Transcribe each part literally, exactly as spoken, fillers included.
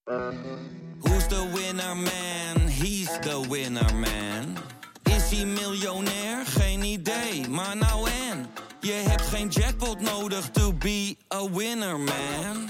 Who's the winner man? He's the winner man. Is hij miljonair? Geen idee, maar nou en. Je hebt geen jackpot nodig to be a winner man.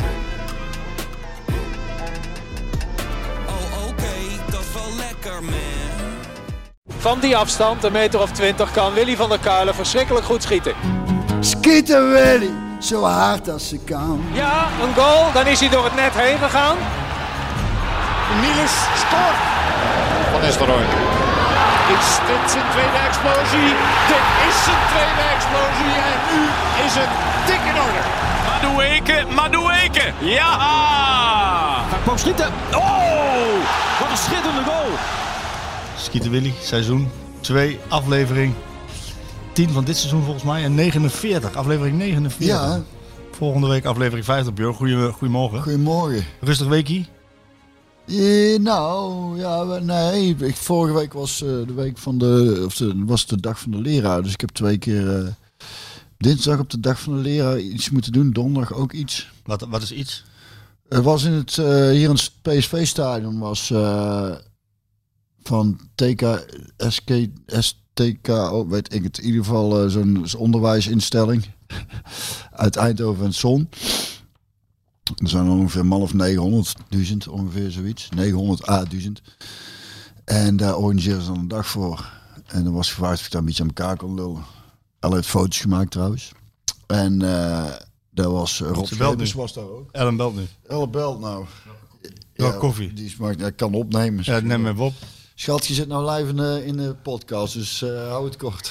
Oh oké, okay, dat is wel lekker man. Van die afstand, een meter of twintig, kan Willy van der Kuilen verschrikkelijk goed schieten. Schieten Willy, zo hard als ze kan. Ja, een goal, dan is hij door het net heen gegaan. Niels scoort. Van Nistelrooy. Is dit zijn tweede explosie? Dit is zijn tweede explosie en nu is het dik in orde. Madueke, Madueke, ja! Hij kwam schieten. Oh, wat een schitterende goal. Schieten Willy, seizoen twee, aflevering tien van dit seizoen volgens mij en negenenveertig, aflevering negenenveertig. Ja. Volgende week aflevering vijftig, Björn. Goeie, goedemorgen. Goedemorgen. Rustig weekie? Ja, nou, ja, nee. Ik, vorige week was uh, de week van de, of de, was de dag van de leraar. Dus ik heb twee keer uh, dinsdag op de dag van de leraar iets moeten doen. Donderdag ook iets. Wat, wat is iets? Het was in het, uh, hier in het P S V-stadion was uh, van T K, S K, S T K, oh, weet ik het, in ieder geval uh, zo'n onderwijsinstelling uit Eindhoven en Zon. Er zijn ongeveer een man of negenhonderdduizend, ongeveer zoiets. negenhonderd à duizend. En daar organiseerden ze dan een dag voor. En dan was gevraagd of ik daar een beetje aan elkaar kon lullen. Al heeft foto's gemaakt trouwens. En uh, daar was uh, Rob Schepers was daar ook. Ellen belt nu. Ellen belt nou. Ja, koffie. Die smaakt, ja, kan opnemen. Ja, neem even op. Schat, je zit nou live in de, in de podcast, dus uh, hou het kort.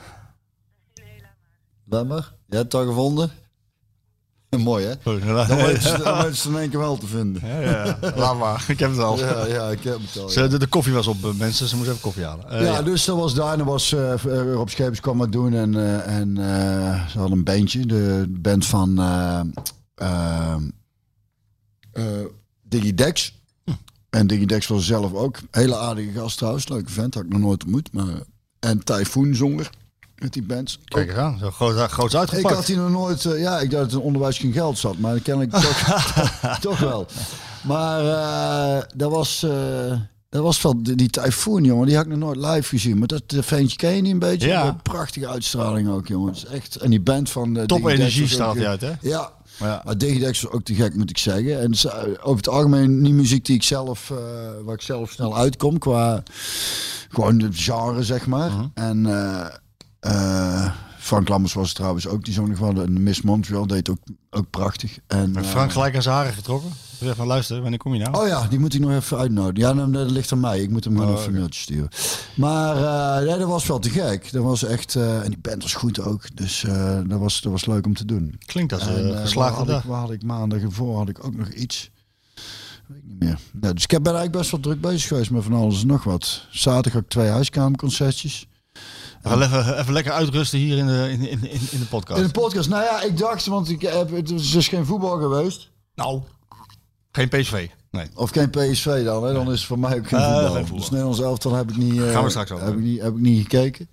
Laat maar. Je hebt het al gevonden? Mooi hè? Dan weet je het in één keer wel te vinden. Ja, ja. Laat maar, ik heb het al. Ja, ja ik heb het al. Ze, de, de koffie was op, mensen, ze moesten even koffie halen. Uh, ja, ja, dus dat was daar en dan was uh, Rob Schepers kwam dat doen en, uh, en uh, ze hadden een bandje, de band van uh, uh, uh, Digidex. Hm. En Digidex was zelf ook hele aardige gast trouwens, leuke vent, had ik nog nooit ontmoet. Maar en Typhoon zong er. Met die bands. Kijk eens aan, zo groot, groot uitgepakt. Ik had hier nog nooit, uh, ja, ik dacht dat het in onderwijs geen geld zat, maar kennelijk toch, toch wel. Maar uh, dat was, uh, dat was wel die, die Typhoon, jongen, die had ik nog nooit live gezien. Maar dat ventje ken je niet een beetje? Ja. Een prachtige uitstraling ook, jongens. Echt. En die band van uh, top Digidex energie staat ook, die uit, hè? Ja. Ja. Maar Digidex was ook te gek, moet ik zeggen. En uh, over het algemeen niet muziek die ik zelf, uh, waar ik zelf snel uitkom qua gewoon het genre, zeg maar. Uh-huh. En uh, Uh, Frank Lammers was het trouwens ook, die zong nog wel. En Miss Montreal deed ook, ook prachtig. En met Frank uh, gelijk aan zijn haren getrokken. Ik zeg van luister, wanneer kom je nou? Oh ja, die moet ik nog even uitnodigen. Ja, dan, dat ligt aan mij. Ik moet hem gewoon oh, even een mailtje sturen. Maar uh, ja, dat was wel te gek. Dat was echt, uh, en die band was goed ook. Dus uh, dat, was, dat was leuk om te doen. Klinkt als een uh, geslaagde dag. Waar had ik maandag ervoor had ik ook nog iets. Weet ik niet meer. Ja, dus ik ben eigenlijk best wel druk bezig geweest met van alles en nog wat. Zaterdag ook twee huiskamerconcertjes. We gaan even, even lekker uitrusten hier in de, in, in, in de podcast. In de podcast. Nou ja, ik dacht, want ik heb, het is dus geen voetbal geweest. Nou, geen P S V. Nee. Of geen P S V dan, hè? Dan is het voor mij ook geen uh, voetbal. Geen voetbal. Dus Nederlands elftal heb ik niet, uh, gaan we straks over. Heb ik niet, heb ik niet gekeken.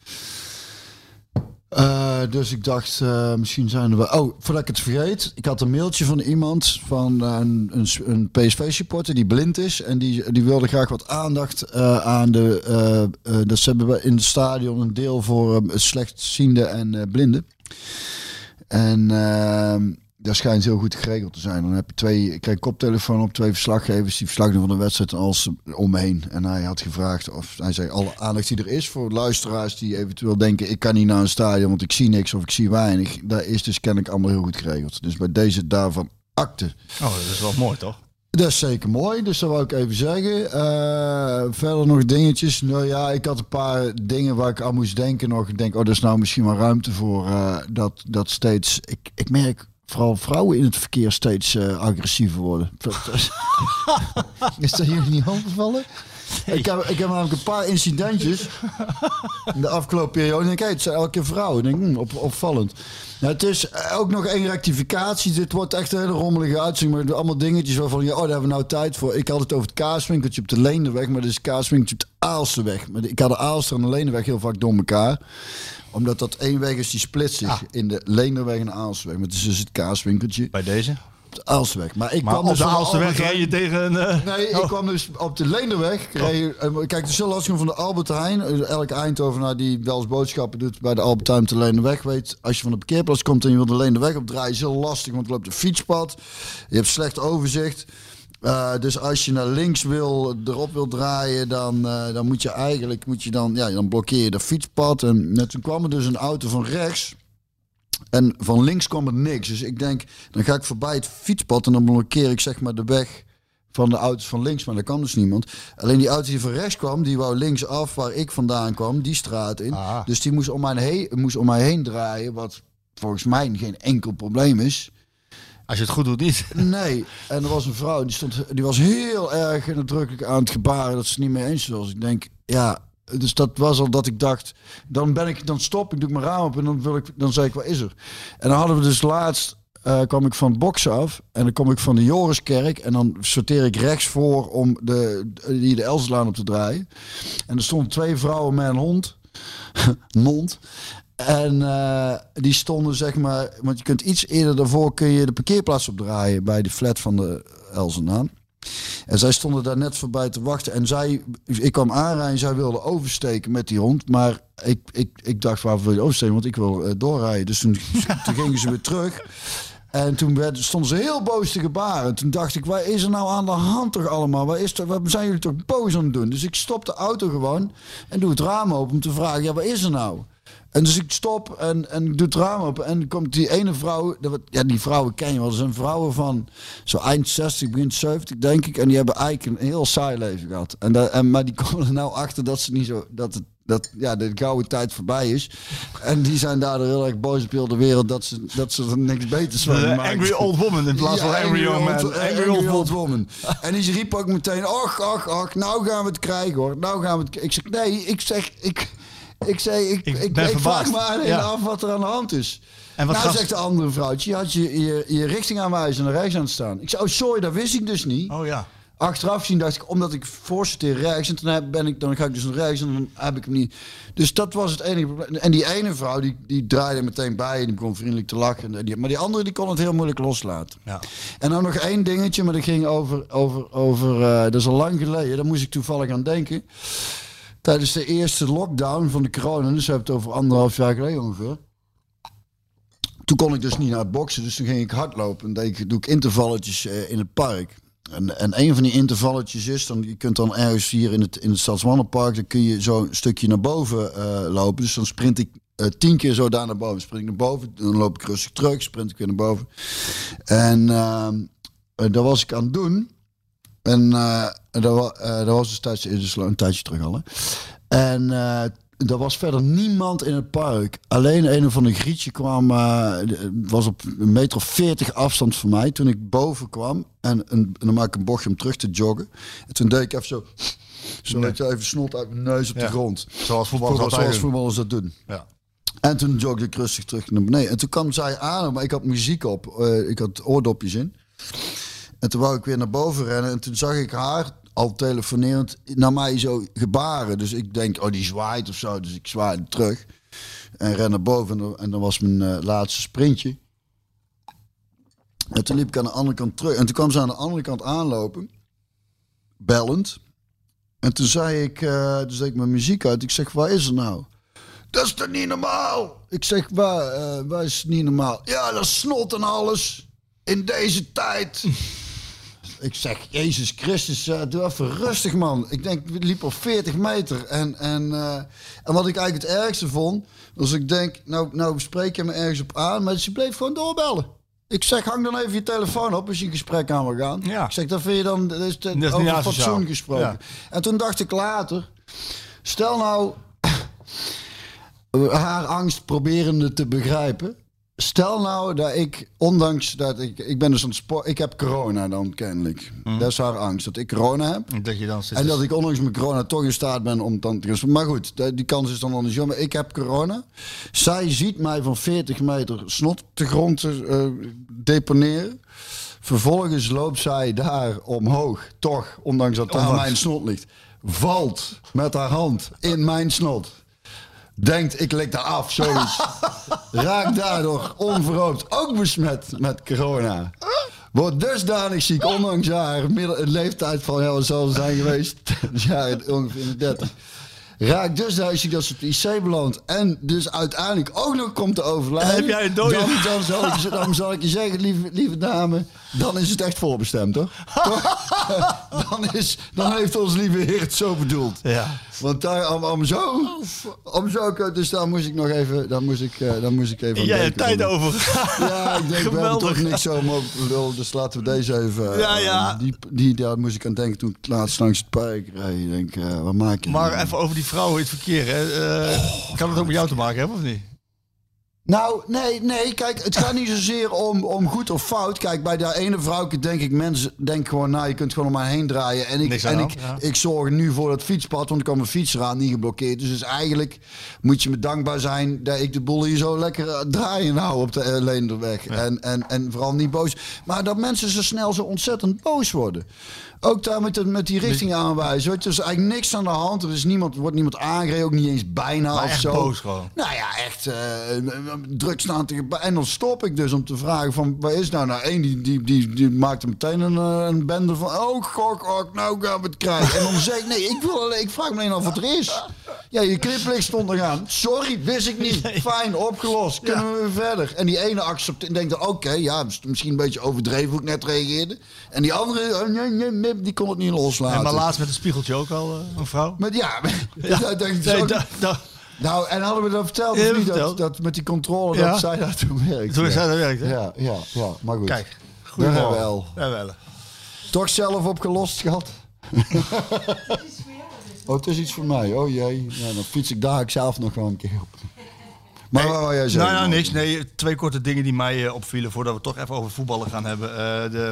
Uh, dus ik dacht, uh, misschien zijn er wel... Oh, voordat ik het vergeet. Ik had een mailtje van iemand, van uh, een, een, een P S V-supporter die blind is. En die, die wilde graag wat aandacht uh, aan de... Uh, uh, dat ze hebben in het stadion een deel voor uh, slechtziende en uh, blinden. En... Uh, dat schijnt heel goed geregeld te zijn. Dan heb je twee, ik kreeg een koptelefoon op, twee verslaggevers die verslag doen van de wedstrijd en alles omheen. En hij had gevraagd of hij zei alle aandacht die er is voor luisteraars die eventueel denken ik kan niet naar een stadion want ik zie niks of ik zie weinig. Daar is dus kennelijk allemaal heel goed geregeld. Dus bij deze daarvan akte. Oh, dat is wel mooi toch? Dat is zeker mooi, dus dat wou ik even zeggen. Uh, verder nog dingetjes. Nou ja, ik had een paar dingen waar ik aan moest denken nog. Ik denk, oh, er is nou misschien wel ruimte voor uh, dat, dat steeds... Ik, ik merk... Vooral vrouwen in het verkeer steeds uh, agressiever worden. Is dat jullie niet opgevallen? Nee. Ik, heb, ik heb namelijk een paar incidentjes in de afgelopen periode. En denk, hey, het zijn elke keer vrouwen. Ik denk, hm, op, opvallend. Nou, het is ook nog één rectificatie. Dit wordt echt een hele rommelige uitzending. Maar allemaal dingetjes waarvan je, oh, daar hebben we nou tijd voor. Ik had het over het kaaswinkeltje op de Leenderweg. Maar dit is het kaaswinkeltje op de Aalsterweg. Maar ik had de Aalster en de Leenderweg heel vaak door elkaar. Omdat dat één weg is die splitst zich ah. in de Leenderweg en de Aalsterweg. Maar het is dus het kaaswinkeltje. Bij deze? op de Aalsterweg. Maar, ik Maar kwam op dus de van Aalsterweg Albert rij je Heijn. tegen een... Uh, Nee, ik oh. kwam dus op de Leenderweg. Reed, uh, kijk, het is heel lastig om van de Albert Heijn. Elke Eindhovenaar die wel eens boodschappen doet bij de Albert Heijn op de Leenderweg weet, als je van de parkeerplaats komt en je wil de Leenderweg opdraaien, is heel lastig, want er loopt een fietspad. Je hebt slecht overzicht. Uh, dus als je naar links wil, erop wil draaien, dan, uh, dan moet je eigenlijk, moet je dan, ja, dan blokkeer je dat fietspad. En net toen kwam er dus een auto van rechts. En van links kwam er niks. Dus ik denk, dan ga ik voorbij het fietspad en dan blokkeer ik zeg maar de weg van de auto's van links. Maar daar kwam dus niemand. Alleen die auto die van rechts kwam, die wou linksaf waar ik vandaan kwam, die straat in. Ah. Dus die moest om, mij heen, moest om mij heen draaien, wat volgens mij geen enkel probleem is. Als je het goed doet, niet. Nee, en er was een vrouw, die, stond, die was heel erg nadrukkelijk aan het gebaren dat ze het niet mee eens was. Ik denk, ja, dus dat was al dat ik dacht, dan ben ik, dan stop ik, doe ik mijn raam op en dan wil ik, dan zei ik, wat is er? En dan hadden we dus laatst, uh, kwam ik van het boksen af en dan kom ik van de Joriskerk en dan sorteer ik rechts voor om de, die de Elslaan op te draaien. En er stonden twee vrouwen met een hond, een hond. En uh, die stonden zeg maar, want je kunt iets eerder daarvoor kun je de parkeerplaats opdraaien bij de flat van de Elzenaan. En zij stonden daar net voorbij te wachten. En zij, ik kwam aanrijden, zij wilde oversteken met die hond. Maar ik, ik, ik dacht, waarvoor wil je oversteken? Want ik wil uh, doorrijden. Dus toen, toen gingen ze weer terug. En toen werd, stonden ze heel boos te gebaren. Toen dacht ik, wat is er nou aan de hand toch allemaal? Wat, is er, wat zijn jullie toch boos aan het doen? Dus ik stop de auto gewoon en doe het raam open om te vragen, ja, wat is er nou? En dus ik stop en, en ik doe het raam open en komt die ene vrouw, ja, die vrouwen ken je wel, dat zijn vrouwen van zo eind zestig, begin zeventig denk ik, en die hebben eigenlijk een heel saai leven gehad. En, dat, en maar die komen er nou achter dat ze niet zo, dat het, dat ja, de gouden tijd voorbij is. En die zijn daardoor heel erg boos op heel de wereld dat ze, dat ze er niks beters van De maken. angry old woman in plaats Ja, van angry young man. old, Angry, angry old, old woman. woman. En die riep ook meteen, och, och, och, nou gaan we het krijgen hoor. Nou gaan we het. Ik zeg, nee, ik zeg, ik... Ik zei, ik, Ik ik, ben ik verbaasd. vraag me aan Ja. af wat er aan de hand is. En wat nou, gast- zegt de andere vrouwtje, je had je, je, je richting aanwijzen naar rechts aan het staan. Ik zei, oh sorry, dat wist ik dus niet. Oh ja. Achteraf zien dacht ik, omdat ik voorsorteer rechts en toen heb- ben ik, dan ga ik dus naar rechts en dan heb ik hem niet. Dus dat was het enige probleem. En die ene vrouw, die, die draaide meteen bij en die begon vriendelijk te lachen. En die, maar die andere, die kon het heel moeilijk loslaten. Ja. En dan nog één dingetje, maar dat ging over, over, over uh, dat is al lang geleden, daar moest ik toevallig aan denken. Tijdens de eerste lockdown van de corona, dus we hebben het over anderhalf jaar geleden ongeveer. Toen kon ik dus niet naar het boksen, dus toen ging ik hardlopen. En deed ik, doe ik intervalletjes uh, in het park. En, en een van die intervalletjes is, dan, je kunt dan ergens hier in het, in het Stadsmannenpark, dan kun je zo een stukje naar boven uh, lopen. Dus dan sprint ik uh, tien keer zo daar naar boven. Sprint ik naar boven, dan loop ik rustig terug, sprint ik weer naar boven. En uh, uh, dat was ik aan het doen. En uh, dat, was, uh, dat was dus tijdens dus een tijdje terug al. Hè. En uh, er was verder niemand in het park. Alleen een of ander grietje kwam, uh, was op een meter of veertig afstand van mij. Toen ik boven kwam en, een, en dan maak ik een bochtje om terug te joggen. En toen deed ik even zo, zo nee. even snot uit mijn neus op ja. de grond. Zoals voetballers, Voetbal, zoals voetballers dat doen. Ja. En toen jogde ik rustig terug naar beneden. En toen kwam zij aan, maar ik had muziek op. Uh, ik had oordopjes in. En toen wou ik weer naar boven rennen. En toen zag ik haar al telefonerend naar mij zo gebaren. Dus ik denk, oh die zwaait of zo. Dus ik zwaaide terug. En ren naar boven. En, en dan was mijn uh, laatste sprintje. En toen liep ik aan de andere kant terug. En toen kwam ze aan de andere kant aanlopen. Bellend. En toen zei ik, uh, toen zet ik mijn muziek uit. Ik zeg, waar is er nou? Dat is toch niet normaal? Ik zeg, waar, uh, waar is het niet normaal? Ja, dat is snot en alles. In deze tijd. Ik zeg, Jezus Christus, uh, doe even rustig man. Ik denk, we liepen op veertig meter. En, en, uh, en wat ik eigenlijk het ergste vond, was ik denk, nou, nou spreek je me ergens op aan. Maar ze bleef gewoon doorbellen. Ik zeg, hang dan even je telefoon op als je een gesprek aan wil gaan. Ja. Ik zeg, dat vind je dan, dat is, de, dat is over fatsoen gesproken. Ja. En toen dacht ik later, stel nou haar angst proberende te begrijpen. Stel nou dat ik, ondanks dat ik, ik ben dus aan het sport, ik heb corona dan kennelijk. Mm. Dat is haar angst, dat ik corona heb. Dat je dan zit en dat ik ondanks mijn corona toch in staat ben om dan te gaan. Maar goed, die kans is dan andersom. Maar ik heb corona. Zij ziet mij van veertig meter snot de grond uh, deponeren. Vervolgens loopt zij daar omhoog, toch, ondanks dat daar mijn snot ligt. Valt met haar hand in mijn snot. Denkt, ik lik daar af, zoiets. Raakt daardoor onverhoopt ook besmet met corona. wordt dusdanig ziek, ondanks haar middel, leeftijd van, ja, wat zal het zijn geweest? Dus ja, ongeveer in de dertig. Raakt dusdanig ziek dat ze op de I C belandt. En dus uiteindelijk ook nog komt te overlijden. Heb jij een dode? Dan, dan, zal ik, dan zal ik je zeggen, lieve, lieve dame, dan is het echt voorbestemd, hoor. dan, is, dan heeft onze lieve Heer het zo bedoeld. Ja. Want daar, om, om zo, om zo, dus daar moest ik nog even, daar moest ik, uh, daar moest ik even aan Jij denken. hebt tijd over. Ja, ik denk, we hebben toch niks zo over lul, dus laten we deze even. Ja, ja. Uh, die, die, daar moest ik aan denken toen ik laatst langs het park reed. Ik denk, uh, wat maak je? Maar nou? even over die vrouwen in het verkeer. Hè. Uh, oh, kan het ook met jou te maken hebben, of niet? Nou, nee, nee, kijk, het gaat niet zozeer om, om goed of fout. Kijk, bij dat ene vrouwke denk ik, mensen denken gewoon, nou, je kunt gewoon om mij heen draaien. En ik, en ik, ja. ik zorg nu voor dat fietspad, want ik kan mijn fietsraad niet geblokkeerd. Dus, dus eigenlijk moet je me dankbaar zijn dat ik de boel hier zo lekker draaien hou op de uh, Leenderweg. Ja. En, en, en vooral niet boos. Maar dat mensen zo snel zo ontzettend boos worden. Ook daar met, de, met die richting aanwijzen. Er is eigenlijk niks aan de hand. Er is niemand, wordt niemand aangereden, ook niet eens bijna maar of echt zo. Boos gewoon. Nou ja, echt uh, druk staan tegen. En dan stop ik dus om te vragen van, waar is nou? Nou, één die, die, die, die maakte meteen een, een bende van, oh gok, gok, nou gaan we het krijgen. En dan zeg ik, nee, ik, wil alleen, ik vraag me alleen af wat er is. Ja, je kniplicht stond er aan. Sorry, wist ik niet. Nee. Fijn, opgelost. Kunnen ja. we weer verder. En die ene accepteert, denkt dan, oké, okay, ja, misschien een beetje overdreven hoe ik net reageerde. En die andere, oh, nee, nee, nee, die kon het niet loslaten. En maar laatst met een spiegeltje ook al, uh, een vrouw. Met, ja, ja. dat denk ik nee, zo. Da, da. Nou, en hadden we dat verteld of niet? Dat, dat met die controle, ja. dat zij dat toen werkt. Toen ja. zij dat werkt, hè? Ja, ja, ja, maar goed. Kijk, goed. Daar hebben we wel. Ja, wel. Toch zelf opgelost, schat? Oh, het is iets voor mij. Oh jee. Ja, dan fiets ik daar ik zelf nog wel een keer op. Maar nee, wat wou jij zeggen? Nou, nou niks. Nee, twee korte dingen die mij uh, opvielen voordat we toch even over voetballen gaan hebben. Uh, de,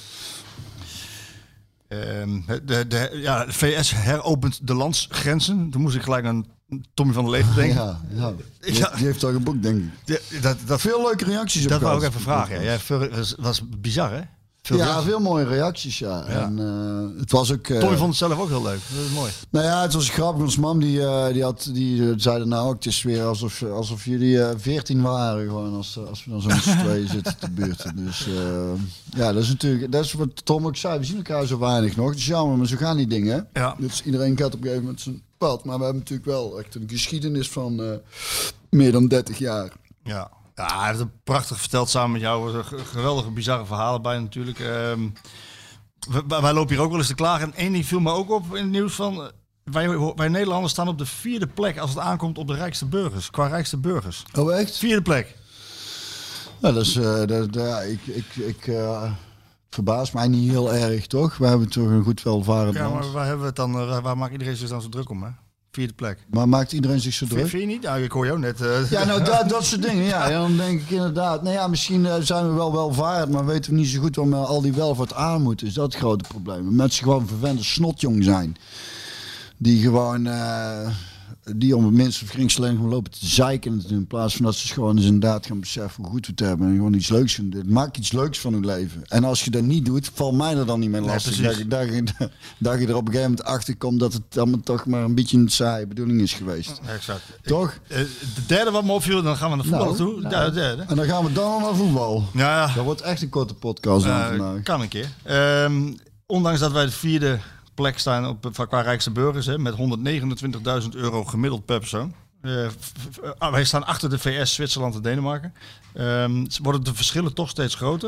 uh, de, de, ja, de V S heropent de landsgrenzen. Toen moest ik gelijk aan Tommy van der Leegte denken. Ja, ja. Die, ja. die heeft al geboekt, denk ik. Ja, dat, dat, veel leuke reacties op. Dat wou ik even vragen. Ja. Ja, veel, was, was bizar, hè? Veel ja, reacties. Veel mooie reacties, ja. ja. En, uh, het was ook... Uh, Tommy vond het zelf ook heel leuk. Dat is mooi. Nou ja, het was grappig. Ons mam die, uh, die, had, die uh, zeiden nou ook, het is weer alsof, alsof jullie uh, veertien waren. Gewoon als, als we dan zo met z'n tweeën zitten te buurten. Dus uh, ja, dat is natuurlijk... Dat is wat Tom ook zei. We zien elkaar zo weinig nog. Het is jammer, maar zo gaan die dingen. Ja. Dus iedereen gaat op een gegeven moment zijn pad. Maar we hebben natuurlijk wel echt een geschiedenis van uh, meer dan dertig jaar. Ja. Ja, hij heeft het prachtig verteld samen met jou. Geweldige, bizarre verhalen bij natuurlijk. Um, wij, wij lopen hier ook wel eens te klagen. En één ding viel me ook op in het nieuws van... Wij, wij Nederlanders staan op de vierde plek als het aankomt op de rijkste burgers. Qua rijkste burgers. Oh echt? Vierde plek. Nou, dat is... Uh, dat, ja, ik... ik, ik uh... verbaast mij niet heel erg, toch? We hebben toch een goed welvarend ja, land. Ja, maar waar, hebben we het dan, uh, waar maakt iedereen zich dan zo druk om, hè? Vierde plek. Maar maakt iedereen zich zo druk? Vind, vind je niet? Nou, ik hoor jou net. Uh... Ja, nou, dat, dat soort dingen. Ja, en dan denk ik inderdaad... Nou ja, misschien uh, zijn we wel welvarend, maar weten we niet zo goed waarom uh, al die welvaart aan moeten. Is dat het grote probleem. Mensen gewoon verwende snotjong zijn. Die gewoon... Uh, die om het minste vergeringsverlening gaan lopen te zeiken. In plaats van dat ze gewoon eens inderdaad gaan beseffen hoe goed we het hebben. En gewoon iets leuks doen. Maak iets leuks van hun leven. En als je dat niet doet, valt mij er dan niet meer lastig. Nee, dat, dat, dat, dat je er op een gegeven moment achter komt dat het allemaal toch maar een beetje een saaie bedoeling is geweest. Exact. Toch? Ik, uh, de derde wat me opviel, dan gaan we naar voetbal nou, toe. Nou, ja, de derde. En dan gaan we dan naar voetbal. Ja, ja. Dat wordt echt een korte podcast uh, vandaag. Kan een keer. Um, ondanks dat wij de vierde... plek staan op, qua rijkste burgers, hè, met honderdnegenentwintigduizend euro gemiddeld per persoon. Uh, f- f- wij staan achter de V S, Zwitserland en Denemarken. Um, worden de verschillen toch steeds groter.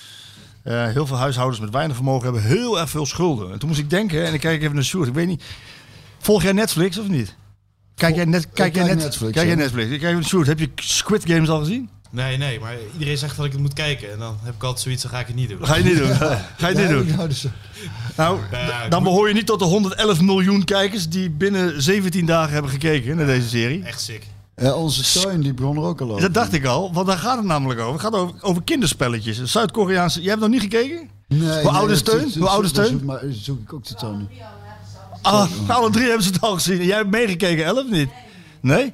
Uh, heel veel huishoudens met weinig vermogen hebben heel erg veel schulden. En toen moest ik denken, en ik kijk even naar Sjoerd, ik weet niet, volg jij Netflix of niet? Kijk jij, net, kijk jij net, Netflix? Kijk jij Netflix? Ik kijk even naar Sjoerd, heb je Squid Games al gezien? Nee, nee, maar iedereen zegt dat ik het moet kijken. En dan heb ik altijd zoiets, dan ga ik het niet doen. Ga je niet doen? Ja. Ga je niet doen? Nou, dus, nou ja, dan behoor je niet tot de honderd elf miljoen kijkers die binnen zeventien dagen hebben gekeken naar deze serie. Echt sick. Ja, onze tuin die begon er ook al over. Dat dacht ik al, want daar gaat het namelijk over. Het gaat over, over kinderspelletjes. Zuid-Koreaanse... Jij hebt nog niet gekeken? Nee. Hoe oud is Teun? Hoe oud is Teun? Zoek, maar zoek ik ook de tuin. Ah, alle drie hebben ze het al gezien. Jij hebt meegekeken, elf niet? Nee?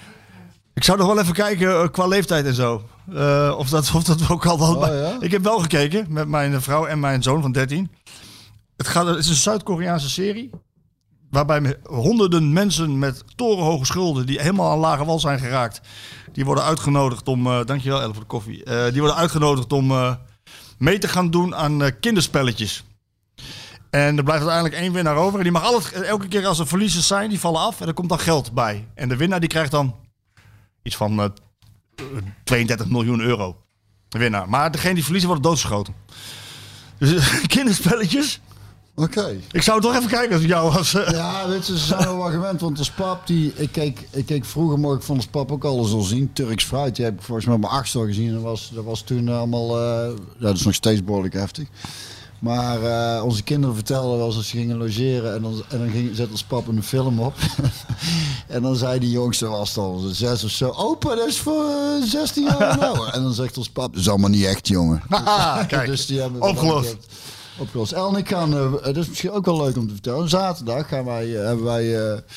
Ik zou nog wel even kijken uh, qua leeftijd en zo. Uh, of, dat, of dat ook al wel... Oh, ja? Ik heb wel gekeken met mijn vrouw en mijn zoon van dertien. Het, gaat, het is een Zuid-Koreaanse serie. Waarbij honderden mensen met torenhoge schulden... die helemaal aan lage wal zijn geraakt... die worden uitgenodigd om... Uh, dankjewel, Elle, voor de koffie. Uh, die worden uitgenodigd om... Uh, mee te gaan doen aan uh, kinderspelletjes. En er blijft uiteindelijk één winnaar over. En die mag altijd, elke keer als er verliezers zijn, die vallen af. En er komt dan geld bij. En de winnaar die krijgt dan iets van uh, tweeëndertig miljoen euro. De winnaar. Maar degene die verliezen wordt doodgeschoten. Dus uh, kinderspelletjes. Oké. Okay. Ik zou toch even kijken als ik jou was. Uh. Ja, weet je, ze zijn wel gewend. Want als pap, die, ik, keek, ik keek vroeger, mocht ik van als pap ook alles al zien. Turks fruit, die heb ik volgens mij op mijn achtste al gezien. Dat was, dat was toen allemaal, uh, ja, dat is nog steeds behoorlijk heftig. Maar uh, onze kinderen vertelden wel eens als ze gingen logeren en dan, en dan ging, zette ons pap een film op. En dan zei die jongste, was dan zes of zo, opa, dat is voor uh, zestien jaar nou. En dan zegt ons pap, dat is allemaal niet echt, jongen. Haha, kijk, dus die hebben opgelost. Opgelost. El en ik gaan, uh, dat is misschien ook wel leuk om te vertellen. Zaterdag gaan wij, uh, hebben wij uh,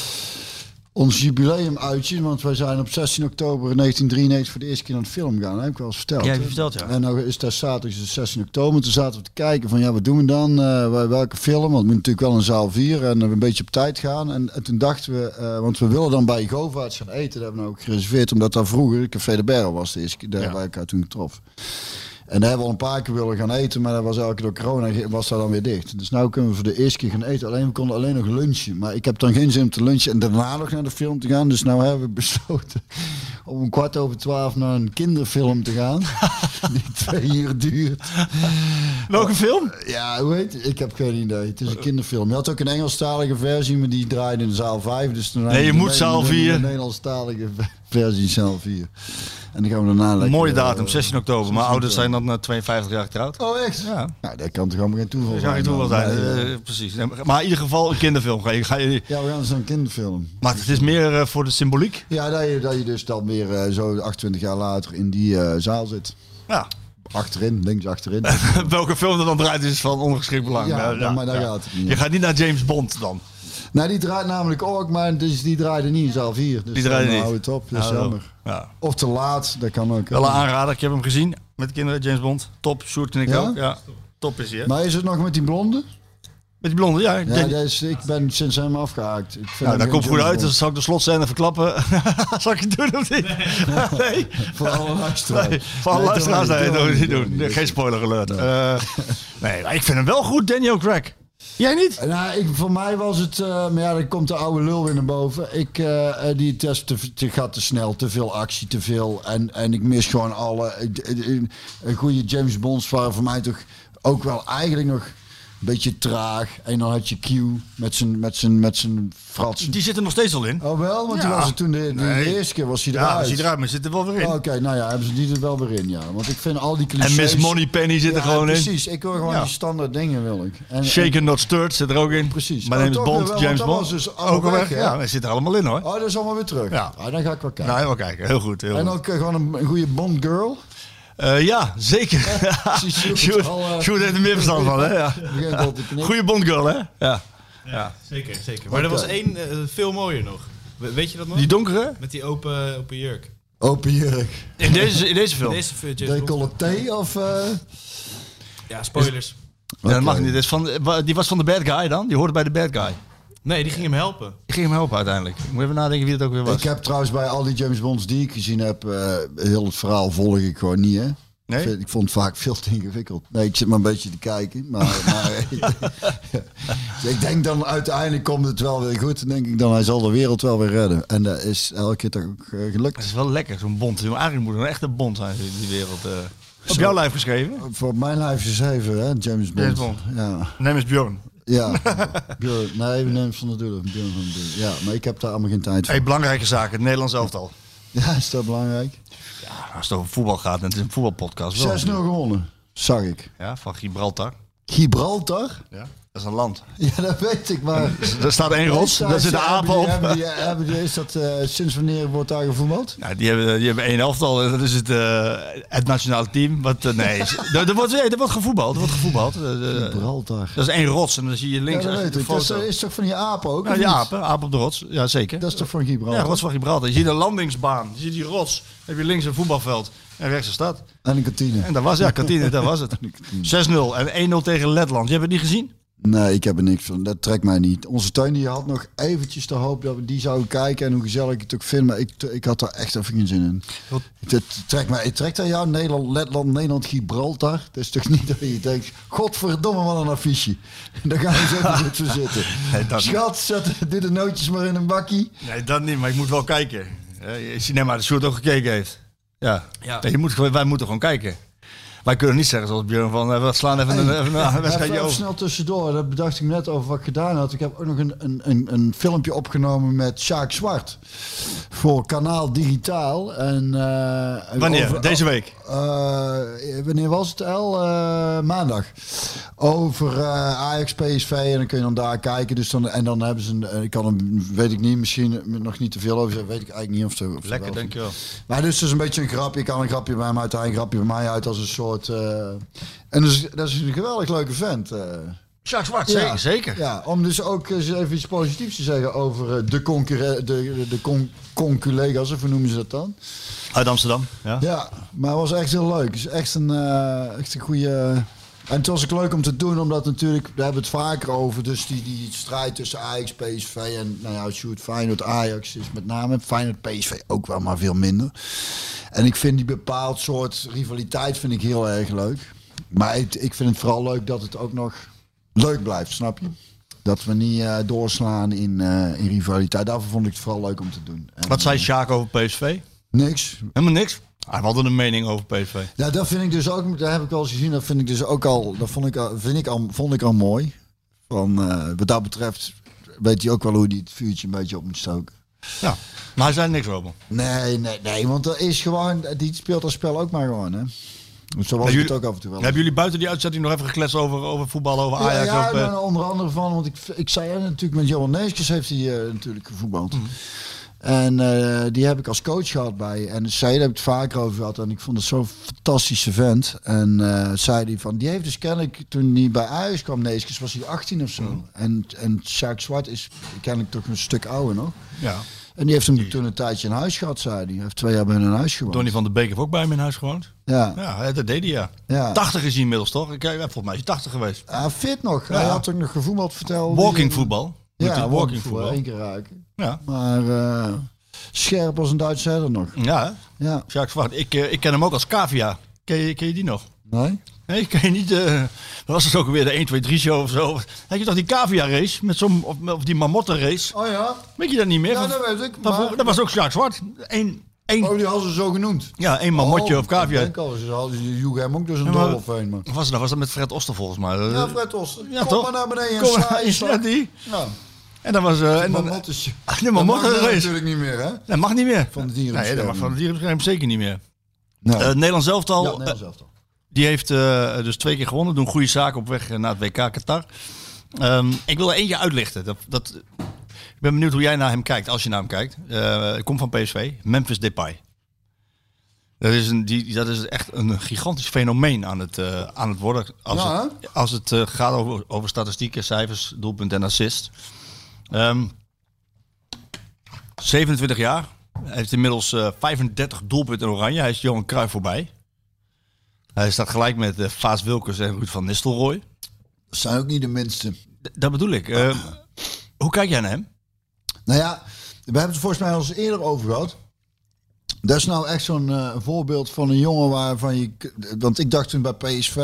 ons jubileum uitje, want wij zijn op zestien oktober negentien drieënnegentig voor de eerste keer naar de film gaan. Dat heb ik wel eens verteld. Ja, heb je verteld, ja. En nou is dat zaterdag dus zestien oktober. Toen zaten we te kijken van ja, wat doen we dan? Uh, welke film? Want we moeten natuurlijk wel een zaal vieren en een beetje op tijd gaan. En, en toen dachten we, uh, want we willen dan bij Govaerts gaan eten. Dat hebben we nou ook gereserveerd, omdat daar vroeger Café de Berre was de eerste keer daar ja. waar ik haar toen getroffen. En daar hebben we al een paar keer willen gaan eten, maar dat was elke keer door corona was dat dan weer dicht. Dus nu kunnen we voor de eerste keer gaan eten. Alleen we konden alleen nog lunchen. Maar ik heb dan geen zin om te lunchen en daarna nog naar de film te gaan. Dus nu hebben we besloten om een kwart over twaalf naar een kinderfilm te gaan. Die twee uur duurt. Welke oh, film? Ja, hoe heet het? Ik heb geen idee. Het is een kinderfilm. Je had ook een Engelstalige versie, maar die draaide in zaal vijf. Dus nee, je moet zaal vier. Een Nederlandstalige versie zaal vier. En dan gaan we daarna lekker... Mooie datum, zestien oktober. Mijn ouders zijn dan uh, tweeënvijftig jaar getrouwd. Oh, echt? Ja. Nou, dat kan toch allemaal geen toeval dat zijn? Geen toeval zijn, nee, uh, precies. Maar in ieder geval een kinderfilm. Ga je, ga je... Ja, we gaan dus een kinderfilm. Maar het is meer uh, voor de symboliek? Ja, dat je, dat je dus dan weer uh, zo achtentwintig jaar later in die uh, zaal zit. Ja. Achterin, links achterin. Welke film er dan draait is van ongeschikt belang. Ja, nou, ja, maar daar ja. gaat het niet. Je gaat niet naar James Bond dan? Nou, die draait namelijk ook, maar dus die draaide niet in zaal vier. Dus die draaide niet? Hou het op, dat is nou, jammer. Ja. Of te laat, dat kan ook. Wel een aanrader, ik heb hem gezien met de kinderen, James Bond. Top, Sjoerd en ik ja? ook. Ja, top is hij, hè? Maar is het nog met die blonde? Met die blonde, ja. Ja, dat is, ik ben sinds hem afgehaakt. Ik vind nou, dat komt goed uit, Bond. dus zal ik de slotscène verklappen. Zal ik het doen of niet? Nee. nee. Voor alle luisteraars. Nee, voor alle luisteraars, nee, dat moet je niet doen. Nee, geen spoiler alert. Nee. Uh, nee, maar ik vind hem wel goed, Daniel Craig. Jij niet? Nou, ik, voor mij was het... Uh, maar ja, dan komt de oude lul weer naar boven. Ik, uh, die test te, te, gaat te snel, te veel actie, te veel. En, en ik mis gewoon alle... Een goede James Bonds waren voor mij toch ook wel eigenlijk nog... een beetje traag. En dan had je Q met zijn, met zijn, met zijn frats. Die zit er nog steeds al in. Oh wel? Want ja. die was er toen de, de, nee. de eerste keer was hij ja, eruit. Ja, was hij eruit, maar zit er wel weer in. Oh, Oké, okay, nou ja, hebben ze die er wel weer in, ja. Want ik vind al die clichés... En Miss Moneypenny zit ja, er gewoon precies. in. Precies, ik wil gewoon ja. die standaard dingen, wil ik. En, Shaken Not Stirred zit er ook in. Precies. Mijn naam is Bond, wel, James Bond. Dus ook al weg, weg ja. Hij zit er allemaal in, hoor. Oh, dat is allemaal weer terug. Ja. Ah, dan ga ik wel kijken. Nou, even kijken. Heel goed, heel en goed. ook uh, gewoon een, een goede Bond girl. Uh, ja, zeker. Sjoerd heeft er meer verstand van, hè? Ja. Goeie Bondgirl, hè? Ja. Ja, ja. Zeker, zeker. Maar okay. Er was één uh, veel mooier nog. Weet je dat nog? Die donkere? Met die open, open jurk. Open jurk. In deze, in deze film? In deze film. Decolleté of... Uh... Ja, spoilers. Is, okay. Dat mag niet. Dat is van, die was van de bad guy dan? Die hoorde bij de bad guy. Nee, die ging hem helpen. Die ging hem helpen uiteindelijk. Ik moet even nadenken wie het ook weer was. Ik heb trouwens bij al die James Bonds die ik gezien heb... Uh, heel het verhaal volg ik gewoon niet, hè? Nee? Ik, vind, ik vond het vaak veel te ingewikkeld. Nee, ik zit maar een beetje te kijken. Maar, maar dus ik denk dan uiteindelijk komt het wel weer goed. Dan denk ik dan, hij zal de wereld wel weer redden. En dat is elke keer toch ook uh, gelukt. Dat is wel lekker, zo'n Bond. Eigenlijk moet het een echte Bond zijn, die wereld. Uh. Op jouw lijf geschreven? Voor mijn lijf geschreven, hè? James Bond. James Bond. Ja. Neem eens Björn. Ja, Björn. Nee, we nemen van der Doelen. Björn van der Doelen. Ja, maar ik heb daar allemaal geen tijd voor. Hey, belangrijke zaken, het Nederlands elftal. Ja, is dat belangrijk? Ja, als het over voetbal gaat, en het is een voetbalpodcast. zes nul gewonnen, zag ik. Ja, van Gibraltar. Gibraltar? Ja. Dat is een land. Ja, dat weet ik, maar... Er staat één rots, daar zit een aap op. Hebben die, hebben die, is dat, uh, sinds wanneer wordt daar gevoetbald? Nou, die hebben, die hebben één elftal en dat is het, uh, het nationale team. Wat, uh, nee, er, er, wordt, nee, er wordt gevoetbald. Er wordt gevoetbald. Uh, Gibraltar. Dat is één rots en dan zie je links... Ja, dat weet ik. Dat is, is toch van die apen ook? Ja, die apen, apen op de rots. Ja, zeker. Dat is toch van Gibraltar? Ja, rots van Gibraltar. Je ziet een landingsbaan, je ziet die rots. Dan heb je links een voetbalveld en rechts een stad. En een kantine. En dat was, ja, kantine, dat was het. zes nul en één nul tegen Letland. Je hebt het niet gezien? Nee, ik heb er niks van. Dat trekt mij niet. Onze Teun die had nog eventjes de hoop dat we die zouden kijken. En hoe gezellig ik het ook vind. Maar ik, ik had daar echt even geen zin in. Wat? Het trekt mij. Het trekt aan jou. Nederland, Letland, Nederland, Gibraltar. Dat is toch niet dat je denkt... Godverdomme, wat een affiche. Daar gaan we zo goed voor zitten. Nee, dat Schat, zet dit de nootjes maar in een bakkie. Nee, dat niet. Maar ik moet wel kijken. Je ziet net maar dat Sjoerd ook gekeken heeft. Ja. Ja. Nee, je moet, wij moeten gewoon kijken. Wij kunnen niet zeggen zoals Björn van, we slaan even een, even een wedstrijdje Even, even over. snel tussendoor, dat bedacht ik me net over wat ik gedaan had. Ik heb ook nog een, een, een, een filmpje opgenomen met Sjaak Zwart voor Kanaal Digitaal. En, uh, Wanneer? over, Deze week? Uh, wanneer was het, El? Uh, maandag. Over uh, Ajax P S V en dan kun je dan daar kijken. Dus dan, en dan hebben ze een, ik kan hem, weet ik niet, misschien nog niet te veel over zeggen, weet ik eigenlijk niet of zo. Of Lekker, dankjewel. Maar dus het is een beetje een grapje. Ik kan een grapje bij hem uit, hij een grapje bij mij uit als een soort... Uh, en dus, dat is een geweldig leuke vent. Uh. Sjaak Zwart, Ja. zeker, zeker. Ja, om dus ook eens even iets positiefs te zeggen over uh, de, concurre- de, de, de con- conculega's, of hoe noemen ze dat dan? Uit Amsterdam, ja. Ja, maar het was echt heel leuk. Het is echt een, uh, echt een goede... En het was ook leuk om te doen, omdat natuurlijk, we hebben het vaker over, dus die, die strijd tussen Ajax, P S V en, nou ja, Sjoerd, Feyenoord, Ajax is met name, Feyenoord, P S V ook wel, maar veel minder. En ik vind die bepaald soort rivaliteit vind ik heel erg leuk. Maar ik, ik vind het vooral leuk dat het ook nog leuk blijft, snap je? Dat we niet uh, doorslaan in, uh, in rivaliteit. Daarvoor vond ik het vooral leuk om te doen. En, Wat zei Sjaak over P S V? Niks. Helemaal niks. Hij had een mening over P S V. Ja, dat vind ik dus ook, dat heb ik wel eens gezien, dat vind ik dus ook al, dat vond ik al, vind ik al, vond ik al mooi. Van, uh, wat dat betreft weet hij ook wel hoe hij het vuurtje een beetje op moet stoken. Ja, maar hij zei niks over. Nee, nee, nee, want er is gewoon, die speelt dat spel ook maar gewoon, hè. Zo was jullie, het ook af en toe wel. Hebben jullie buiten die uitzending nog even gekletst over, over voetbal, over Ajax? Ja, ja, of, uh... nou, onder andere van, want ik, ik zei ja, natuurlijk met Johan Neeskens heeft hij uh, natuurlijk gevoetbald. Mm. En uh, die heb ik als coach gehad bij. En zij daar heb ik het vaker over gehad. En ik vond het zo'n fantastische vent. En uh, zei die van, die heeft dus kennelijk, toen hij bij Ajax kwam, Neeskens, was hij achttien of zo. Mm. En, en Sjaak Zwart is kennelijk toch een stuk ouder nog. Ja. En die heeft hem toen een tijdje in huis gehad, zei hij. Hij heeft twee jaar bij hun in huis gewoond. Donny van der Beek heeft ook bij hem in huis gewoond. Ja. Ja, dat deed hij, ja. ja. tachtig is hij inmiddels, toch? Ik, volgens mij is hij tachtig geweest. Ah, fit nog. Ja. Hij had ook nog gevoetbald, verteld. Walking voetbal. Ja, walking voetbal. Eén keer raken. Ja. Maar uh, scherp als een Duitse herder nog. Ja, hè? Ja. Sjaak Zwart. Ik, uh, ik ken hem ook als Cavia. Ken je, ken je die nog? Nee? Nee, ken je niet. Uh, was het ook weer de een, twee, drie show of zo? Had je toch die Cavia race? Met zo'n, of, of die Marmotten race? Oh ja? Weet je dat niet meer? Ja, van, dat weet ik. van, Maar... Dat was ook Sjaak Zwart. Eén, één, oh, die hadden ze zo genoemd. ja, één Marmotje oh, of Cavia. Ik al, ze hadden joeg hem ook dus een Ja, dol maar- of een, man. Was dat, was dat met Fred Oster volgens mij? Ja, Fred Oster. Ja, Kom toch? maar naar beneden en Kom sla maar, je ja, die. Ja. En dan was... Uh, en dan, Marmot is... Ah, de Marmotten dat mag race. natuurlijk niet meer, hè? Dat mag niet meer. Van de dierenbescherming. Nee, dat mag van de dierenbescherming zeker niet meer. Nee. Uh, Nederland zelftal, ja, uh, Nederland zelf toch. die heeft uh, dus twee keer gewonnen. Doen goede zaken op weg naar het W K Qatar. Um, ik wil er eentje uitlichten. Dat, dat, ik ben benieuwd hoe jij naar hem kijkt, als je naar hem kijkt. Uh, komt van P S V, Memphis Depay. Dat is, een, die, dat is echt een gigantisch fenomeen aan het, uh, aan het worden. Als Ja, het, als het uh, gaat over, over statistieken, cijfers, doelpunten en assist. Um, zevenentwintig jaar. Hij heeft inmiddels uh, vijfendertig doelpunten in oranje. Hij is Johan Cruijff voorbij. Hij staat gelijk met uh, Vaas Wilkers en Ruud van Nistelrooy. Dat zijn ook niet de minste. D- dat bedoel ik. Uh, ah. Hoe kijk jij naar hem? Nou ja, we hebben het volgens mij al eens eerder over gehad. Dat is nou echt zo'n uh, voorbeeld van een jongen waarvan je... Want ik dacht toen bij P S V...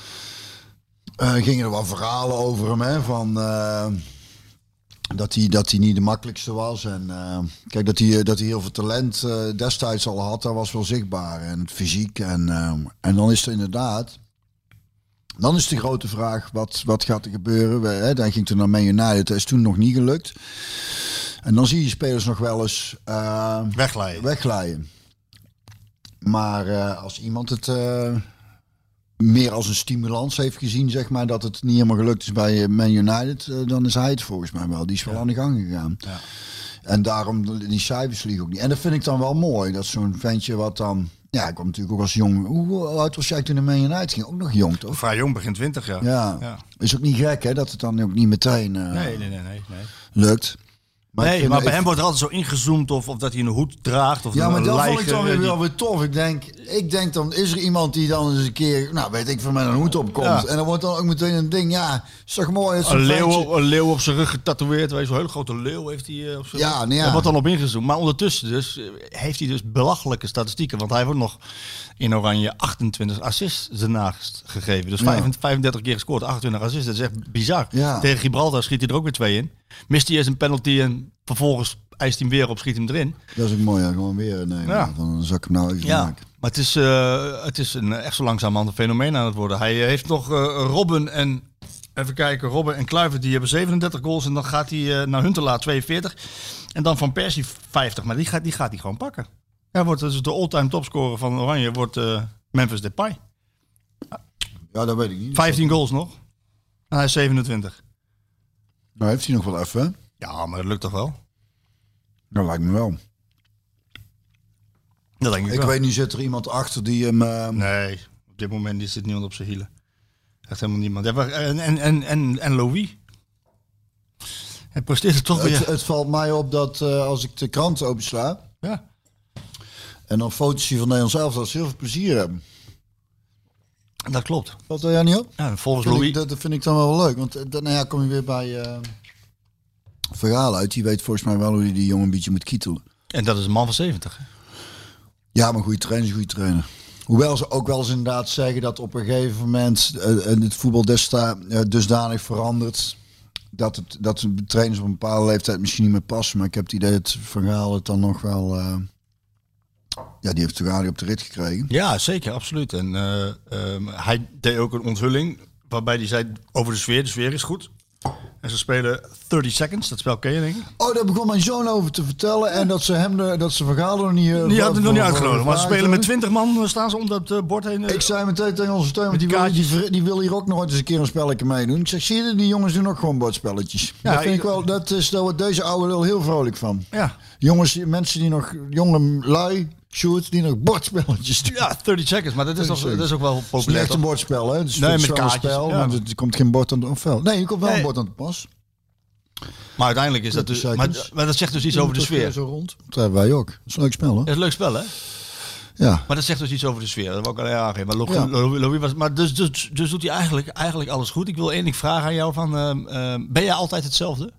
Uh, gingen er wel verhalen over hem, hè. Van... Uh, dat hij, dat hij niet de makkelijkste was. En uh, kijk, dat hij, dat hij heel veel talent uh, destijds al had, dat was wel zichtbaar. En het fysiek. En, uh, en dan is er inderdaad... Dan is de grote vraag, wat, wat gaat er gebeuren? We, hè, dan ging toen naar Man United, dat is toen nog niet gelukt. En dan zie je spelers nog wel eens... Uh, wegglijden. wegglijden. Maar uh, als iemand het... Uh, meer als een stimulans heeft gezien, zeg maar, dat het niet helemaal gelukt is bij Man United, uh, dan is hij het volgens mij wel. Die is wel ja. aan de gang gegaan. Ja. En daarom, die cijfers liegen ook niet. En dat vind ik dan wel mooi, dat zo'n ventje wat dan... Ja, ik kwam natuurlijk ook als jong. Hoe oud was jij toen in Man United ging? Ook nog jong, toch? Vrij jong, begin twintig, ja. Ja. ja. Is ook niet gek, hè, dat het dan ook niet meteen uh, nee, nee, nee, nee, nee. lukt. Maar ik nee, vind- maar bij ik- hem wordt er altijd zo ingezoomd of, of dat hij een hoed draagt. Of Ja, een maar dat vond ik lijger, dan weer die- wel weer tof. Ik denk, ik denk dan, is er iemand die dan eens een keer, nou weet ik, van met een hoed opkomt. Ja. En dan wordt dan ook meteen een ding, ja, is toch mooi. Het is Een een leeuw, ventje. een leeuw op zijn rug getatoeëerd. Weet je, zo'n hele grote leeuw heeft hij uh, op zijn Ja, rug. nou ja. Daar wordt dan op ingezoomd. Maar ondertussen dus, uh, heeft hij dus belachelijke statistieken. Want hij wordt nog in Oranje achtentwintig assists ernaast gegeven. Dus Ja. vijfendertig keer gescoord, achtentwintig assists. Dat is echt bizar. Ja. Tegen Gibraltar schiet hij er ook weer twee in. Mist hij eens een penalty en vervolgens eist hij hem weer op, schiet hem erin. Dat is ook mooi, ja, gewoon weer nemen. Ja. Van, dan zal ik hem nou even Ja, maken. maar het is, uh, het is een echt zo langzamerhand een fenomeen aan het worden. Hij uh, heeft nog uh, Robben en, even kijken, Robben en Kluivert, die hebben zevenendertig goals. En dan gaat hij uh, naar Huntelaar tweeënveertig. En dan Van Persie vijftig. Maar die gaat, die gaat hij gewoon pakken. Hij wordt dus de all-time topscorer van Oranje, wordt uh, Memphis Depay. Ja, dat weet ik niet. vijftien goals nog. En hij is zevenentwintig. Nou heeft hij nog wel even, hè? Ja, maar dat lukt toch wel? Dat lijkt me wel. Dat denk ik, Ik wel. weet niet, zit er iemand achter die hem... Uh, Nee, op dit moment zit niemand op zijn hielen. Echt helemaal niemand. Ja, maar- En, en, en, en, en Louis? Hij presteert toch het, weer. het valt mij op dat uh, als ik de krant opensla Ja. en dan foto's zie van Nederlands elftal, dat ze heel veel plezier hebben. Dat klopt. Valt dat jou niet op? Ja, volgens Vind Louis. ik, dat, dat vind ik dan wel leuk, want uh, dan nou ja, kom je weer bij uh, Vergalen uit. Die weet volgens mij wel hoe hij die jongen een beetje moet kietelen. En dat is een man van zeventig. Ja, maar een goede trainer is een goede trainer. Hoewel ze ook wel eens inderdaad zeggen dat op een gegeven moment uh, het voetbal desta, uh, dusdanig verandert dat, het, dat de trainers op een bepaalde leeftijd misschien niet meer passen. Maar ik heb het idee dat Van Gaal het dan nog wel... Uh, ja, die heeft Vergaal op de rit gekregen. Ja, zeker, absoluut. En uh, um, hij deed ook een onthulling waarbij hij zei over de sfeer. De sfeer is goed. En ze spelen dertig seconds, dat spel ken je denk ik. Oh, daar begon mijn zoon over te vertellen. En dat ze hem de, dat ze Van Gaal nog niet... Uh, Die had het nog niet voor- uitgenodigd. Maar ze voor- spelen met twintig man, uh, staan ze om dat uh, bord heen. Uh, Ik zei meteen tegen onze steun, want die, die wil, die, kaartjes. vri- die wil hier ook nooit eens een keer een spelletje meedoen. Ik zeg, zie je, die jongens doen ook gewoon bordspelletjes. Ja, dat vind ik- ik wel, dat is, daar wordt deze oude lul heel vrolijk van. ja. Jongens, die- mensen die nog, jonge lui, Sjoerd, die nog bordspelletjes doen. ja, dertig seconds, maar dat is, toch, dat is ook wel Het is niet populair. echt een toch? bordspel, hè? Het is Nee, het met is wel een kaartjes, spel, ja. maar er er komt geen bord aan het veld. Nee, er komt wel Nee. een bord aan het pas. Maar uiteindelijk is dat dus. dertig Maar, seconds. maar dat zegt dus iets over de Toch, sfeer. eh, Zo rond. Dat hebben wij ook. Dat is een leuk spel, hè? Dat is een leuk spel, hè? Ja. Maar dat zegt dus iets over de sfeer. Dat wil ik alleen aangeven. Maar, Lo- Ja. Lo- Louis was, maar dus, dus, dus doet hij eigenlijk, eigenlijk alles goed. Ik wil één ding vragen aan jou. Van, uh, uh, ben jij altijd hetzelfde?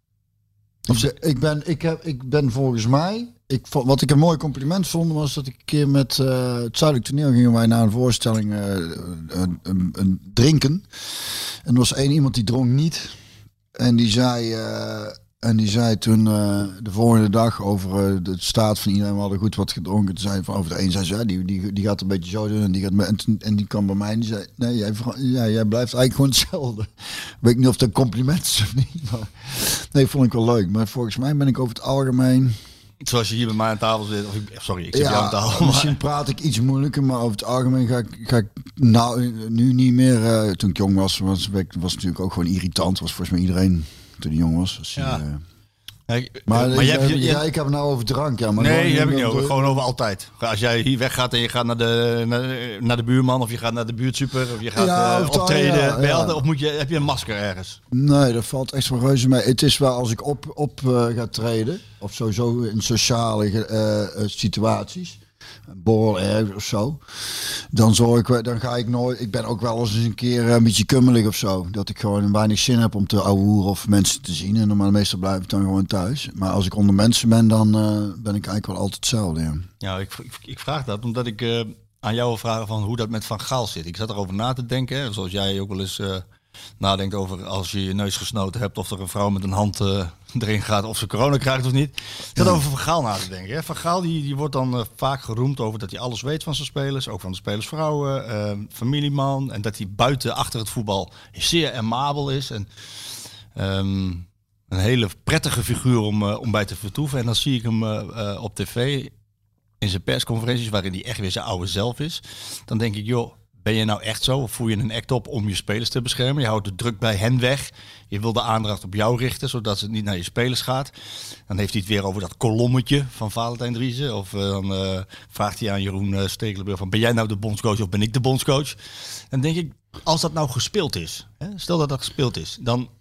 Ik ben, ik, ben, ik, heb, ik ben volgens mij... Ik, vond- wat ik een mooi compliment vond, was dat ik een keer met uh, het Zuidelijk Toneel gingen wij naar een voorstelling uh, een, een, een drinken. En er was één iemand die dronk niet. En die zei, uh, en die zei toen uh, de volgende dag over uh, de staat van iedereen, we hadden goed wat gedronken. Toen zei hij van over de een, zei ze, ja, die, die, die gaat een beetje zo doen en die gaat me, en, toen- en die kwam bij mij en die zei, nee, jij, vra- ja, jij blijft eigenlijk gewoon hetzelfde. Ik weet niet of dat een compliment is of niet, maar nee, vond ik wel leuk. Maar volgens mij ben ik over het algemeen... Zoals je hier bij mij aan tafel zit. Of ik, sorry, ik zit Ja, jou aan tafel. misschien Maar, praat ik iets moeilijker, maar over het algemeen ga ik, ga ik nou nu niet meer. Uh, toen ik jong was, was ik was natuurlijk ook gewoon irritant. Was volgens mij iedereen toen hij jong was. Dus Ja. die, uh, ik, maar maar ik, jij hebt je- ja, je- ik heb het nou over drank. Ja, maar nee, gewoon- die heb ik niet dat- over. Gewoon over altijd. Als jij hier weggaat en je gaat naar de, naar, naar de buurman, of je gaat naar de buurtsuper, of je gaat Ja, uh, of het- optreden. ja, ben je ja. altijd, of moet je, heb je een masker ergens? Nee, dat valt echt wel reuze mee. Het is wel als ik op, op uh, ga treden, of sowieso in sociale uh, uh, situaties, een borrel ergens of zo, dan zorg ik, wel- dan ga ik nooit. Ik ben ook wel eens een keer een beetje kummelig of zo, dat ik gewoon weinig zin heb om te ouwehoeren of mensen te zien. En normaal meestal blijf ik dan gewoon thuis. Maar als ik onder mensen ben, dan uh, ben ik eigenlijk wel altijd hetzelfde. Ja. Ja, ik, ik, ik vraag dat omdat ik uh, aan jou wil vragen van hoe dat met Van Gaal zit. Ik zat erover na te denken, hè, zoals jij ook wel eens uh, nadenkt over als je je neus gesnoten hebt, of er een vrouw met een hand uh, erin gaat, of ze corona krijgt of niet. Ik zat Ja. over Van Gaal na te denken. Hè. Van Gaal die, die wordt dan uh, vaak geroemd over dat hij alles weet van zijn spelers, ook van de spelersvrouwen, uh, familieman, en dat hij buiten achter het voetbal zeer amabel is en um, een hele prettige figuur om, uh, om bij te vertoeven. En dan zie ik hem uh, uh, op tv in zijn persconferenties, waarin hij echt weer zijn oude zelf is. Dan denk ik, joh, ben je nou echt zo? Of voer je een act op om je spelers te beschermen? Je houdt de druk bij hen weg. Je wil de aandacht op jou richten, zodat het niet naar je spelers gaat. Dan heeft hij het weer over dat kolommetje van Valentijn Driessen. Of uh, dan uh, vraagt hij aan Jeroen uh, Stekelenburg van, ben jij nou de bondscoach of ben ik de bondscoach? Dan denk ik, als dat nou gespeeld is, hè? Stel dat dat gespeeld is, dan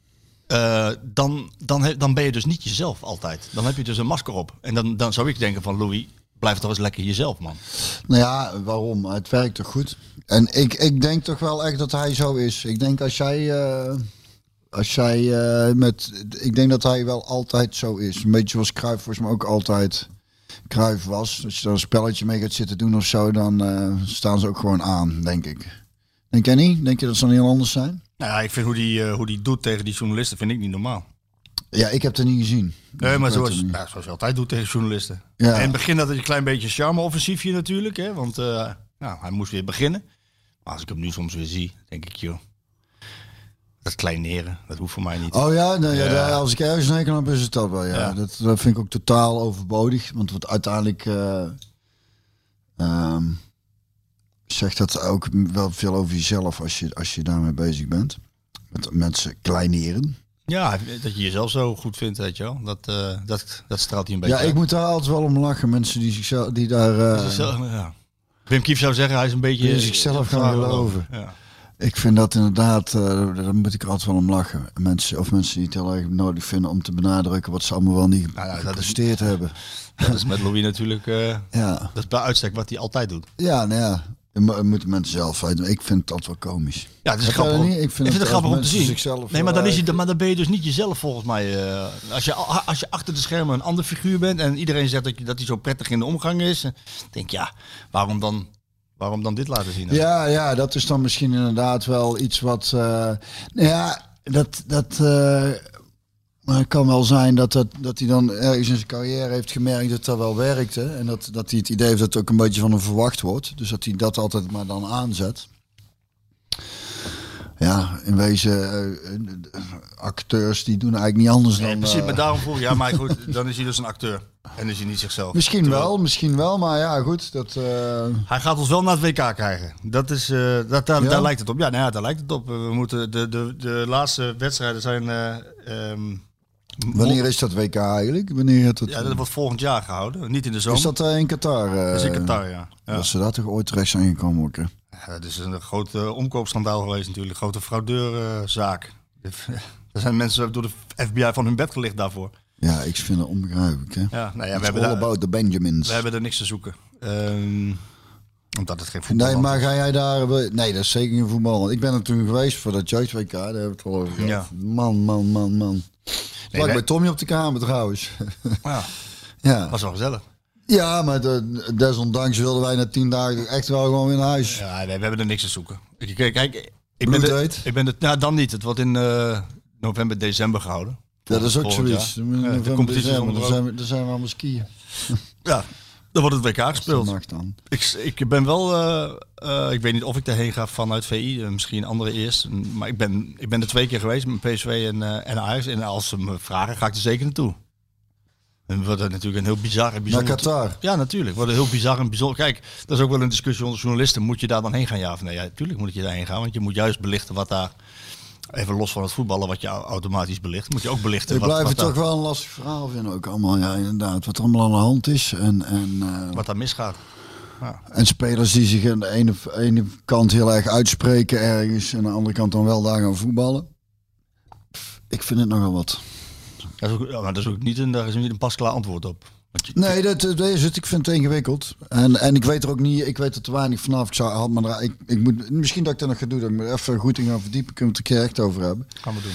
Uh, dan, dan, he, dan ben je dus niet jezelf altijd. Dan heb je dus een masker op. En dan, dan zou ik denken van Louis, blijf toch eens lekker jezelf, man. Nou ja, waarom? Het werkt toch goed? En ik, ik denk toch wel echt dat hij zo is. Ik denk als jij... Uh, als jij uh, met... Ik denk dat hij wel altijd zo is. Een beetje zoals Cruijff volgens mij ook altijd Cruijff was. Als je daar een spelletje mee gaat zitten doen of zo, dan uh, staan ze ook gewoon aan, denk ik. Denk jij niet? Denk je dat ze dan heel anders zijn? Nou ja, ik vind hoe die, uh, hoe die doet tegen die journalisten vind ik niet normaal. Ja, ik heb het niet gezien. Nee, maar zoals, ja, zoals je altijd doet tegen journalisten. Ja. En in het begin had hij een klein beetje charme-offensiefje natuurlijk. Hè, want uh, nou, hij moest weer beginnen. Maar als ik hem nu soms weer zie, denk ik, joh. Dat kleineren, dat hoeft voor mij niet. Oh ja, nou, ja. ja. Als ik ergens een hekel heb, is het dat wel. Ja. Ja. Dat, dat vind ik ook totaal overbodig. Want wat uiteindelijk uh, um, zegt dat ook wel veel over jezelf als je, als je daarmee bezig bent. Met mensen kleineren. Ja, dat je jezelf zo goed vindt, weet je wel. Dat, uh, dat, dat straalt hij een beetje Ja, ik uit. moet daar altijd wel om lachen. Mensen die, zichzelf, die daar... Uh, zichzelf, ja. Wim Kief zou zeggen, hij is een beetje... Die zichzelf gaan geloven. Ja. Ik vind dat inderdaad, uh, daar moet ik er altijd wel om lachen. Mensen, of mensen die het heel erg nodig vinden om te benadrukken wat ze allemaal wel niet nou, nou, gepresteerd dat is, hebben. Dat is met Louis natuurlijk, uh, ja. dat is bij uitstek wat hij altijd doet. Ja, nou ja, dat moeten mensen zelf weten. Ik vind dat wel komisch. Ja, het is grappig. Niet? Ik vind, ik vind het, het grappig om te zien. Zichzelf nee, maar dan, is je, maar dan ben je dus niet jezelf volgens mij. Uh, als, je, als je achter de schermen een ander figuur bent en iedereen zegt dat, je, dat hij zo prettig in de omgang is, denk ik, ja, waarom dan... Waarom dan dit laten zien? Ja, ja, dat is dan misschien inderdaad wel iets wat... Uh, nou ja, dat... dat uh, maar het kan wel zijn dat, dat, dat hij dan ergens in zijn carrière heeft gemerkt dat dat wel werkte. En dat, dat hij het idee heeft dat het ook een beetje van hem verwacht wordt. Dus dat hij dat altijd maar dan aanzet. Ja, in wezen, uh, acteurs die doen eigenlijk niet anders nee, dan... Precies, uh, maar daarom vroeg ja, maar goed, dan is hij dus een acteur. En is hij niet zichzelf. Misschien Terwijl... wel, misschien wel, maar ja, goed. Dat, uh... Hij gaat ons wel naar het W K krijgen. Dat is, uh, dat, daar, ja? daar lijkt het op. Ja, nou ja, daar lijkt het op. We moeten de, de, de laatste wedstrijden zijn... Uh, um, Wanneer is dat W K eigenlijk? Wanneer het, ja, dat wordt volgend jaar gehouden. Niet in de zomer. Is dat uh, in Qatar? Uh, dat is in Qatar, ja. ja. Dat ze daar toch ooit terecht zijn gekomen ook, hè? Ja, dat is een groot uh, omkoopschandaal geweest natuurlijk. Een grote fraudeurzaak. Uh, er zijn mensen door de F B I van hun bed gelicht daarvoor. Ja, ik vind het onbegrijpelijk, hè? Ja, nou ja, we hebben all daar, about the Benjamins. We hebben er niks te zoeken. Um, omdat het geen voetbal is. Nee, maar ga jij daar... Nee, dat is zeker geen voetbal. Want ik ben er toen geweest voor dat jeugd W K. Daar hebben we het al over gehad. Ja. Man, man, man, man. Nee, wij... bij Tommy op de kamer trouwens. Ja, ja. Was wel gezellig. Ja, maar de, desondanks wilden wij na tien dagen echt wel gewoon weer naar huis. Ja, nee, we hebben er niks te zoeken. Kijk, kijk ik ben de, ik ben de, nou, dan niet. Het wordt in uh, november, december gehouden. Ja, dat is ook zoiets. Ja, november, de competitie december, dan zijn, we, dan zijn we allemaal skiën. Ja, dan wordt het W K gespeeld. Dat mag dan. Ik, ik ben wel, uh, uh, ik weet niet of ik daarheen ga vanuit V I, uh, misschien andere eerst. Maar ik ben, ik ben er twee keer geweest met P S V en, uh, en Ajax. En als ze me vragen, ga ik er zeker naartoe. En wordt het natuurlijk een heel bizar en bijzonder. Naar Qatar? Ja, natuurlijk. Wordt een heel bizar en bijzonder. Kijk, dat is ook wel een discussie onder journalisten. Moet je daar dan heen gaan, ja of nee? Ja, natuurlijk moet je daarheen gaan. Want je moet juist belichten wat daar... Even los van het voetballen, wat je automatisch belicht. Moet je ook belichten. Ik wat, blijf wat het toch wel een lastig verhaal vinden ook allemaal. Ja, inderdaad. Wat er allemaal aan de hand is. En, en, uh, wat daar misgaat. Ja. En spelers die zich aan de ene, ene kant heel erg uitspreken ergens. En aan de andere kant dan wel daar gaan voetballen. Ik vind het nogal wat. Dat is ook, ja, maar dat is ook niet een, daar is niet een pasklaar antwoord op. Je, nee, dat, dat is het. Ik vind het ingewikkeld. En, en ik weet er ook niet, ik weet er te weinig vanaf. Ik zou, had maar, ik, ik moet, misschien dat ik dat nog ga doen. Dat ik me even goed in ga verdiepen. Kunnen we het een keer echt over hebben. Gaan we doen.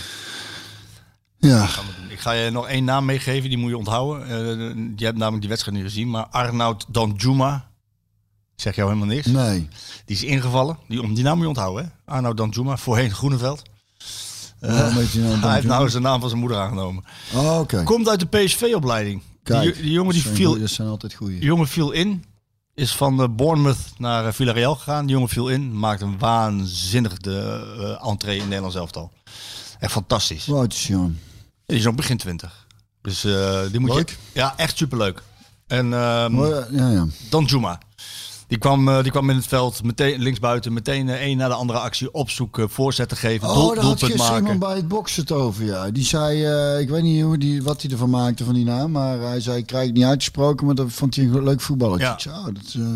Ja. Gaan we doen. Ik ga je nog één naam meegeven, die moet je onthouden. Uh, je hebt namelijk die wedstrijd niet gezien. Maar Arnaud Danjuma. Zeg jou helemaal niks? Nee. Die is ingevallen. Die, die naam moet je onthouden, hè? Arnaud Danjuma, voorheen Groeneveld. Uh, ja, hij, nou hij heeft nou zijn naam van zijn moeder aangenomen. Oh, oké. Okay. Komt uit de P S V-opleiding. Die, die jongen die viel, goeie, dat zijn altijd goeie. Die jongen viel in. Is van uh, Bournemouth naar uh, Villarreal gegaan. Die jongen viel in. Maakt een waanzinnig de uh, entree in Nederlands elftal. Echt fantastisch. Wat is jongen? Die is nog begin twintig. Dus uh, die moet leuk. je... Ja, echt superleuk. En um, oh, ja, ja, ja. Danjuma. Die kwam, uh, die kwam in het veld, meteen linksbuiten, meteen uh, een na de andere actie opzoeken, voorzetten geven, oh, doel, daar doelpunt had gisteren maken. iemand bij het boksen het over, ja. Die zei, uh, ik weet niet hoe die, wat hij ervan maakte van die naam, maar hij zei, ik krijg het niet uitgesproken, maar dat vond hij een leuk voetballer. Ja. Ik zei, oh, dat, uh...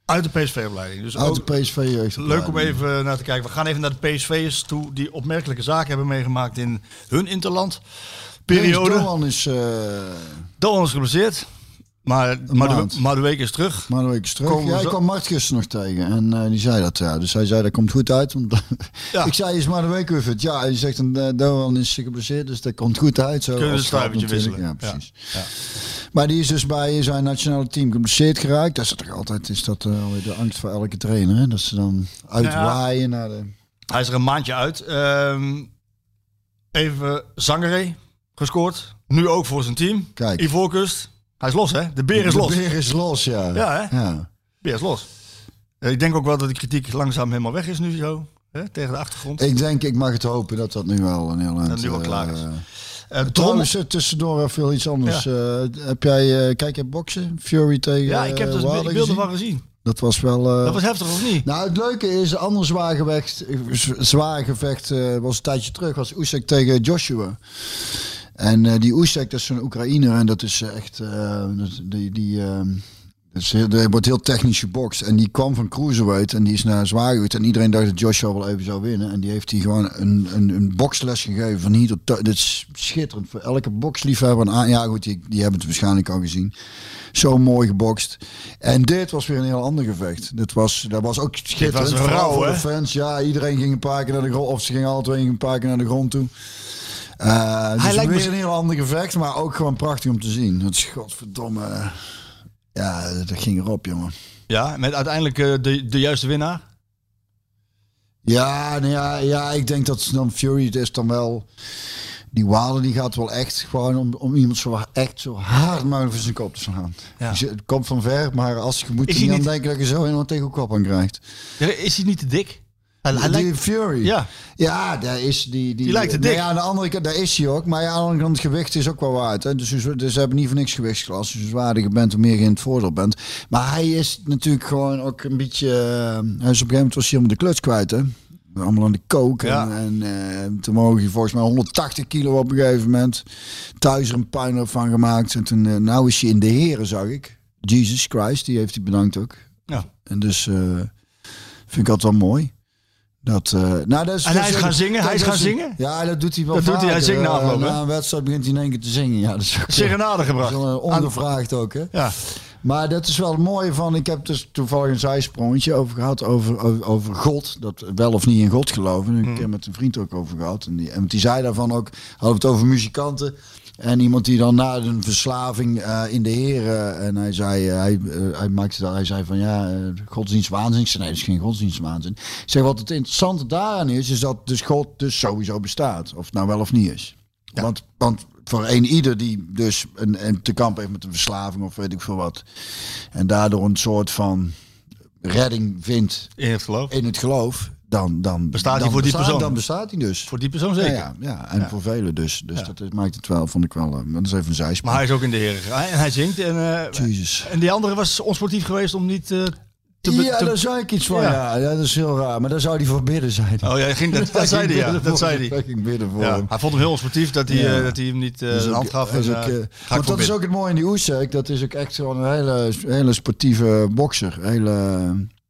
Uit de P S V-opleiding. Dus Uit ook de P S V-jeugd. leuk om even naar te kijken. We gaan even naar de P S V'ers toe die opmerkelijke zaken hebben meegemaakt in hun interland. Periode. Doan is... Uh, Doan is geblesseerd. Maar Madueke is terug. Madueke is terug. Komen Ja, ik zo- kwam Mart gisteren nog tegen. En uh, die zei dat, ja. Dus hij zei, dat komt goed uit. Want Ja. Ik zei, is Madueke weer fit? Ja, hij zegt, uh, Doan is geblesseerd. Dus dat komt goed uit. Zo, Kunnen we als een stuivertje grap wisselen. natuurlijk. Ja, precies. Ja. Ja. Maar die is dus bij zijn nationale team geblesseerd geraakt. Dat is toch altijd is dat, uh, alweer de angst voor elke trainer. Hè? Dat ze dan uitwaaien naar de... Hij is er een maandje uit. Um, even Zangeré gescoord. Nu ook voor zijn team. Kijk. Ivoorkust. Hij is los, hè? De beer is los. De beer is los, ja. Ja, hè? Ja. De beer is los. Uh, ik denk ook wel dat de kritiek langzaam helemaal weg is nu zo. Hè? Tegen de achtergrond. Ik denk, ik mag het hopen dat dat nu wel een heel eind... Dat nu wel uh, klaar is. Uh, Uh, Trouwens, uh, tussendoor even iets anders. Ja. Uh, heb jij, uh, kijk je boksen? Fury tegen Ja, ik heb dus uh, ik beelden van gezien. Dat was wel... Uh, dat was heftig, of niet? Nou, het leuke is, een ander zwaar gevecht, zwaar gevecht uh, was een tijdje terug, was Usyk tegen Joshua. En uh, die Usyk, dat is een Oekraïner en dat is echt... Uh, die... die uh, Dus er wordt heel technisch gebokst. En die kwam van cruiserweight en die is naar zwaargewicht. En iedereen dacht dat Joshua wel even zou winnen. En die heeft hij gewoon een, een, een boksles gegeven van hier tot thuis. Dit is schitterend. Voor elke boksliefhebber. En ja goed, die, die hebben het waarschijnlijk al gezien. Zo mooi gebokst. En dit was weer een heel ander gevecht. Dit was, dat was ook schitterend. Was rauw, voor hè? de fans. Ja, iedereen ging een paar keer naar de grond. Of ze gingen alle twee een paar keer naar de grond toe. Uh, dus Hij lijkt weer me... een heel ander gevecht. Maar ook gewoon prachtig om te zien. Dat is godverdomme... Ja, dat ging erop, jongen. Ja, met uiteindelijk uh, de, de juiste winnaar? Ja, nou ja, ja, ik denk dat dan Fury het is dan wel... Die Wilder die gaat wel echt gewoon om, om iemand zo echt zo hard mogelijk voor zijn kop te slaan. Ja. Dus het komt van ver, maar als je moet er niet aan denken dat je zo iemand tegen je kop aan krijgt. Ja, is hij niet te dik? Hij, hij die lijkt... Fury? Ja. Ja, daar is die... Die, die lijkt te dik. Nou ja, aan de andere kant, daar is hij ook. Maar ja, aan de andere kant, het gewicht is ook wel waard. Hè? Dus, dus ze hebben niet voor niks gewichtsklasse. Dus hoe zwaarder je bent, hoe meer je in het voordeel bent. Maar hij is natuurlijk gewoon ook een beetje... Uh, hij is op een gegeven moment was hij helemaal de kluts kwijt, hè. Allemaal aan de kook. Ja. En, en uh, toen mogen je volgens mij honderdtachtig kilo op een gegeven moment. Thuis er een puinhoop van gemaakt. En toen, uh, nou is hij in de heren, zag ik. Jesus Christ, die heeft hij bedankt ook. Ja. En dus uh, vind ik altijd wel mooi. Dat, uh, nou, dat is, en dat hij is is, gaan zingen? Hij is gaan zingen? Ja, dat doet hij wel dat vaker. Doet hij, hij zingt na afloop, uh, na een wedstrijd begint hij in één keer te zingen. Ja, dat is ook serenade gebracht. Dat is wel, uh, ongevraagd ook, hè? Ja. Maar dat is wel het mooie van... Ik heb dus toevallig een zijsprongetje over gehad over, over, over God. Dat wel of niet in God geloven. Ik heb hmm. er met een vriend ook over gehad. En die, en die zei daarvan ook... Hadden we het over muzikanten... En iemand die dan na een verslaving uh, in de heren... En hij zei, uh, hij, uh, hij maakte dat, hij zei van ja, uh, godsdienstwaanzin. Ik zei nee, dat is geen godsdienstwaanzin. Ik zeg, wat het interessante daaraan is, is dat dus God dus sowieso bestaat. Of het nou wel of niet is. Ja. Want, want voor een ieder die dus een, een te kamp heeft met een verslaving of weet ik veel wat. En daardoor een soort van redding vindt in het geloof. In het geloof Dan, dan bestaat dan hij voor bestaat, die persoon. Dan bestaat hij dus. Voor die persoon zeker. Ja, ja, ja. en ja. voor velen dus. Dus ja. dat maakt het wel, vond ik wel. Uh, dat is even een zijsprong. Maar hij is ook in de heren gegaan. En hij zingt. En, uh, Jezus. En die andere was onsportief geweest om niet... Uh, Te be- ja, te... daar zou ik iets van. Ja. Ja, ja, dat is heel raar. Maar daar zou hij voor bidden zijn. Oh ja, ging dat, dat zei hij. Ja, dat zei hij. Bidden voor ja. hem. Hij vond hem heel sportief dat hij, ja. uh, dat hij hem niet uh, dus zijn hand gaf. En, ook, uh, uh, want dat is ook het mooie in die Usyk. Dat is ook echt gewoon een hele, hele sportieve bokser. Hele.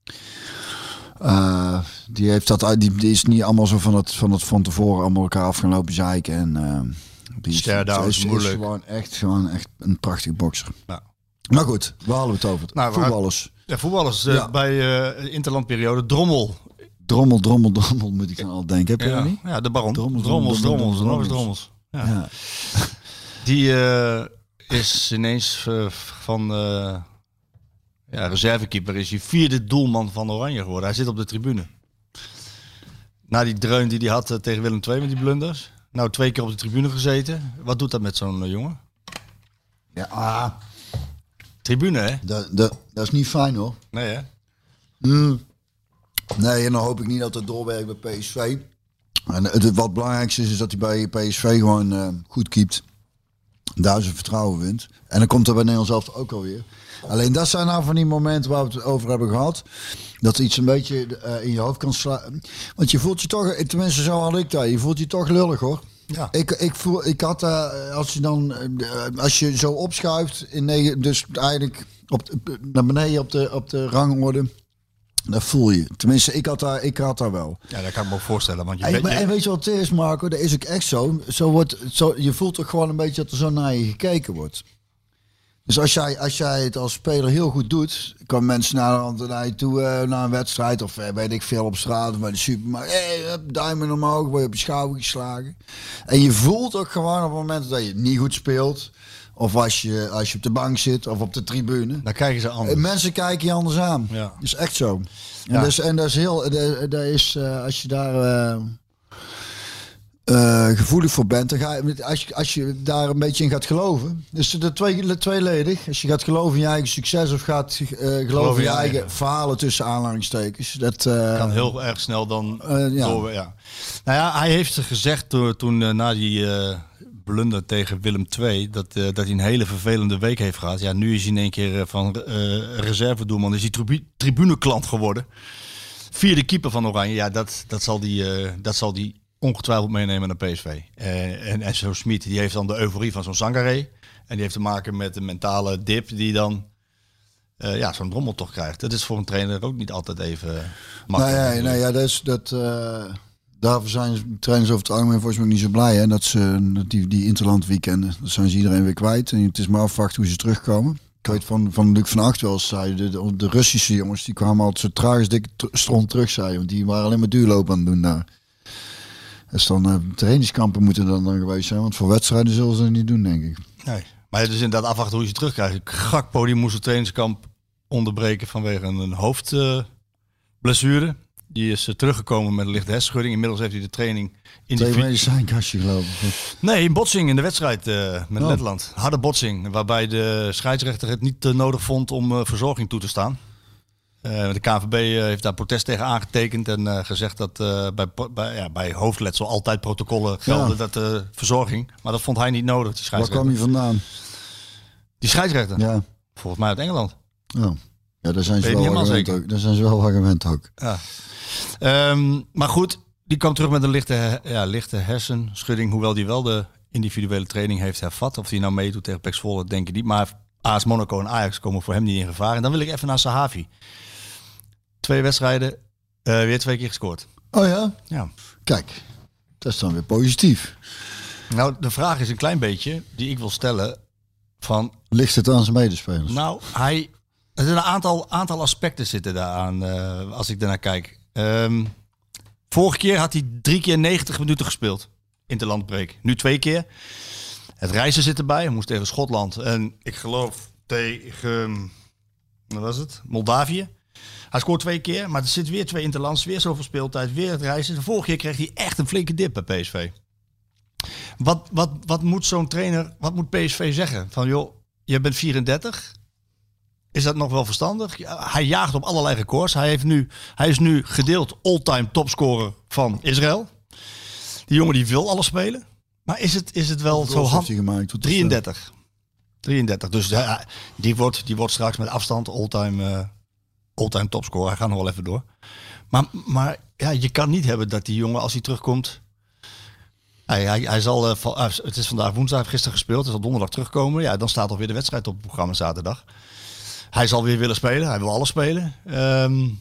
Uh, die heeft dat. Die, die is niet allemaal zo van het van het van tevoren allemaal elkaar af gaan lopen zeiken en. Uh, die is, down, is, is gewoon echt, gewoon echt een prachtig bokser. Ja. Maar goed, we hadden het over. Nou, voetballers. Ja, voetballers uh, ja. bij uh, de interlandperiode. Drommel. Drommel, drommel, drommel moet ik dan al denken. Heb je ja. dat niet? Ja, de baron. Drommels, drommels, drommels. drommels, drommels. drommels. Ja. Ja. Die uh, is ineens uh, van uh, ja, reservekeeper. Is hij vierde doelman van Oranje geworden. Hij zit op de tribune. Na die dreun die hij had uh, tegen Willem twee met die blunders. Nou, twee keer op de tribune gezeten. Wat doet dat met zo'n uh, jongen? Ja, ah. Tribune, hè? Dat, dat, dat is niet fijn, hoor. Nee, hè? Mm. Nee, en dan hoop ik niet dat het doorwerkt bij P S V. En het, het wat belangrijkste is, is dat hij bij P S V gewoon uh, goed keept. Daar zijn vertrouwen wint. En dan komt er bij Nederland zelf ook alweer. Alleen dat zijn nou van die momenten waar we het over hebben gehad. Dat iets een beetje uh, in je hoofd kan slaan. Want je voelt je toch, tenminste zo had ik dat, je voelt je toch lullig, hoor. Ja. Ik, ik voel, ik had uh, als je dan, uh, als je zo opschuift, in negen, dus eigenlijk op de, naar beneden op de, op de rangorde, dat voel je. Tenminste, ik had daar, ik had daar wel. Ja, dat kan ik me ook voorstellen. Want je en, weet, je... en weet je wat het is, Marco? Dat is ook echt zo. Zo wordt, zo, je voelt toch gewoon een beetje dat er zo naar je gekeken wordt. Dus als jij, als jij het als speler heel goed doet, kan mensen naar, naar je toe uh, naar een wedstrijd of uh, weet ik veel op straat of bij de supermarkt. Hé, hey, duimen omhoog, word je op je schouder geslagen. En je voelt ook gewoon op het moment dat je het niet goed speelt, of als je, als je op de bank zit of op de tribune. Dan kijken ze anders. Mensen kijken je anders aan. Ja. Dat is echt zo. En, Ja. dat, is, en dat is heel, dat, dat is uh, als je daar... Uh, Uh, gevoelig voor bent, dan ga je, als, je, als je daar een beetje in gaat geloven. Dus de twee, tweeledig. Als je gaat geloven in je eigen succes of gaat uh, geloven Geloof in je eigen, eigen verhalen tussen aanhalingstekens. Dat uh, kan heel erg snel dan uh, ja. door. Ja. Nou ja, hij heeft gezegd toen, toen uh, na die uh, blunder tegen Willem twee, dat, uh, dat hij een hele vervelende week heeft gehad. Ja, nu is hij in één keer uh, van uh, reservedoelman, is hij tribu- tribuneklant geworden. Vierde keeper van Oranje, ja, dat, dat zal die, uh, dat zal die ongetwijfeld meenemen naar P S V. Uh, en, en zo Smit, die heeft dan de euforie van zo'n Sangaré. En die heeft te maken met de mentale dip die dan uh, ja, zo'n drommeltocht krijgt. Dat is voor een trainer ook niet altijd even makkelijk. Nee, nee, nee ja, dat is, dat, uh, daarvoor zijn trainers over het algemeen volgens mij niet zo blij. Hè, dat ze dat die, die interland weekenden, dat zijn ze iedereen weer kwijt. En het is maar afwachten hoe ze terugkomen. Ik weet van, van Luc van Acht wel eens, zei de, de, de Russische jongens, die kwamen altijd zo tragisch dik stront terug, zei, want die waren alleen maar duurlopen aan het doen daar. Dus dan uh, trainingskampen moeten dan, dan geweest zijn, want voor wedstrijden zullen ze dat niet doen, denk ik. Nee, maar het is inderdaad afwachten hoe je ze terugkrijgt. Gakpo die moest het trainingskamp onderbreken vanwege een hoofdblessure. Uh, die is uh, teruggekomen met een lichte hersenschudding. Inmiddels heeft hij de training in Twee de medicijnkastje, geloof ik. Nee, een botsing in de wedstrijd uh, met oh. Letland. Harde botsing, waarbij de scheidsrechter het niet uh, nodig vond om uh, verzorging toe te staan. Uh, de K N V B uh, heeft daar protest tegen aangetekend en uh, gezegd dat uh, bij, bij, ja, bij hoofdletsel altijd protocollen gelden, ja. dat uh, verzorging. Maar dat vond hij niet nodig, die scheidsrechter. Waar kwam je vandaan? Die scheidsrechter? Ja. Volgens mij uit Engeland. Oh. Ja, daar zijn ze wel wat gewend ook. Daar zijn ze wel wat gewend ook. Ja. Um, maar goed, die kwam terug met een lichte, ja, lichte hersenschudding, hoewel die wel de individuele training heeft hervat. Of hij nou meedoet tegen P E C Zwolle, denk ik niet. Maar A S Monaco en Ajax komen voor hem niet in gevaar. En dan wil ik even naar Sahavi. Twee wedstrijden, uh, weer twee keer gescoord. Oh ja? Ja. Kijk, dat is dan weer positief. Nou, de vraag is een klein beetje, die ik wil stellen, van... Ligt het aan zijn medespelers? Nou, hij... Er zijn een aantal, aantal aspecten zitten daar aan, uh, als ik daarnaar kijk. Um, vorige keer had hij drie keer negentig minuten gespeeld in de landbreek. Nu twee keer. Het reizen zit erbij. Hij moest tegen Schotland. En ik geloof tegen... Wat was het? Moldavië. Hij scoort twee keer, maar er zit weer twee interlands, weer zoveel speeltijd, weer het reizen. De vorige keer kreeg hij echt een flinke dip bij P S V. Wat, wat, wat moet zo'n trainer, wat moet P S V zeggen? Van joh, je bent vierendertig. Is dat nog wel verstandig? Hij jaagt op allerlei records. Hij, heeft nu, hij is nu gedeeld all-time topscorer van Israël. Die jongen die wil alles spelen. Maar is het, is het wel zo handig? drieëndertig. drieëndertig. Dus ja, die, wordt, die wordt straks met afstand all-time... Uh, all-time topscorer, hij gaat nog wel even door. Maar, maar ja, je kan niet hebben dat die jongen, als hij terugkomt... Hij, hij, hij zal, uh, het is vandaag woensdag, heeft gisteren gespeeld, hij zal donderdag terugkomen. Ja, dan staat alweer de wedstrijd op het programma zaterdag. Hij zal weer willen spelen, hij wil alles spelen. Um,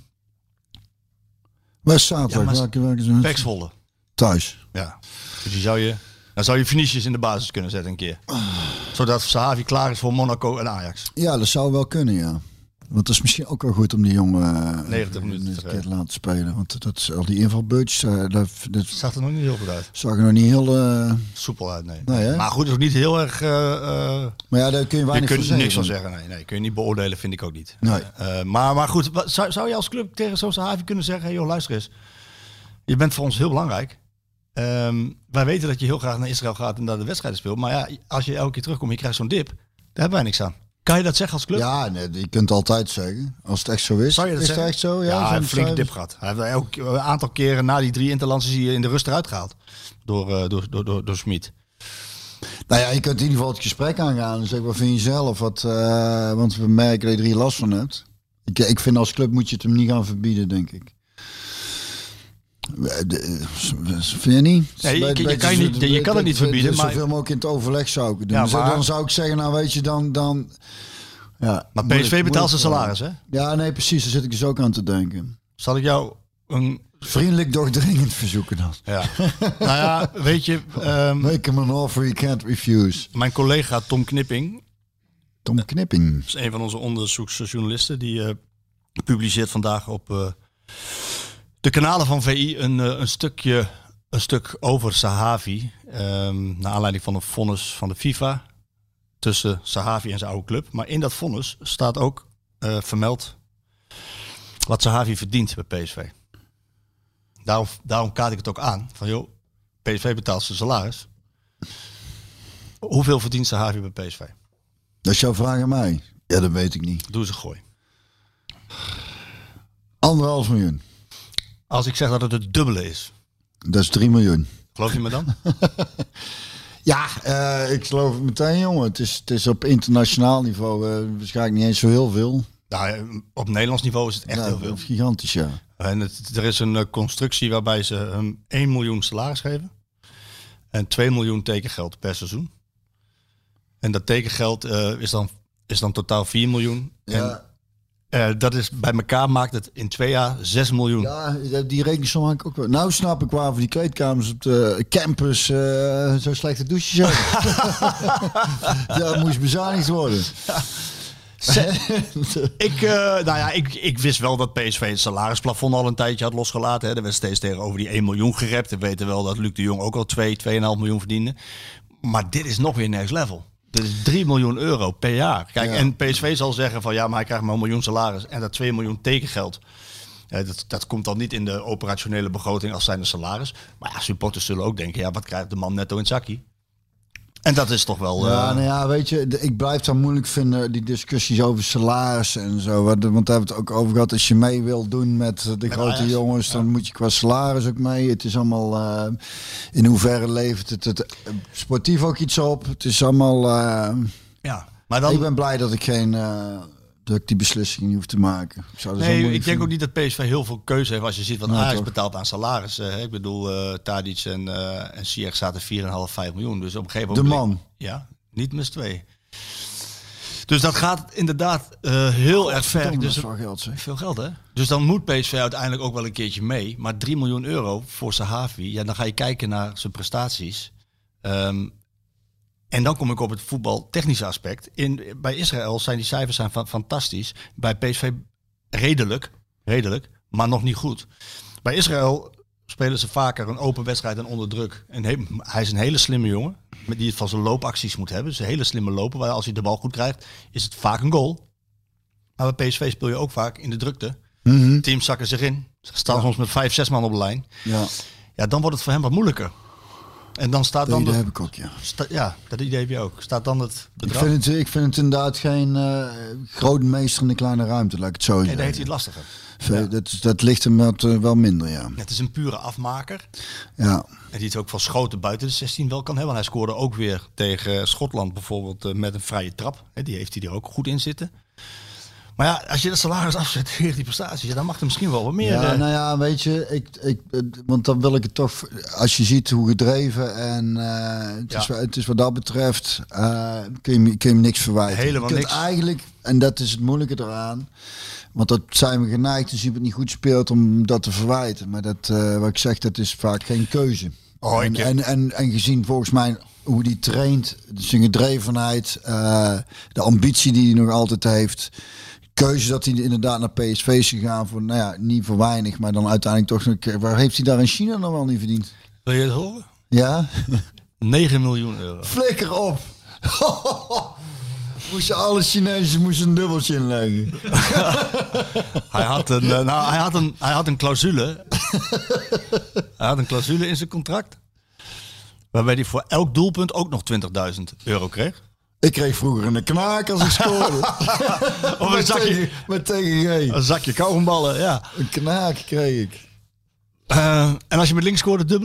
Waar is zaterdag? Ja, welke, P E C Zwolle. Thuis. Ja, dus die zou je... Dan zou je Vinicius in de basis kunnen zetten een keer. Zodat Sahavi klaar is voor Monaco en Ajax. Ja, dat zou wel kunnen, ja. Want het is misschien ook wel goed om die jongen negentig minuten een keer te laten spelen. Want dat is al die invalbeurtjes. Uh, dat, dat zag er nog niet heel goed uit. Zag er nog niet heel uh... soepel uit, nee. nee maar goed, het is ook niet heel erg. Uh, uh, maar ja, daar kun je weinig je kunt van niks van zeggen. zeggen. Nee, nee, kun je niet beoordelen, vind ik ook niet. Nee. Uh, maar, maar goed, wat, zou, zou je als club tegen zo'n Sahavi kunnen zeggen: hey, joh, luister eens, je bent voor ons heel belangrijk. Um, wij weten dat je heel graag naar Israël gaat en daar de wedstrijden speelt. Maar ja, als je elke keer terugkomt en je krijgt zo'n dip, daar hebben wij niks aan. Kan je dat zeggen als club? Ja, nee, je kunt het altijd zeggen. Als het echt zo is. Zou je dat is zeggen? het echt zo? Ja, ja hij heeft een flinke cijfers. dip gehad. Hij heeft elke, een aantal keren na die drie interlands hier in de rust eruit gehaald. Door, uh, door, door, door, door Smit. Nou ja, je kunt in ieder geval het gesprek aangaan. En zeggen, wat vind je zelf? Wat, uh, want we merken dat je er hier last van hebt. Ik, ik vind als club moet je het hem niet gaan verbieden, denk ik. Vind je niet? Nee, je, je, kan, je, niet, je kan het niet verbieden. Maar zoveel mogelijk in het overleg zou ik doen. Ja, dus maar... Dan zou ik zeggen, nou weet je, dan... dan ja, maar P S V betaalt zijn salaris, hè? Ja, nee, precies. Daar zit ik dus ook aan te denken. Zal ik jou een... Vriendelijk doch dringend verzoeken dan. Ja. Nou ja, weet je... Um, Make him an offer he can't refuse. Mijn collega Tom Knipping... Tom Knipping. Dat is een van onze onderzoeksjournalisten. Die uh, publiceert vandaag op uh, de kanalen van V I een, uh, een, stukje, een stuk over Sahavi. Um, naar aanleiding van een vonnis van de FIFA tussen Sahavi en zijn oude club. Maar in dat vonnis staat ook uh, vermeld wat Sahavi verdient bij P S V. Daarom, daarom kaart ik het ook aan. Van joh, P S V betaalt zijn salaris. Hoeveel verdient Sahavi bij P S V? Dat is jouw vraag aan mij. Ja, dat weet ik niet. Doe ze gooi. Anderhalf miljoen. Als ik zeg dat het het dubbele is. Dat is drie miljoen. Geloof je me dan? Ja, uh, ik geloof het meteen, jongen. Het is, het is op internationaal niveau uh, waarschijnlijk niet eens zo heel veel. Nou, op Nederlands niveau is het echt nou, heel veel. Gigantisch, ja. En het, er is een uh, constructie waarbij ze hem één miljoen salaris geven. En twee miljoen tekengeld per seizoen. En dat tekengeld uh, is, dan, is dan totaal vier miljoen. Ja. En uh, dat is bij elkaar maakt het in twee jaar zes miljoen. Ja, die rekensom maak ik ook wel. Nou snap ik waarvoor die kleedkamers op de campus uh, zo slechte douches hebben. Ja, moest bezuinigd worden. ik, uh, nou ja, ik, ik wist wel dat P S V het salarisplafond al een tijdje had losgelaten. Hè. Er werd steeds tegenover die één miljoen gerept. We weten wel dat Luc de Jong ook al twee, twee komma vijf miljoen verdiende. Maar dit is nog weer next level. Dit is drie miljoen euro per jaar. Kijk, ja. En P S V zal zeggen van ja, maar hij krijgt maar een miljoen salaris en dat twee miljoen tekengeld. Ja, dat, dat komt dan niet in de operationele begroting als zijn de salaris. Maar ja, supporters zullen ook denken, ja, wat krijgt de man netto in het zakkie? En dat is toch wel... Ja, uh... nou ja, weet je, ik blijf het moeilijk vinden, die discussies over salaris en zo. Want daar hebben we het ook over gehad. Als je mee wilt doen met de met grote Ajax, jongens, dan ja. moet je qua salaris ook mee. Het is allemaal, uh, in hoeverre levert het, het uh, sportief ook iets op. Het is allemaal... Uh, ja, maar dan... Ik ben blij dat ik geen... Uh, dat ik die beslissing niet hoef te maken. Ik zou nee, ik denk vinden. ook niet dat P S V heel veel keuze heeft als je ziet wat nee, Ajax toch? betaalt aan salaris. Uh, ik bedoel, uh, Tadic en, uh, en Ziyech zaten vier komma vijf, vijf miljoen. Dus op een gegeven moment... De man. Ja, niet mis twee. Dus dat gaat inderdaad uh, heel oh, erg ver. Dus veel geld, zeg. Veel geld, hè? Dus dan moet P S V uiteindelijk ook wel een keertje mee. Maar drie miljoen euro voor Sahavi, ja, dan ga je kijken naar zijn prestaties. Um, En dan kom ik op het voetbaltechnische aspect. In, bij Israël zijn die cijfers zijn fa- fantastisch. Bij P S V redelijk, redelijk, maar nog niet goed. Bij Israël spelen ze vaker een open wedstrijd en onder druk. En he- hij is een hele slimme jongen, die het van zijn loopacties moet hebben. Dus een hele slimme lopen, waar als hij de bal goed krijgt, is het vaak een goal. Maar bij P S V speel je ook vaak in de drukte. Mm-hmm. Teams zakken zich in. Ze staan ja. soms met vijf, zes man op de lijn. Ja. Ja, dan wordt het voor hem wat moeilijker. En dan staat dat dan idee de, heb ik ook, ja. Sta, ja, dat idee heb je ook. Staat dan het bedrag? Ik vind het, ik vind het inderdaad geen uh, grootmeester in de kleine ruimte, laat ik het zo zeggen. Nee, daar heeft hij het lastiger. Ve- Ja. dat, dat ligt hem wat, uh, wel minder, ja. Het is een pure afmaker. Ja. En die het ook van schoten buiten de zestien wel kan hebben. Want hij scoorde ook weer tegen Schotland bijvoorbeeld uh, met een vrije trap. He, die heeft hij er ook goed in zitten. Maar ja, als je dat salaris afzet tegen die prestaties, ja, dan mag er misschien wel wat meer. Ja, uh, nou ja, weet je, ik, ik, want dan wil ik het toch, als je ziet hoe gedreven en uh, het, Ja. is, het is wat dat betreft, uh, kun, je, me- kun je me niks verwijten. Helemaal je kunt niks. eigenlijk, en dat is het moeilijke eraan, want dat zijn we geneigd als je het niet goed speelt om dat te verwijten. Maar dat, uh, wat ik zeg, dat is vaak geen keuze. Oh, en, ik- en, en, en gezien volgens mij hoe die traint, zijn gedrevenheid, uh, de ambitie die hij nog altijd heeft. Keuze dat hij inderdaad naar P S V is gegaan voor, nou ja, niet voor weinig, maar dan uiteindelijk toch een keer. Waar heeft hij daar in China nog wel niet verdiend? Wil je het horen? Ja? negen miljoen euro. Flikker op! Moesten alle Chinezen moesten een dubbeltje inleggen. Hij had een, uh, nou, hij had een, hij had een clausule. Hij had een clausule in zijn contract. Waarbij hij voor elk doelpunt ook nog twintigduizend euro kreeg. Ik kreeg vroeger een knaak als ik scoorde. Of een met, zakje, tegen, met tegen G. een zakje kauwgomballen, ja. Een knaak kreeg ik. Uh, en als je met links scoorde, dubbele?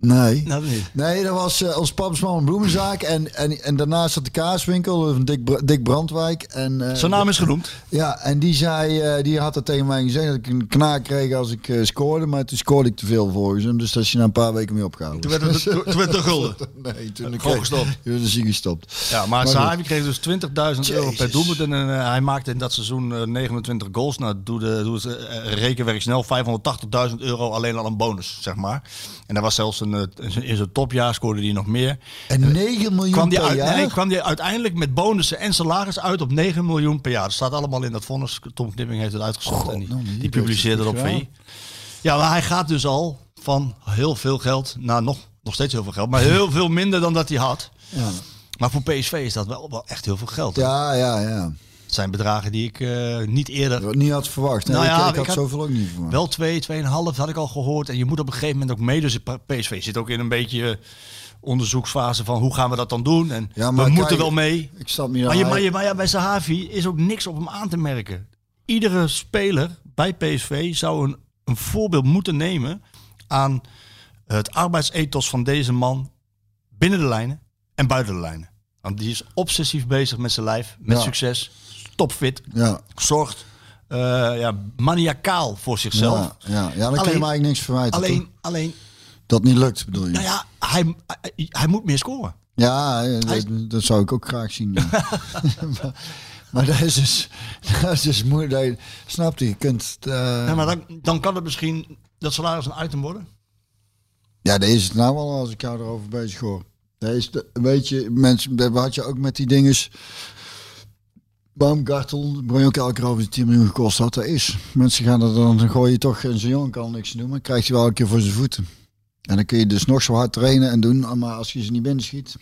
Nee. Nou, dat niet. Nee, dat was uh, ons papsman een bloemenzaak. En, en, en daarnaast zat de kaaswinkel van Dick, Dick Brandwijk. En, uh, Zijn naam is genoemd. Ja, en die zei, uh, die had dat tegen mij gezegd dat ik een knaak kreeg als ik uh, scoorde. Maar toen scoorde ik te veel volgens hem. Dus dat is je na een paar weken mee opgehouden. Toen werd het, toen werd het de gulden. Nee, toen Gewoon kreeg, gestopt. Toen is hij gestopt. Ja, maar, maar Zahavi kreeg dus twintigduizend euro per doelpunt. En uh, hij maakte in dat seizoen uh, negenentwintig goals. Nou, doe, de, doe het uh, rekenwerk snel. vijfhonderdtachtigduizend euro alleen al een bonus, zeg maar. En dat was zelfs een, uh, in zijn topjaar scoorde hij nog meer. En negen miljoen kwam die per uit, jaar? Nee, kwam hij uiteindelijk met bonussen en salaris uit op negen miljoen per jaar. Dat staat allemaal in dat vonnis. Tom Knipping heeft het uitgezocht. God, en die, nou, die die publiceerde het op V I. Ja, maar hij gaat dus al van heel veel geld naar nog, nog steeds heel veel geld. Maar heel veel minder dan dat hij had. Ja. Maar voor P S V is dat wel, wel echt heel veel geld. Ja, ja, ja. Het zijn bedragen die ik uh, niet eerder... Niet had verwacht. Nee, Nou ja, ik, ik ik had had zoveel ook niet verwacht. Wel twee, tweeënhalf had ik al gehoord. En je moet op een gegeven moment ook mee. Dus P S V zit ook in een beetje uh, onderzoeksfase van hoe gaan we dat dan doen. En Ja, we maar moeten kijk, wel mee. Ik snap niet Maar, je, aan- maar, je, maar ja, bij Zahavi is ook niks op hem aan te merken. Iedere speler bij P S V zou een, een voorbeeld moeten nemen aan het arbeidsethos van deze man binnen de lijnen en buiten de lijnen. Want die is obsessief bezig met zijn lijf, met Ja. succes, topfit, Ja. zorgt uh, ja, maniacaal voor zichzelf. Ja, ja. ja, dan kun je Alleen- hem eigenlijk niks verwijten. Alleen, toch? alleen, Dat niet lukt, bedoel je? nou ja, hij, hij, hij moet meer scoren. Ja, dat, Hij- dat zou ik ook graag zien. Ja. maar, maar dat is dus, dat is dus moeilijk. Snap je? Je kunt. Uh, Ja, maar dan, dan kan het misschien dat salaris een item worden. Ja, dat is het nou wel als ik jou erover bezig hoor. Dat is de, weet je, mensen, dat had je ook met die dinges. Baumgartel, begon je ook elke keer over die tien miljoen gekost had. Dat is. Mensen gaan er dan, dan gooi je toch, en zo'n jongen kan niks doen, maar krijgt hij wel een keer voor zijn voeten. En dan kun je dus nog zo hard trainen en doen, maar als je ze niet binnen schiet,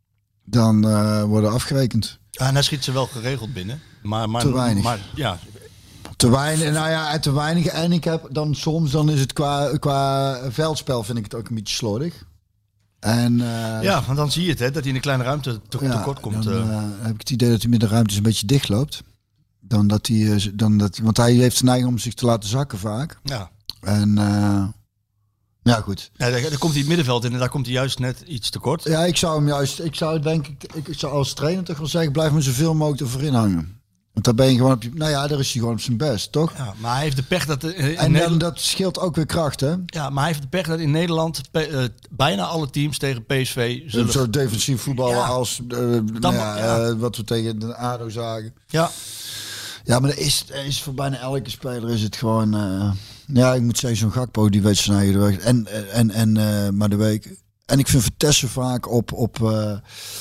dan uh, worden afgerekend. Ja, en hij schiet ze wel geregeld binnen. Maar, maar, Te weinig. Maar, ja, Te weinig, nou ja, te weinig. En ik heb dan soms, dan is het qua, qua veldspel vind ik het ook een beetje slordig. En, uh, ja, want dan zie je het, hè, dat hij in een kleine ruimte te, ja, tekort komt. Dan uh. uh, heb ik het idee dat hij met de ruimtes een beetje dicht loopt. Dan dat hij, uh, dan dat, want hij heeft de neiging om zich te laten zakken vaak. Ja. En uh, ja, goed. Ja, daar, daar komt hij het middenveld in en daar komt hij juist net iets tekort. Ja, ik zou hem juist, ik zou denk ik, ik zou als trainer toch wel zeggen, blijf me zoveel mogelijk ervoor hangen. Want daar ben je gewoon op je, nou ja, daar is hij gewoon op zijn best, toch? Ja, maar hij heeft de pech dat... Uh, in en dan, Nederland, dat scheelt ook weer kracht, hè? ja, maar hij heeft de pech dat in Nederland pe, uh, bijna alle teams tegen P S V zullen... Zo defensief voetballen Ja. als uh, Dan, nou ja, ja. uh, wat we tegen de A D O zagen. Ja. Ja, maar er is, er is voor bijna elke speler is het gewoon... Uh, ja, ik moet zeggen, zo'n Gakpo die weet zijn eigen weg. En, en, en uh, maar de week... En ik vind Vertessen vaak op... op uh,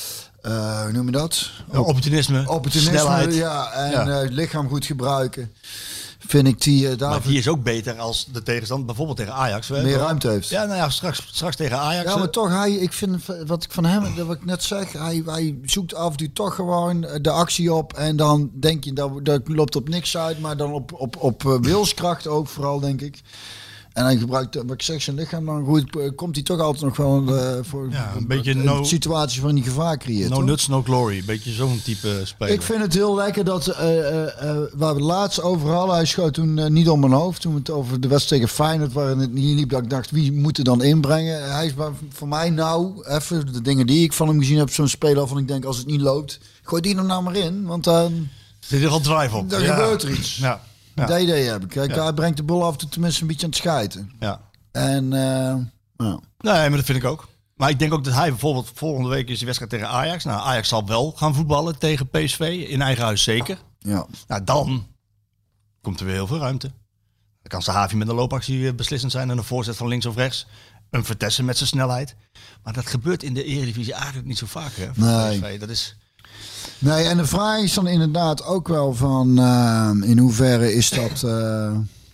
uh, hoe noem je dat? Op, opportunisme, opportunisme, snelheid. ja. En Ja. uh, het lichaam goed gebruiken. Vind ik die uh, daar Maar die is ook beter als de tegenstander, bijvoorbeeld tegen Ajax. We meer hebben- ruimte heeft. Ja, nou ja, straks, straks tegen Ajax. Ja, maar toch, hij, ik vind wat ik van hem, wat ik net zeg, hij, hij zoekt af en toe toch gewoon de actie op. En dan denk je, dat, dat loopt op niks uit, maar dan op, op, op uh, wilskracht ook vooral, denk ik. En hij gebruikt, wat ik zeg, zijn lichaam dan goed, uh, komt hij toch altijd nog wel uh, voor Ja, een beetje uh, no- situaties waarin hij gevaar creëert. No hoor. nuts, no glory. Een beetje zo'n type speler. Ik vind het heel lekker dat, uh, uh, uh, waar we het laatst over hadden, hij schoot toen uh, niet om mijn hoofd, toen we het over de wedstrijd tegen Feyenoord, waarin het niet liep, dat ik dacht, wie moet er dan inbrengen? Hij is maar voor mij nou, even de dingen die ik van hem gezien heb, zo'n speler van ik denk, als het niet loopt, gooi die er nou maar in, want dan, Zit er al drive op. dan Ja. gebeurt er iets. Ja. Ja. Dat idee heb ik. Kijk, Ja. hij brengt de bal af en toe tenminste een beetje aan het schijten. Ja. En, uh, nou, Nee, maar dat vind ik ook. Maar ik denk ook dat hij bijvoorbeeld volgende week is de wedstrijd tegen Ajax. Nou, Ajax zal wel gaan voetballen tegen P S V. In eigen huis zeker. ja. Nou, dan komt er weer heel veel ruimte. Dan kan Zahavi met een loopactie beslissend zijn en een voorzet van links of rechts. Een Vertessen met zijn snelheid. Maar dat gebeurt in de Eredivisie eigenlijk niet zo vaak, hè? voor Nee. P S V. Dat is... Nee, en de vraag is dan inderdaad ook wel van uh, in hoeverre is dat... Uh,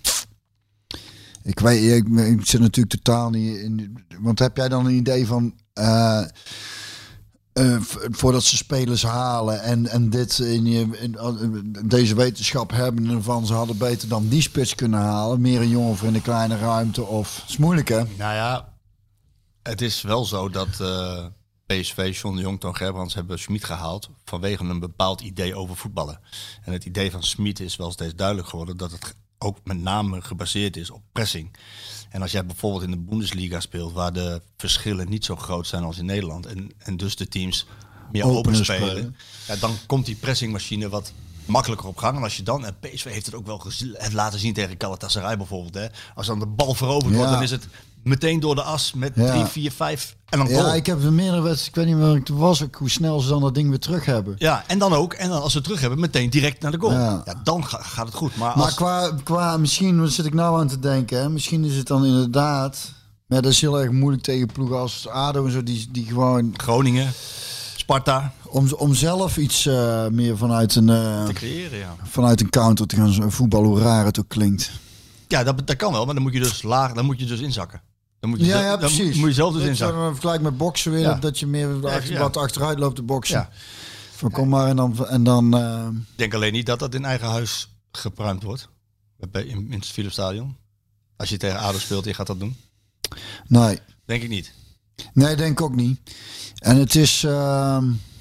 ik weet, ik, ik zit natuurlijk totaal niet in... Want heb jij dan een idee van... Uh, uh, voordat ze spelers halen en, en dit in, je, in, in deze wetenschap hebben ervan, ze hadden beter dan die spits kunnen halen. Meer een jongen voor in de kleine ruimte of... Het is moeilijk, hè? Nou ja, het is wel zo dat uh, P S V, John de Jong, Toon Gerbrands hebben Schmid gehaald vanwege een bepaald idee over voetballen. En het idee van Schmid is wel steeds duidelijk geworden dat het ook met name gebaseerd is op pressing. En als jij bijvoorbeeld in de Bundesliga speelt, waar de verschillen niet zo groot zijn als in Nederland, en, en dus de teams meer open, open spelen, spelen. Ja, dan komt die pressingmachine wat makkelijker op gang. En als je dan, en P S V heeft het ook wel gez- het laten zien tegen Galatasaray bijvoorbeeld, hè, als dan de bal veroverd ja. wordt, dan is het meteen door de as met ja. drie, vier, vijf en dan goal. Ja, ik heb er meerdere wedstrijden, ik weet niet meer waar ik was, hoe snel ze dan dat ding weer terug hebben. Ja, en dan ook, en dan als ze terug hebben, meteen direct naar de goal. Ja, ja dan ga, gaat het goed. Maar, maar als... qua, qua, misschien zit ik nou aan te denken, hè, misschien is het dan inderdaad, maar dat is heel erg moeilijk tegen ploegen als A D O en zo, die, die gewoon... Groningen, Sparta. Om, om zelf iets uh, meer vanuit een... Uh, te creëren, ja. Vanuit een counter te gaan voetballen, hoe raar het ook klinkt. Ja, dat, dat kan wel, maar dan moet je dus laag, dan moet je dus inzakken. Dan moet je ja, zelf, ja, precies. Dan moet je zelf dus dat inzakken. Dan vergelijk met boksen weer, ja. dat je meer ja, achter, ja. wat achteruit loopt te boksen. Ja. Van kom maar en dan... En dan uh... Ik denk alleen niet dat dat in eigen huis gepruimd wordt. In, in het Philipsstadion. Als je tegen A D O speelt, je gaat dat doen. Nee. Denk ik niet. Nee, denk ik ook niet. En het is... Uh...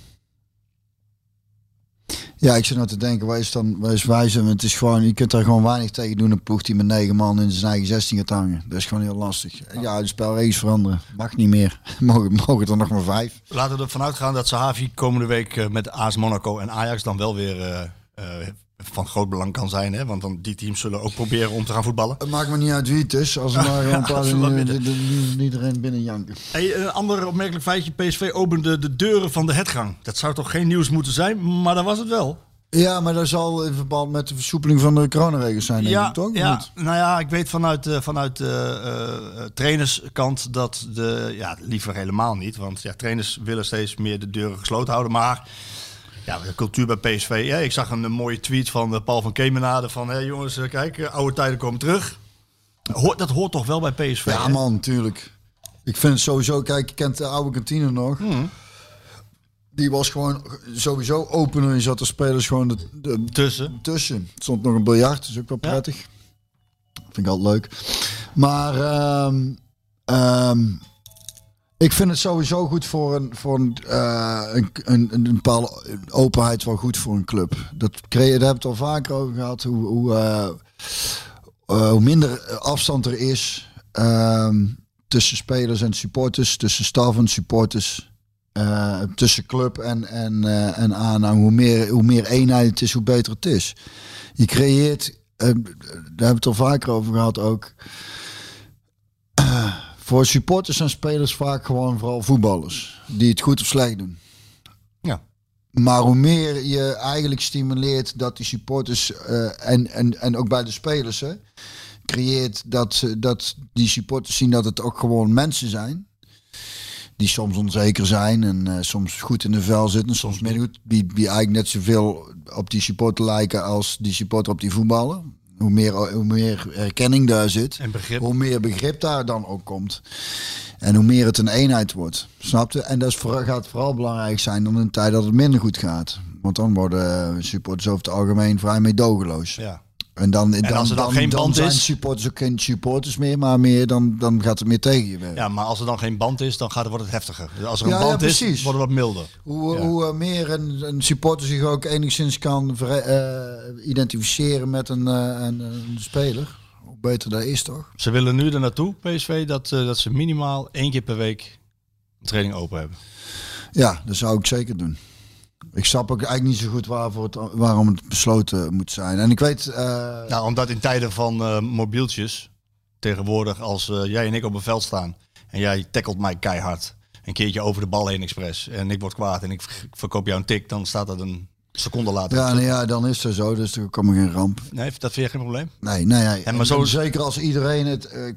Ja, ik zit nou te denken, waar is dan waar is wijze? Het is gewoon, je kunt daar gewoon weinig tegen doen. Een ploeg die met negen man in zijn eigen zestien gaat hangen. Dat is gewoon heel lastig. Ja, de spelregels veranderen. Mag niet meer. mogen, mogen er nog maar vijf. Laten we ervan uitgaan dat Sahavi komende week met A S Monaco en Ajax dan wel weer uh, uh, van groot belang kan zijn. Hè? Want dan die teams zullen ook proberen om te gaan voetballen. Het maakt me niet uit wie het is. Als er maar een paar iedereen binnen janken. Hey, een ander opmerkelijk feitje. P S V opende de deuren van de Hetgang. Dat zou toch geen nieuws moeten zijn, maar dat was het wel. Ja, maar dat zal in verband met de versoepeling van de coronaregels zijn, denk ja, ik, toch? Ja, nou ja, ik weet vanuit, uh, vanuit de uh, uh, trainerskant dat de... Ja, liever helemaal niet. Want ja, trainers willen steeds meer de deuren gesloten houden. Maar ja, de cultuur bij P S V... Ja, ik zag een, een mooie tweet van uh, Paul van Kemenade van... Hé hey, jongens, uh, kijk, uh, oude tijden komen terug. Hoort, dat hoort toch wel bij P S V? Ja, hè? Man, natuurlijk. Ik vind het sowieso... Kijk, je kent de oude kantine nog... Mm. Die was gewoon sowieso open en je zat de spelers gewoon de, de, tussen. tussen. Er stond nog een biljart, dat is ook wel prettig. Ja. Vind ik altijd leuk. Maar um, um, ik vind het sowieso goed voor een, voor een, uh, een, een, een bepaalde openheid wel goed voor een club. Dat creëer, daar heb ik het al vaker over gehad. Hoe, hoe, uh, uh, hoe minder afstand er is um, tussen spelers en supporters, tussen staf en supporters. Uh, tussen club en, en, uh, en aanhang, hoe meer, hoe meer eenheid het is, hoe beter het is. Je creëert, uh, daar hebben we het al vaker over gehad ook, uh, voor supporters en spelers vaak gewoon vooral voetballers, die het goed of slecht doen. Ja. Maar hoe meer je eigenlijk stimuleert dat die supporters, uh, en, en, en ook bij de spelers, hè, creëert dat, dat die supporters zien dat het ook gewoon mensen zijn. Die soms onzeker zijn en uh, soms goed in de vel zitten. Soms minder goed. Die, die eigenlijk net zoveel op die supporter lijken als die supporter op die voetballer. Hoe meer, hoe meer erkenning daar zit. En begrip. Hoe meer begrip daar dan ook komt. En hoe meer het een eenheid wordt. Snap je? En dat is voor, gaat vooral belangrijk zijn dan in een tijd dat het minder goed gaat. Want dan worden supporters over het algemeen vrij meedogenloos. Ja. En, dan, en dan, als er dan, dan geen dan band zijn is, supporters ook geen supporters meer, maar meer dan, dan gaat het meer tegen je werken. Ja, maar als er dan geen band is, dan gaat het, wordt het heftiger. Dus als er een ja, band ja, is, wordt het wat milder. Hoe, ja. hoe uh, meer een, een supporter zich ook enigszins kan ver, uh, identificeren met een, uh, een, een speler, hoe beter dat is toch? Ze willen nu er naartoe, P S V, dat, uh, dat ze minimaal één keer per week een training open hebben. Ja, dat zou ik zeker doen. Ik snap ook eigenlijk niet zo goed waarvoor het, waarom het besloten moet zijn. En ik weet... Uh... Nou, omdat in tijden van uh, mobieltjes, tegenwoordig als uh, jij en ik op een veld staan en jij tackelt mij keihard, een keertje over de bal heen expres en ik word kwaad en ik verkoop jou een tik, dan staat dat een seconde later. Ja, nee, ja, dan is het zo, dus er komt geen ramp. Nee, dat vind je geen probleem? Nee, nee. nee. En maar zo... en zeker als iedereen het... Uh,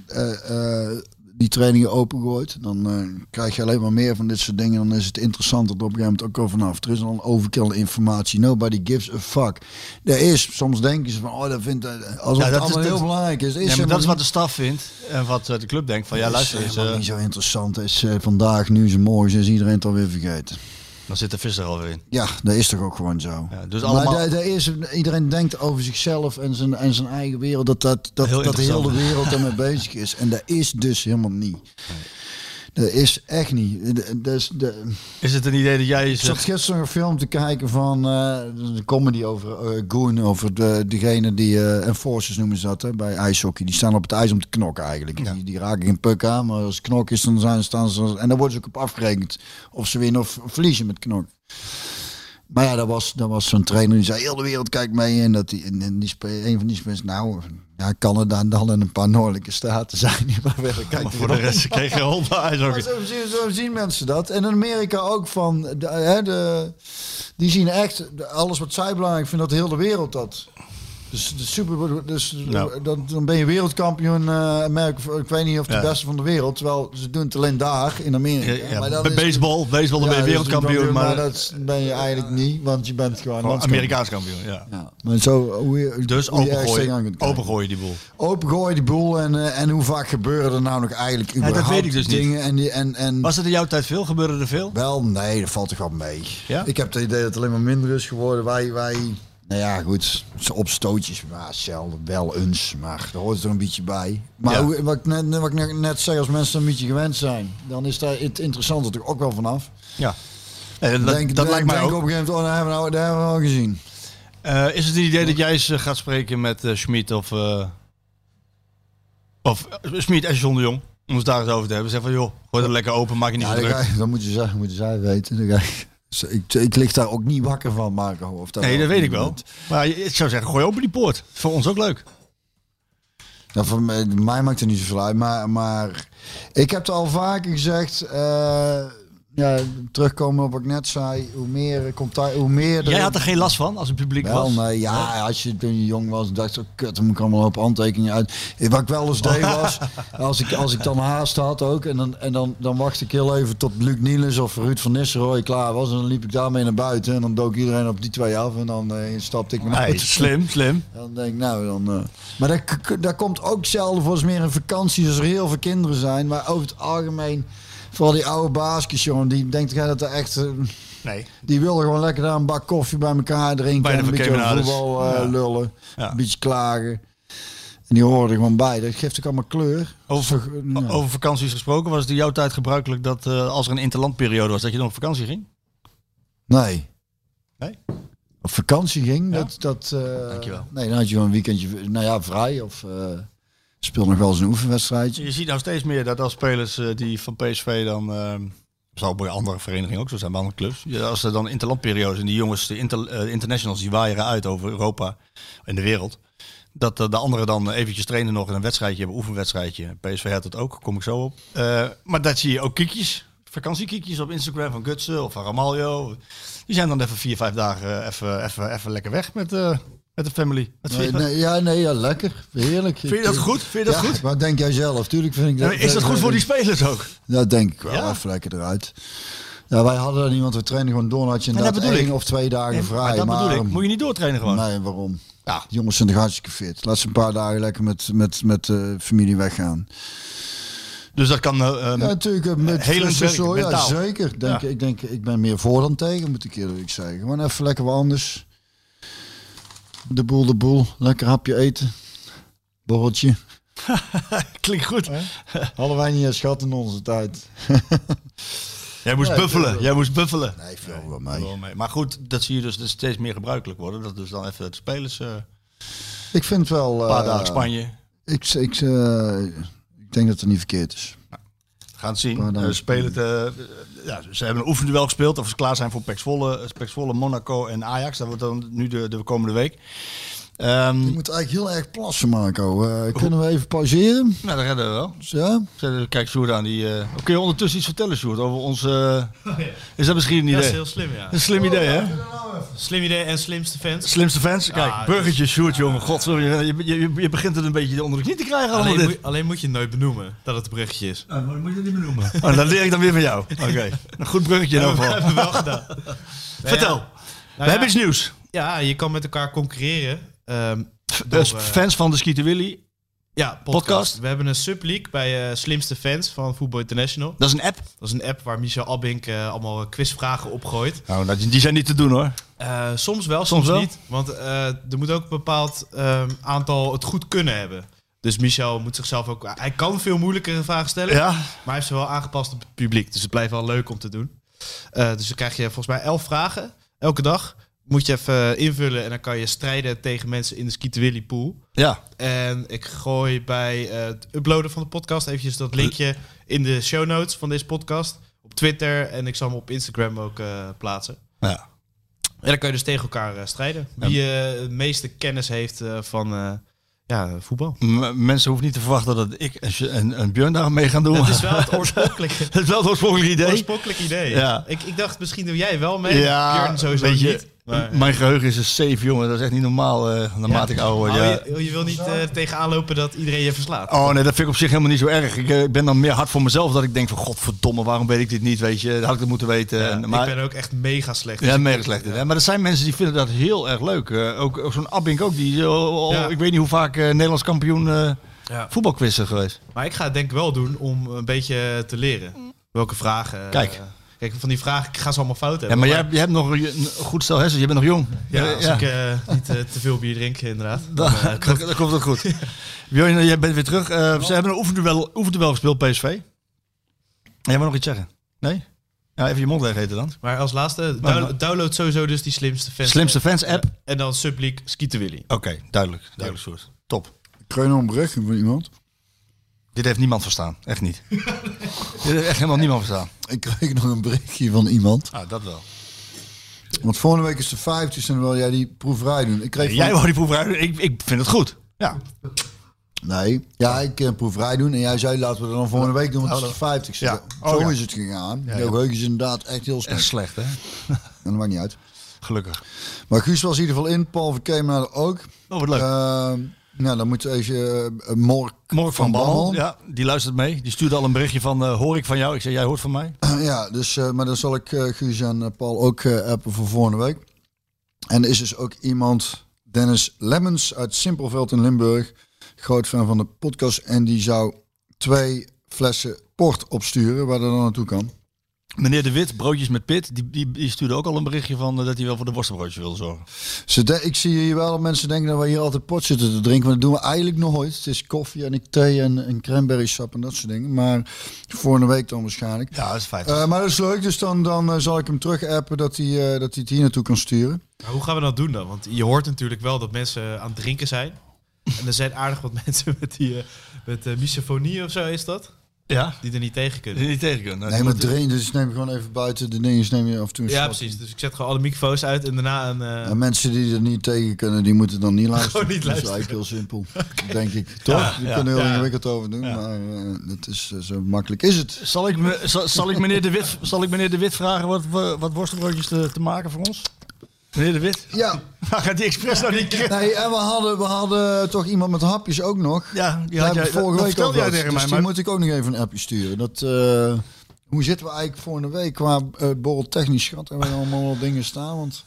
uh, uh, die trainingen opengooit, dan uh, krijg je alleen maar meer van dit soort dingen. Dan is het interessant dat er op een gegeven moment ook al vanaf. Er is al een overkill informatie. Nobody gives a fuck. Er is, soms denken ze van, oh, dat vindt alsof ja, dat het allemaal is, heel dat, belangrijk is. is ja, maar dat is wat de staf vindt en wat uh, de club denkt van, ja, luister eens. Het is helemaal uh, niet zo interessant. Het is uh, vandaag, nu en morgen is iedereen het alweer vergeten. Dan zit de vis er alweer in. Ja, dat is toch ook gewoon zo. Ja, dus allemaal... Maar daar is, iedereen denkt over zichzelf en zijn, en zijn eigen wereld, dat, dat, dat, heel dat de hele wereld ermee bezig is. En dat is dus helemaal niet. Nee. Dat is echt niet. De, dus de, is het een idee dat jij... Ik zat gisteren een film te kijken van uh, een comedy over uh, Goon, over de, degene die uh, enforcers noemen ze dat, hè, bij ijshockey. Die staan op het ijs om te knokken eigenlijk. Ja. Die, die raken geen puk aan, maar als knok is, dan zijn, staan ze... En dan worden ze ook op afgerekend of ze winnen of verliezen met knok. Maar ja, dat was, dat was zo'n trainer die zei, heel de wereld kijkt mee. En dat die, en, en die spe, een van die spelers, nou, ja, Canada en dan in een paar noordelijke staten zijn. Die maar verder kijken. Voor de rest kreeg je hond bij. Zo, zo zien mensen dat. En in Amerika ook van, de, hè, de, die zien echt, alles wat zij belangrijk vinden, dat de hele wereld dat... Dus, de super, dus nou. dan, dan ben je wereldkampioen, uh, merk, ik weet niet of de ja. beste van de wereld, terwijl ze doen het alleen daar in Amerika. Ja, ja. Maar dan Bij is, baseball, baseball dan ja, ben je wereldkampioen. Dus maar, maar dat ben je eigenlijk niet, want je bent gewoon, gewoon Amerikaans kampioen. Ja. Ja. Maar zo, hoe je, dus hoe je opengooien open die boel. Opengooien die boel en, uh, en hoe vaak gebeuren er nou nog eigenlijk ja, überhaupt dat weet ik dus dingen. En die, en, en, Was het in jouw tijd veel? Gebeurde er veel? Wel, nee, dat valt toch wel mee. Ja? Ik heb het idee dat het alleen maar minder is geworden. Wij... wij Nou ja, goed, opstootjes, maar zelden wel eens, maar daar hoort er een beetje bij. Maar ja. hoe, wat, ik net, wat ik net zeg, als mensen een beetje gewend zijn, dan is daar het interessante toch ook wel vanaf. Ja, ja dat, denk, dat denk, lijkt mij denk ook. Op een gegeven moment, oh, dat hebben we, nou, dat hebben we al gezien. Uh, is het een idee dat jij eens uh, gaat spreken met uh, Schmid of, uh, of uh, Schmid en John de Jong, om het daar eens over te hebben? Zeg van, joh, gooi dat lekker open, maak je niet ja, zo druk. Dan moet je zeggen, moeten zij weten. Dan ga je... Ik, ik lig daar ook niet wakker van, Marco. Of dat nee, dat weet ik wel. Met. Maar ik zou zeggen, gooi open die poort. Voor ons ook leuk. Nou, voor mij, mij maakt het niet zoveel uit. Maar, maar ik heb het al vaker gezegd... Uh, ja, terugkomen op wat ik net zei. Hoe meer contact, hoe meer... Jij had er geen last van als het publiek wel, was? Nee, ja, als je toen je jong was, dacht ik, kut, dan moet ik allemaal op handtekeningen uit. Wat ik wel eens deed was, als ik, als ik dan haast had ook, en dan, en dan, dan wachtte ik heel even tot Luc Niels of Ruud van Nistelrooy klaar was. En dan liep ik daarmee naar buiten en dan dook iedereen op die twee af en dan uh, stapte ik me naar hey, slim, slim. En dan denk ik, nou, dan... Uh, maar daar, daar komt ook zelden volgens meer een vakantie, als er heel veel kinderen zijn, maar over het algemeen... Vooral die oude baasjes, jongen, die denkt jij dat er echt... Uh, nee. Die wilden gewoon lekker daar een bak koffie bij elkaar drinken. Bij en een beetje over voetbal uh, ja. lullen. Ja. Een beetje klagen. En die horen er gewoon bij. Dat geeft ook allemaal kleur. Over, ja. over vakanties gesproken, was het in jouw tijd gebruikelijk dat uh, als er een interlandperiode was, dat je dan op vakantie ging? Nee. Nee? Op vakantie ging? Ja. Dat, dat, uh, Dankjewel. Nee, dan had je gewoon een weekendje, nou ja, vrij of... Uh, Speel nog wel eens een oefenwedstrijdje. Je ziet nou steeds meer dat als spelers uh, die van P S V dan... Uh, zal bij andere verenigingen ook zo zijn, bij andere clubs. Ja, als er dan interlandperiodes en die jongens, de inter, uh, internationals, die waaieren uit over Europa en de wereld. Dat uh, de anderen dan eventjes trainen nog in een wedstrijdje hebben, een oefenwedstrijdje. P S V had het ook, kom ik zo op. Uh, maar dat zie je ook kiekjes, vakantiekiekjes op Instagram van Gutsen of van Ramaljo. Die zijn dan even vier, vijf dagen even, even, even lekker weg met... Uh, Met de family. Nee, nee, ja, nee, ja, lekker. Heerlijk. Vind je dat goed? Vind je dat ja, goed? Wat denk jij zelf? Tuurlijk vind ik dat. Ja, is dat goed voor die spelers ook? Dat denk ik wel. Ja. Even lekker eruit. Ja, wij hadden er niet, want we trainen gewoon door. Had je inderdaad één of twee dagen nee, vrij. Maar dat maar, bedoel ik. Moet je niet doortrainen gewoon? Nee, waarom? Ja. Die jongens zijn toch hartstikke fit. Laat ze een paar dagen lekker met, met, met uh, familie weggaan. Dus dat kan uh, ja, natuurlijk met heel zo, ja, zeker. Denk, ja. Ik denk, ik ben meer voor dan tegen, moet ik eerlijk zeggen. Gewoon even lekker wat anders. De boel, de boel. Lekker hapje eten. Borreltje. Klinkt goed. Eh? Hadden wij niet eens gehad in onze tijd. Jij moest ja, buffelen. Jij moest buffelen. Nee, veel nee, wel mee. mee. Maar goed, dat zie je dus dat steeds meer gebruikelijk worden. Dat dus dan even de spelers... Uh, ik vind wel... Een paar uh, dagen Spanje. Ik, ik, uh, ik denk dat het niet verkeerd is. Nou, we gaan het zien. Uh, spelen te, uh, ja, ze hebben een oefenduel gespeeld. Of ze klaar zijn voor P E C Zwolle, P E C Zwolle, Monaco en Ajax. Dat wordt dan nu de, de komende week. Um, je moet eigenlijk heel erg plassen, Marco. Uh, kunnen we even pauzeren? Nou, dat redden we wel. Ja? Kijk, Sjoerd aan. Die, uh, kun je ondertussen iets vertellen, Sjoerd, over ons... Uh, oh, ja. Is dat misschien een idee? Dat is heel slim, ja. Een slim idee, hè? Slim idee en slimste fans. Slimste fans? Kijk, ah, burgertje, dus... Sjoerd, jongen. God, sorry, je, je, je begint het een beetje onder de knie te krijgen. Alleen, dit. Moet, alleen moet je het nooit benoemen, dat het een bruggetje is. Ah, maar moet je het niet benoemen. Oh, dat leer ik dan weer van jou. Oké, okay. Een goed bruggetje. Ja, we hebben het wel gedaan. Vertel. Nou, we ja, hebben iets nieuws. Ja, je kan met elkaar concurreren. Um, Door, uh, fans van de Skeeter Willy ja, podcast. podcast. We hebben een subleague bij uh, Slimste Fans van Voetbal International. Dat is een app? Dat is een app waar Michel Abink uh, allemaal quizvragen opgooit. Nou, die zijn niet te doen hoor. Uh, soms wel, soms, soms wel? niet. Want uh, er moet ook een bepaald uh, aantal het goed kunnen hebben. Dus Michel moet zichzelf ook... Hij kan veel moeilijkere vragen stellen. Ja. Maar hij heeft ze wel aangepast op het publiek. Dus het blijft wel leuk om te doen. Uh, dus dan krijg je volgens mij elf vragen. Elke dag moet je even invullen. En dan kan je strijden tegen mensen in de Ski to Willy pool. Ja. En ik gooi bij uh, het uploaden van de podcast eventjes dat linkje in de show notes van deze podcast. Op Twitter. En ik zal hem op Instagram ook uh, plaatsen. Ja. En dan kan je dus tegen elkaar uh, strijden. Wie uh, het meeste kennis heeft uh, van uh, ja, voetbal. M- mensen hoeven niet te verwachten dat ik en, en Björn daar mee gaan doen. Dat is wel het oorspronkelijke, dat is wel het oorspronkelijke idee. oorspronkelijke idee. Ja. Ik, ik dacht, misschien doe jij wel mee. Ja, Björn sowieso weet je, niet. Maar, mijn geheugen is een safe, jongen. Dat is echt niet normaal, uh, naarmate ja. ik ouder word. Oh, Ja. je, je wil niet uh, tegenaan lopen dat iedereen je verslaat. Oh nee, dat vind ik op zich helemaal niet zo erg. Ik uh, ben dan meer hard voor mezelf dat ik denk van... Godverdomme, waarom weet ik dit niet, weet je? Dat had ik het moeten weten. Ja, en, maar, ik ben ook echt mega slecht. Ja, mega slecht. Ja. Maar er zijn mensen die vinden dat heel erg leuk. Uh, ook, ook zo'n Abink ook. Die, uh, ja. Ik weet niet hoe vaak uh, Nederlands kampioen uh, ja. voetbalquiz is geweest. Maar ik ga het denk ik wel doen om een beetje te leren. Welke vragen... Kijk. Uh, Kijk, van die vragen, ik ga ze allemaal fout hebben. Ja, maar, maar jij, jij hebt nog een goed stel hersens, je bent nog jong. Ja, als ja. ik uh, niet uh, te veel bier drink, inderdaad. Dan, uh, dan, dan komt het goed. Björn, jij bent weer terug. Uh, oh. Ze hebben een oefenduel, oefenduel gespeeld, P S V. En jij wil nog iets zeggen? Nee? Ja, even je mond leeg eten dan. Maar als laatste, download, download sowieso dus die slimste fans. Slimste fans app. Ja. En dan Subleague Ski to Willy. Oké, okay, duidelijk. Duidelijk soort. Top. Kun je nog een bericht van iemand? Dit heeft niemand verstaan. Echt niet. Dit heeft echt helemaal niemand verstaan. Ik kreeg nog een berichtje van iemand. Ah, dat wel. Want volgende week is de vijftigste en wil jij die proeverij doen. Ik kreeg nee, van... Jij wou die proeverij doen? Ik, ik vind het goed. Ja. Nee, ja, ik kan proeverij doen en jij zei laten we dat dan volgende week doen, want het is de vijftigste. Ja. Zo oh, ja. is het gegaan. Ja, ja. Jouw geheugen is inderdaad echt heel slecht. Echt slecht, hè? En dat maakt niet uit. Gelukkig. Maar Guus was in ieder geval in, Paul Verkeemnaar ook. Oh, wat leuk. Uh, nou, dan moeten we even uh, Mork, Mork van, van Bammel. Bammel. Ja, die luistert mee. Die stuurde al een berichtje van uh, hoor ik van jou. Ik zei, jij hoort van mij. Uh, ja, dus, uh, maar dan zal ik uh, Guus en uh, Paul ook uh, appen voor volgende week. En er is dus ook iemand, Dennis Lemmens uit Simpelveld in Limburg. Groot fan van de podcast. En die zou twee flessen port opsturen, waar dat dan naartoe kan. Meneer De Wit, broodjes met pit, die, die, die stuurde ook al een berichtje van uh, dat hij wel voor de worstenbroodjes wil zorgen. Ze de, ik zie hier wel dat mensen denken dat we hier altijd port zitten te drinken, maar dat doen we eigenlijk nooit. Het is koffie en ik thee en, en cranberry sap en dat soort dingen. Maar volgende week dan waarschijnlijk. Ja, dat is feit. Uh, maar dat is leuk, dus dan, dan uh, zal ik hem terug appen dat hij, uh, dat hij het hier naartoe kan sturen. Maar hoe gaan we dat doen dan? Want je hoort natuurlijk wel dat mensen aan het drinken zijn. En er zijn aardig wat mensen met die uh, met uh, misofonie of zo is dat? Ja. Die er niet tegen kunnen. Die niet tegen kunnen. Nou, nee, maar drinken, dus neem je gewoon even buiten de dingen, neem je af en toe een Ja, shot. precies. Dus ik zet gewoon alle microfoons uit en daarna een... Uh... En mensen die er niet tegen kunnen, die moeten dan niet luisteren. Gewoon niet luisteren. Dat is eigenlijk heel simpel, denk ik. Toch? Ja, Die ja, kunnen heel ja. ingewikkeld over doen, Ja. maar uh, dat is uh, zo makkelijk is het. Zal ik, me, zal, zal, ik meneer de Wit, zal ik meneer De Wit vragen wat, wat worstenbroodjes te, te maken voor ons? Meneer De Wit? Ja. Waar gaat die expres nou niet krijgen? Nee, en we hadden, we hadden toch iemand met hapjes ook nog. Ja, die Daar had heb jij, ik vorige dat week vertelde al jij gehad. tegen Dus mij. die Maar... moet ik ook nog even een appje sturen. Dat, uh, hoe zitten we eigenlijk volgende week qua uh, borreltechnisch schat? Hebben we allemaal wel dingen staan? Want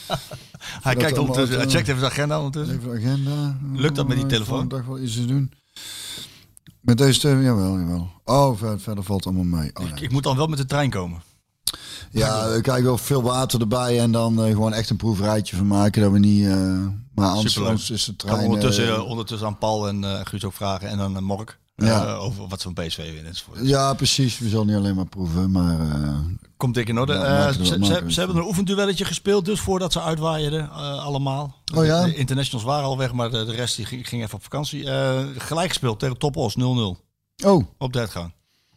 Hij kijkt ondertussen, hij checkt even zijn agenda ondertussen. Even de agenda. Lukt dat met die telefoon? Dag wel iets te doen. Met deze telefoon, jawel, jawel. Oh, verder, verder valt allemaal mee. Oh, ik, nee. ik moet dan wel met de trein komen. Ja, we kijken wel veel water erbij en dan uh, gewoon echt een proefrijtje van maken. Dat we niet. Uh, maar anders, anders is de trein. Kan ondertussen, uh, ondertussen aan Paul en uh, Guus ook vragen en dan uh, Mork. Ja. Uh, over wat ze van P S V winnen. Ja, precies. We zullen niet alleen maar proeven, maar... Uh, Komt dik in orde. Ja, uh, ze, ze, maken, ze hebben een oefenduelletje gespeeld, dus voordat ze uitwaaierden, uh, allemaal. Oh ja? De internationals waren al weg, maar de, de rest die ging, ging even op vakantie. Uh, gelijk gespeeld tegen Top Os, nul nul. Oh. Op de uitgang.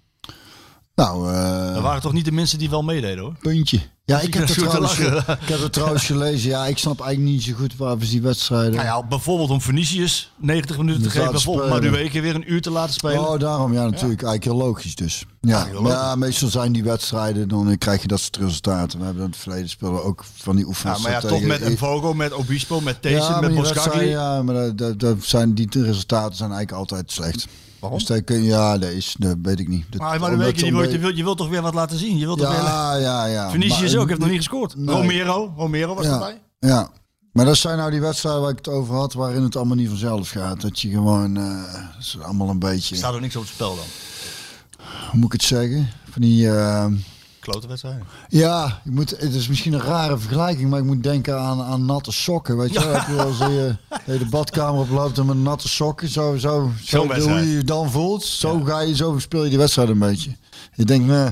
Nou, uh, dat waren toch niet de mensen die wel meededen, hoor? Puntje. Ja, ik heb, het trouwens, lachen. ik heb het trouwens gelezen. Ja, ik snap eigenlijk niet zo goed waar we die wedstrijden... Nou ja, bijvoorbeeld om Vinicius negentig minuten te geven, bijvoorbeeld Madueke weer een uur te laten spelen. Oh, daarom. Ja, natuurlijk. Ja. Eigenlijk heel logisch dus. Ja, ja, logisch. Ja, meestal zijn die wedstrijden, dan krijg je dat soort resultaten. We hebben in het verleden spelen ook van die oefeningen. Ja, maar ja, toch met Mvogo, met Obispo, met Thesen, ja, met Boskagli. Ja, maar dat, dat, dat zijn, die resultaten zijn eigenlijk altijd slecht. Waarom? Dus kun, ja, dat is, dat weet ik niet. Dat, maar maar de week, je, wilt, je, wilt, je wilt toch weer wat laten zien? Je wilt toch ja, weer... ja, ja. Vinicius ook, heeft nog niet gescoord. Nee. Romero, Romero was ja, erbij. Ja, maar dat zijn nou die wedstrijden waar ik het over had, waarin het allemaal niet vanzelf gaat. Dat je gewoon, uh, dat is allemaal een beetje... Er staat er niks op het spel dan? Hoe moet ik het zeggen? Van die... Uh, klote wedstrijden. Ja, je moet, het is misschien een rare vergelijking, maar ik moet denken aan, aan natte sokken. Weet je, ja. Heb je wel eens je, je de badkamer oploopt en met natte sokken, zo, zo, zo hoe je je dan voelt, zo ja. ga je, zo speel je die wedstrijd een beetje. Je denkt, nee,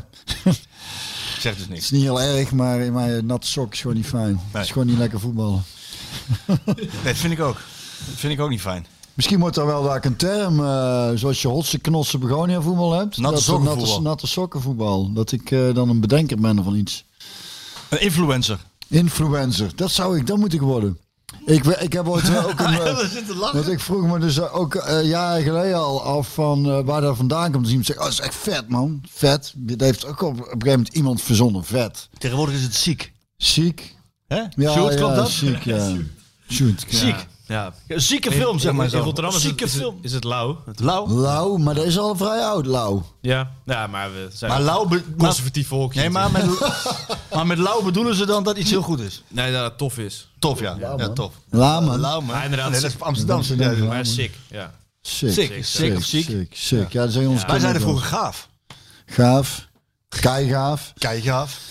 zeg dus niks. Het is niet heel erg, maar, maar natte sokken is gewoon niet fijn. Nee. Het is gewoon niet lekker voetballen. Nee, dat vind ik ook. Dat vind ik ook niet fijn. Misschien wordt er wel daar een term, uh, zoals je hotse knotse begonia voetbal hebt. Natte sokkenvoetbal. Natte, natte sokkenvoetbal. Dat ik uh, dan een bedenker ben van iets. Een influencer. Influencer. Dat zou ik, dat moet ik worden. Ik, ik heb ooit ook een... Uh, want ik vroeg me dus ook uh, jaren geleden al af van uh, waar dat vandaan komt. Dus iemand zegt, oh, dat is echt vet, man. Vet. Dat heeft ook op, op een gegeven moment iemand verzonnen. Vet. Tegenwoordig is het ziek. Ziek? Hè? Ja, Shoot, ja, klopt dat? Ziek, ja. Shoot. Ziek. Ja. Ja, zieke film, zeg maar zo. In Rotterdam is zieke het, is, film. het, is het lauw. Lauw? Lauw, maar dat is al vrij oud, lauw. Ja, ja maar we zijn maar lauw be- conservatief volkje. Nee, maar met, maar met lauw bedoelen ze dan dat iets heel goed is? Nee, dat het tof is. Tof, ja. Lauw, ja, tof. Lauw, man. Lauw, man. Ja, inderdaad. Nee, dat is Amsterdamse. Ja, maar sick, ja. Sick. Sick, Sick, sick of ziek. Sick, sick. Ja, dat zijn onze ja. Wij zeiden vroeger gaaf. Gaaf. Keigaaf. Keigaaf.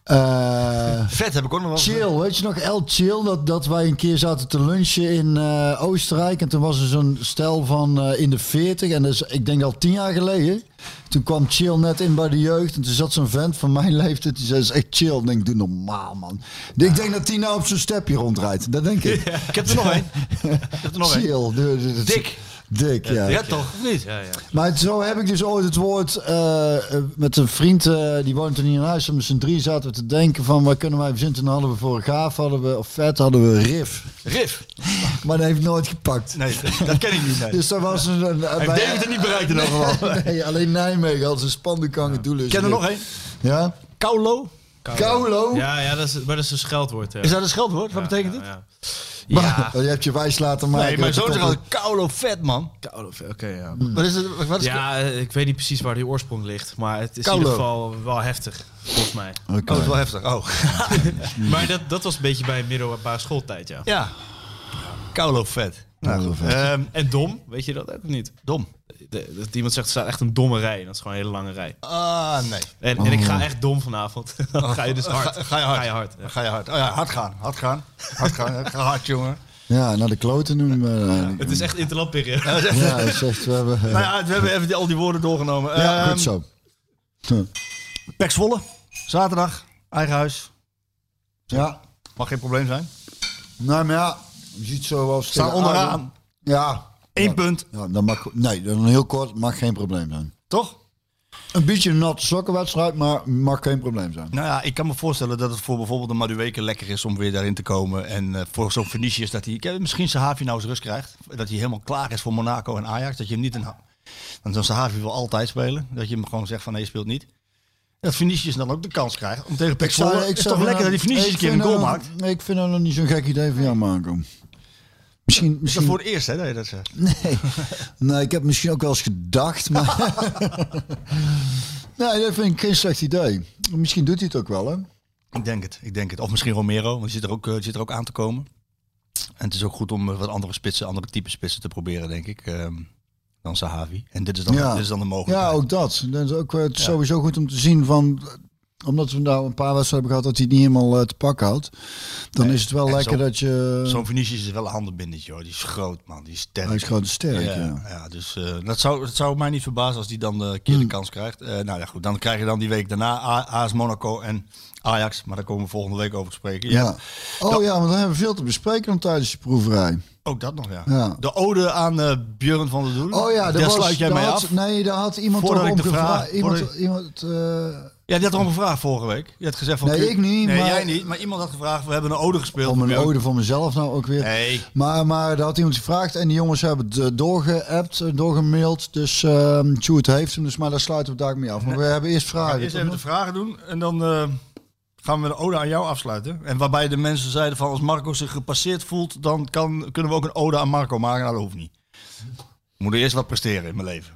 Uh, Vet heb ik ook nog wel. Chill, weet je nog, El Chill, dat, dat wij een keer zaten te lunchen in uh, Oostenrijk en toen was er zo'n stel van uh, in de veertig en dus ik denk al tien jaar geleden. Toen kwam Chill net in bij de jeugd en toen zat zo'n vent van mijn leeftijd, die zei, is echt chill. Ik denk, doe normaal, man. Ja. Ik denk dat hij nou op zo'n stepje rondrijdt, dat denk ik. Ja. Ik heb er nog één. Ik heb er nog één. Chill. De, de, de, Dik. Dik, ja. Ja, toch? Of niet? Ja, ja. Maar zo heb ik dus ooit het woord uh, met een vriend, uh, die woont er niet in huis. En met z'n drie zaten we te denken van, wat kunnen wij verzinnen? Toen hadden we voor gaaf, hadden we, of vet, hadden we rif. Rif? Maar dat heeft nooit gepakt. Nee, dat ken ik niet. Nee. Dus dat was een... een Hij bij, heeft het niet bereikt in ieder geval. Nee, nee, alleen Nijmegen had een spandoekhangen doelen. Ik ken er nog één. Ja? Kaulo? Kaulo? Ja, ja dat is, maar dat is een scheldwoord. Ja. Is dat een scheldwoord? Wat ja, betekent ja, het? Ja. Ja. Maar, je hebt je wijs laten maken. Nee, mijn zoon zegt altijd Kaulo vet, man. Kaulo, oké, okay, ja. Hmm. Wat is het? Wat is ja, het? Ik weet niet precies waar die oorsprong ligt, maar het is Kaulo. in ieder geval wel heftig, volgens mij. Okay. Oh, het is wel heftig. Oh. Maar dat, dat was een beetje bij middelbare schooltijd, ja. Ja. Kaulo vet. Nou, vet. Um, en dom, weet je dat ook niet? Dom. De, dat iemand zegt, er staat echt een domme rij. Dat is gewoon een hele lange rij. Ah, nee. En, oh. en ik ga echt dom vanavond. Dan ga je dus hard. Ga, ga je hard. Ga je hard, ja. Ga je hard. Oh ja, hard gaan. Hard gaan. Hard gaan. Ik ga hard, jongen. Ja, naar de kloten noemen we. Ja, het is echt interlandperiode. Ja, dat is echt, we hebben... Uh... Nou ja, we hebben even die, al die woorden doorgenomen. Ja, um, goed zo. Pek Zwolle. Zaterdag. Eigen huis. Ja. Mag geen probleem zijn. Nou, maar ja. Je ziet zo wel... Staan onderaan. Ja. Eén ja, punt. Ja, dat mag... Nee, dan heel kort. Mag geen probleem zijn. Toch? Een beetje een natte sokkenwedstrijd, maar mag geen probleem zijn. Nou ja, ik kan me voorstellen dat het voor bijvoorbeeld een Madueke lekker is om weer daarin te komen. En uh, voor zo'n Vinicius dat hij... Ik heb misschien Sahavi nou eens rust krijgt. Dat hij helemaal klaar is voor Monaco en Ajax. Dat je hem niet... In, want dan Sahavi wil altijd spelen. Dat je hem gewoon zegt van nee, je speelt niet. Dat Vinicius dan ook de kans krijgt om tegen Pek Zwolle... Het is toch lekker dat die Vinicius een keer een goal maakt? Nee, ik vind dat nog niet zo'n gek idee van jou, Marco. Misschien, misschien... Is dat voor het eerst, hè, dat je dat zegt? Nee. Nee, ik heb misschien ook wel eens gedacht, maar... Nee, dat vind ik geen slecht idee. Misschien doet hij het ook wel, hè? Ik denk het, ik denk het. Of misschien Romero, want die zit er ook, uh, die zit er ook aan te komen. En het is ook goed om uh, wat andere spitsen, andere type spitsen te proberen, denk ik. Um, dan Sahavi. En dit is dan, ja. dit is dan de mogelijkheid. Ja, ook dat. Dat is ook uh, het is ja. sowieso goed om te zien van... Omdat we nou een paar wedstrijden hebben gehad dat hij het niet helemaal uh, te pakken houdt. Dan nee. is het wel en lekker zo, dat je... Zo'n Vinicius is wel een handenbindetje, hoor. Die is groot, man. Die is sterk. Hij is groot en sterk, ja. ja. ja dus uh, dat, zou, dat zou mij niet verbazen als hij dan een keer hmm. de kans krijgt. Uh, nou ja, goed. Dan krijg je dan die week daarna A S Monaco en Ajax. Maar daar komen we volgende week over te spreken. Ja. Ja. Oh dan, ja, want dan hebben we veel te bespreken dan tijdens de proeverij. Ook dat nog, ja. ja. De ode aan uh, Björn van der Doelen. Oh ja, daar was, sluit jij mee had, af. Nee, daar had iemand Voordat toch ik om de vraag... gevraagd. Iemand, ik... iemand, uh... Ja, die had erom gevraagd vorige week. Je had gezegd van... Nee, ik niet. Nee, maar... jij niet. Maar iemand had gevraagd, we hebben een ode gespeeld. Om een ode van mezelf nou ook weer. Nee. Maar, maar daar had iemand gevraagd en die jongens hebben het doorgeappt, doorgemaild. Dus uh, Sjoerd heeft hem, dus maar daar sluiten we daar mee af. Maar nee. we hebben eerst vragen. We gaan eerst even de vragen doen en dan uh, gaan we de ode aan jou afsluiten. En waarbij de mensen zeiden van als Marco zich gepasseerd voelt, dan kan, kunnen we ook een ode aan Marco maken. Nou, dat hoeft niet. We moeten eerst wat presteren in mijn leven.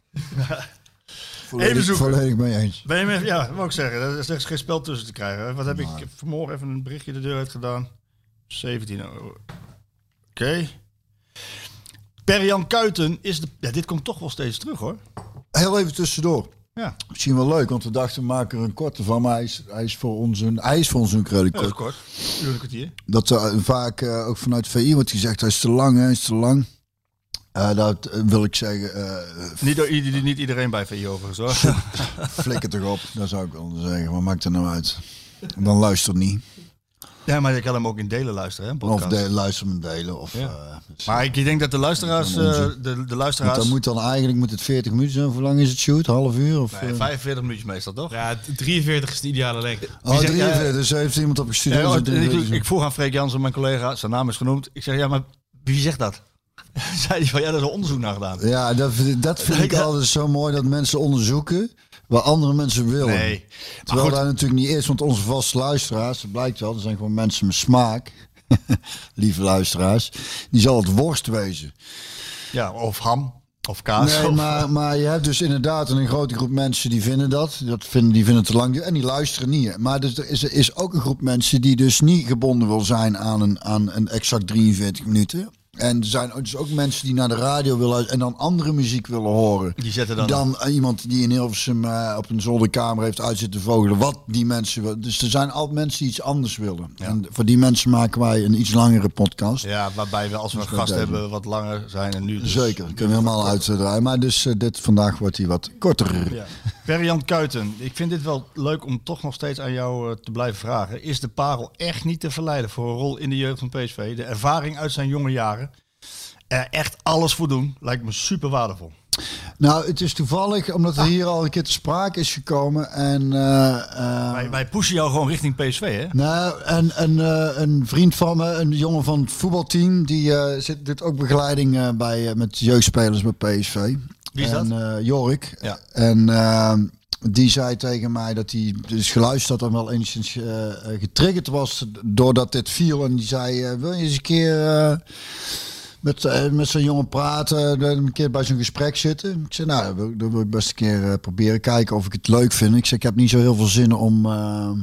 Volledig, even zoeken. Volledig mee eens. Ben je mee, ja, dat wil ik zeggen. Er is echt geen spel tussen te krijgen. Wat heb maar. ik? Ik heb vanmorgen even een berichtje de deur uit gedaan. zeventien euro. Oké. Okay. Per Jan Kuiten is de... Ja, dit komt toch wel steeds terug, hoor. Heel even tussendoor. Ja. Misschien wel leuk, want we dachten we maken er een korte van, maar hij is, hij is voor ons een, hij is voor ons een redelijk Ja, dat kort. is kort. Uur een kwartier. Dat er vaak uh, ook vanuit V I wordt gezegd, hij is te lang, hij is te lang. Uh, dat uh, wil ik zeggen. Uh, niet, door, niet iedereen bij V I overigens hoor. Flikker toch op, dat zou ik willen zeggen. Wat maakt er nou uit? Dan luister niet. Ja, maar je kan hem ook in delen luisteren, hè? Of de, luister hem delen. Of, ja. uh, dus, maar ik denk dat de luisteraars... Uh, de, de luisteraars... Dan moet dan eigenlijk moet het veertig minuten zijn. Hoe lang is het shoot? Half uur? Of, nee, vijfenveertig minuutjes meestal, toch? Ja, drieënvertig is de ideale lengte. Oh, drieënveertig. Dus heeft iemand op gestudeerd. Ja, dus ik, ik, ik vroeg aan Freek Jansen, mijn collega, zijn naam is genoemd. Ik zeg, ja, maar wie zegt dat? Zei hij van, ja, daar is een onderzoek naar gedaan. Ja, dat, dat vind ik altijd zo mooi, dat mensen onderzoeken waar andere mensen willen. Nee. Terwijl dat natuurlijk niet is, want onze vaste luisteraars, dat blijkt wel, dat zijn gewoon mensen met smaak, lieve luisteraars, die zal het worst wezen. Ja, of ham, of kaas. Nee, of... maar, maar je hebt dus inderdaad een grote groep mensen die vinden dat, dat vinden, die vinden het te lang en die luisteren niet. Maar dus er is, er is ook een groep mensen die dus niet gebonden wil zijn aan een, aan een exact drieënveertig minuten. En er zijn dus ook mensen die naar de radio willen en dan andere muziek willen horen. Die zetten dan... Dan iemand die in Hilversum uh, op een zolderkamer heeft uit zitten vogelen. Wat die mensen willen. Dus er zijn altijd mensen die iets anders willen. Ja. En voor die mensen maken wij een iets langere podcast. Ja, waarbij we als we dus een gast hebben wat langer zijn. En nu dus zeker, kunnen we helemaal uitdraaien. Maar dus uh, dit vandaag wordt hij wat korter. Ja. Per-Jan Kuiten, ik vind dit wel leuk om toch nog steeds aan jou uh, te blijven vragen. Is de Parel echt niet te verleiden voor een rol in de jeugd van P S V? De ervaring uit zijn jonge jaren. Er echt alles voor doen, lijkt me super waardevol. Nou, het is toevallig, omdat het hier al een keer te sprake is gekomen. En, uh, uh, wij, wij pushen jou gewoon richting P S V, hè? Nou, en, en uh, een vriend van me, een jongen van het voetbalteam, die uh, zit dit ook begeleiding uh, bij, uh, met jeugdspelers bij P S V. Wie is en, dat? Uh, Jorik. Ja. En uh, die zei tegen mij dat hij dus geluisterd had en wel enigszins uh, getriggerd was doordat dit viel. En die zei, uh, wil je eens een keer... Uh, Met, uh, met zo'n jongen praten, een keer bij zo'n gesprek zitten. Ik zei, nou, dat wil, dat wil ik best een keer uh, proberen kijken of ik het leuk vind. Ik zei, ik heb niet zo heel veel zin om, uh,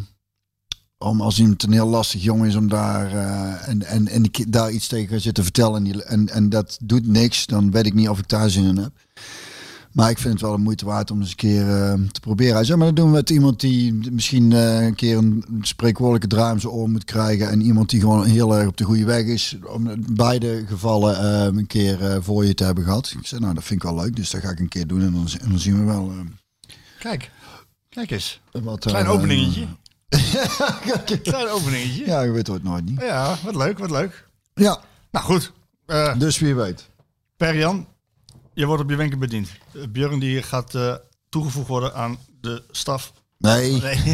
om als iemand een heel lastig jongen is, om daar, uh, en, en, en ik daar iets tegen ga zitten vertellen. En, die, en, en dat doet niks, dan weet ik niet of ik daar zin in heb. Maar ik vind het wel een moeite waard om eens een keer uh, te proberen. Hij zei, maar dat doen we met iemand die misschien uh, een keer een spreekwoordelijke draai om zijn oor moet krijgen. En iemand die gewoon heel erg op de goede weg is. Om in beide gevallen uh, een keer uh, voor je te hebben gehad. Ik zei, nou dat vind ik wel leuk. Dus dat ga ik een keer doen. En dan, en dan zien we wel. Uh, Kijk, kijk eens. Wat, Klein uh, openingetje. Uh, Klein openingetje. Ja, je weet het nooit niet. Ja, wat leuk, wat leuk. Ja. Nou goed. Uh, dus wie weet. Per-Jan. Je wordt op je wenken bediend. Uh, Björn die gaat uh, toegevoegd worden aan de staf. Nee. nee.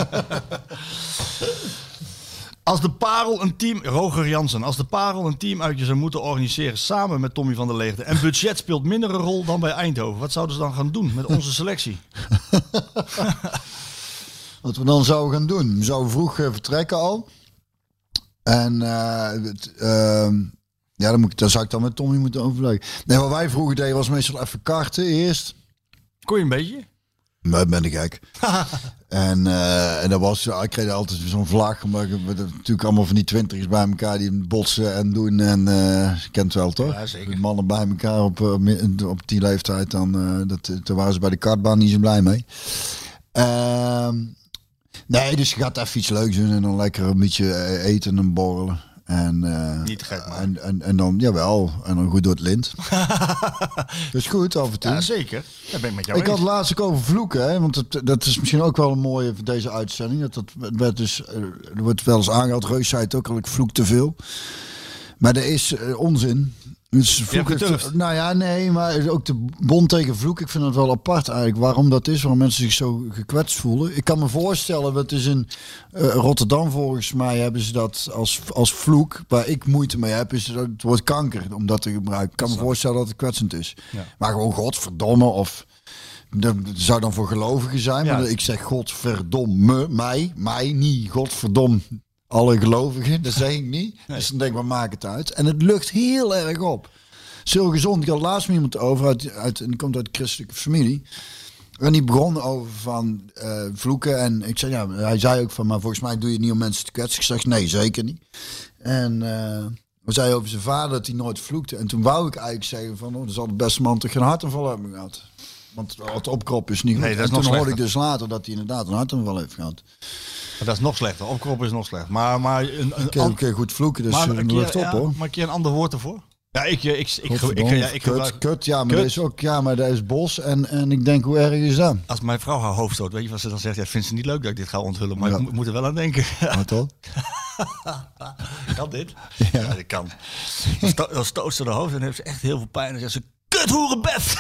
Als de Parel een team... Roger Jansen. Als de Parel een teamuitje zou moeten organiseren samen met Tommy van der Leegte. En budget speelt minder een rol dan bij Eindhoven. Wat zouden ze dan gaan doen met onze selectie? Wat we dan zouden gaan doen? We zouden vroeg uh, vertrekken al. En... Uh, het, uh, Ja, dan, moet ik, dan zou ik dan met Tommy moeten overleggen. Nee, wat wij vroeger deden was meestal even karten eerst. Kon je een beetje? Maar ben ik gek. en, uh, en dat was, ik kreeg altijd zo'n vlag. Maar we natuurlijk allemaal van die twintigers bij elkaar die botsen en doen. En uh, je kent het wel toch? Ja, zeker. Mannen bij elkaar op, op die leeftijd. Dan, uh, dat, daar waren ze bij de kartbaan niet zo blij mee. Uh, nee, dus je gaat even iets leuks doen. En dan lekker een beetje eten en borrelen. En, uh, Niet gek, man. En, en, en dan, jawel, en dan goed door het lint. Dat is goed af en toe. Ja, zeker. Daar ben ik met jou Ik eens. had laatst ook over vloeken, hè, want het, dat is misschien ook wel een mooie voor deze uitzending. Dat, dat werd dus, er wordt wel eens aangehaald, Reus zei het ook al, ik vloek te veel. Maar er is uh, onzin. Dus vloeken, nou ja, nee, maar ook de bond tegen vloek, ik vind het wel apart eigenlijk. Waarom dat is, waarom mensen zich zo gekwetst voelen. Ik kan me voorstellen, dat is in uh, Rotterdam volgens mij hebben ze dat als, als vloek, waar ik moeite mee heb, is het woord kanker, om dat te gebruiken. Ik kan me voorstellen dat het kwetsend is. Ja. Maar gewoon godverdomme, of dat zou dan voor gelovigen zijn, ja. Maar ik zeg godverdomme, mij, mij niet, godverdom. Alle gelovigen, dat zeg ik niet. Nee. Dus dan denk ik, wat maakt het uit? En het lucht heel erg op. Het is heel gezond. Ik had laatst met iemand over, uit, uit, en die komt uit een christelijke familie. En die begon over van uh, vloeken. En ik zei, ja, hij zei ook van, maar volgens mij doe je het niet om mensen te kwetsen. Ik zeg, nee, zeker niet. En uh, we zei over zijn vader dat hij nooit vloekte. En toen wou ik eigenlijk zeggen van, oh, dan zal de beste man toch geen hartaanval hebben gehad. Want het opkroppen is niet goed. Nee, dat is en nog toen hoorde slechter. ik dus later dat hij inderdaad een hartaanval heeft gehad. Maar dat is nog slechter. Opkroppen is nog slechter. Maar, maar een, een, Ik kan ook goed vloeken, dus maar uh, een lucht keer, op ja, hoor. maar een keer een ander woord ervoor? Ja, ik, ik, ik, ik, ik, Godverdomme, ja, ik kut, gebruik- kut, ja, maar Kut. dat is ook, ja, maar dat is bos en, en ik denk, hoe erg is dat? Als mijn vrouw haar hoofd stoot, weet je wat ze dan zegt? Ja, vindt ze niet leuk dat ik dit ga onthullen, maar Ja. ik mo- moet er wel aan denken. Wat dan? Kan dit? Ja. Ja, dat kan. Dan, sto- dan stoot ze haar hoofd en dan heeft ze echt heel veel pijn. En dan zegt ze, kut hoerenbed!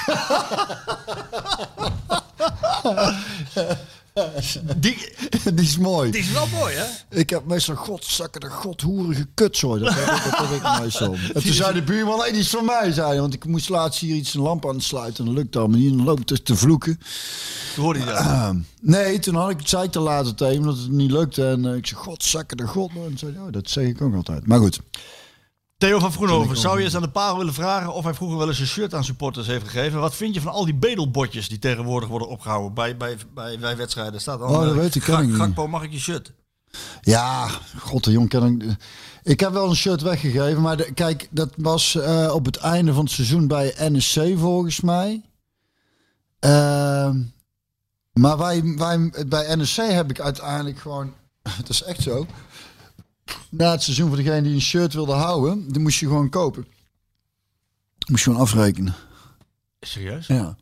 die, Die is mooi. die is wel mooi, hè? Ik heb meestal godzakken de godhoerige kutzooi. Dat heb ik, dat heb ik meestal. En toen zei de buurman, nee, die is van mij, zei hij. Want ik moest laatst hier iets een lamp aan het sluiten. En dat lukt allemaal niet. En dan loopt het te vloeken. Toen hoorde je dat. Uh, nee, toen had ik het zei ik te later tegen hem dat het niet lukte. En uh, ik zei, godzakken de god. En toen zei hij, oh, dat zeg ik ook altijd. Maar goed. Theo van Vroenhoven, zou je eens aan de Parel willen vragen of hij vroeger wel eens een shirt aan supporters heeft gegeven? Wat vind je van al die bedelbotjes die tegenwoordig worden opgehouden bij, bij, bij, bij wedstrijden? Staat Oh, dat weet ik, ken ik niet. Gakpo, mag ik je shirt? Ja, god de jong ken ik. Ik heb wel een shirt weggegeven. Maar de, kijk, dat was uh, op het einde van het seizoen bij N S C volgens mij. Uh, maar wij, wij, bij N S C heb ik uiteindelijk gewoon... Het is echt zo. Na het seizoen voor degene die een shirt wilde houden, die moest je gewoon kopen. Moest je gewoon afrekenen. Serieus? Ja.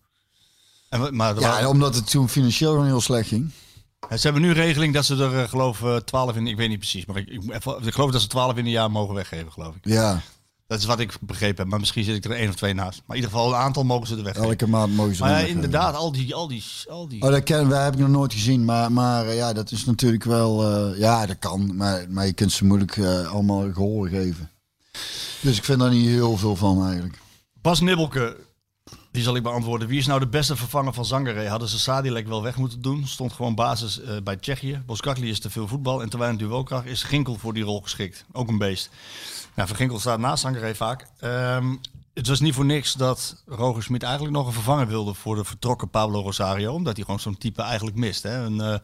En, we- maar er Ja, waren- omdat het toen financieel gewoon heel slecht ging. ze hebben nu een regeling dat ze er, uh, geloof ik, twaalf in, ik weet niet precies, maar ik, ik, even- ik geloof dat ze twaalf in een jaar mogen weggeven, geloof ik. Ja, Dat is wat ik begrepen heb, maar misschien zit ik er één of twee naast. Maar in ieder geval een aantal mogen ze er weggeven. elke maand mogen ze Maar dan ja, weggeven. inderdaad, al die, al die, al die... Oh, dat ken, dat heb ik nog nooit gezien. Maar, maar uh, ja, dat is natuurlijk wel... Uh, ja, dat kan. Maar, maar je kunt ze moeilijk uh, allemaal gehoor geven. Dus ik vind daar niet heel veel van eigenlijk. Bas Nibbelke, die zal ik beantwoorden. Wie is nou de beste vervanger van Zangaré? Hadden ze Sadilek wel weg moeten doen? Stond gewoon basis uh, bij Tsjechië. Boskakli is te veel voetbal en te weinig duelkracht. Is Ginkel voor die rol geschikt? Ook een beest. Nou, Van Ginkel staat naast Zangaré vaak. Um, het was niet voor niks dat Roger Smit eigenlijk nog een vervanger wilde voor de vertrokken Pablo Rosario. Omdat hij gewoon zo'n type eigenlijk mist. Hè? Een, uh,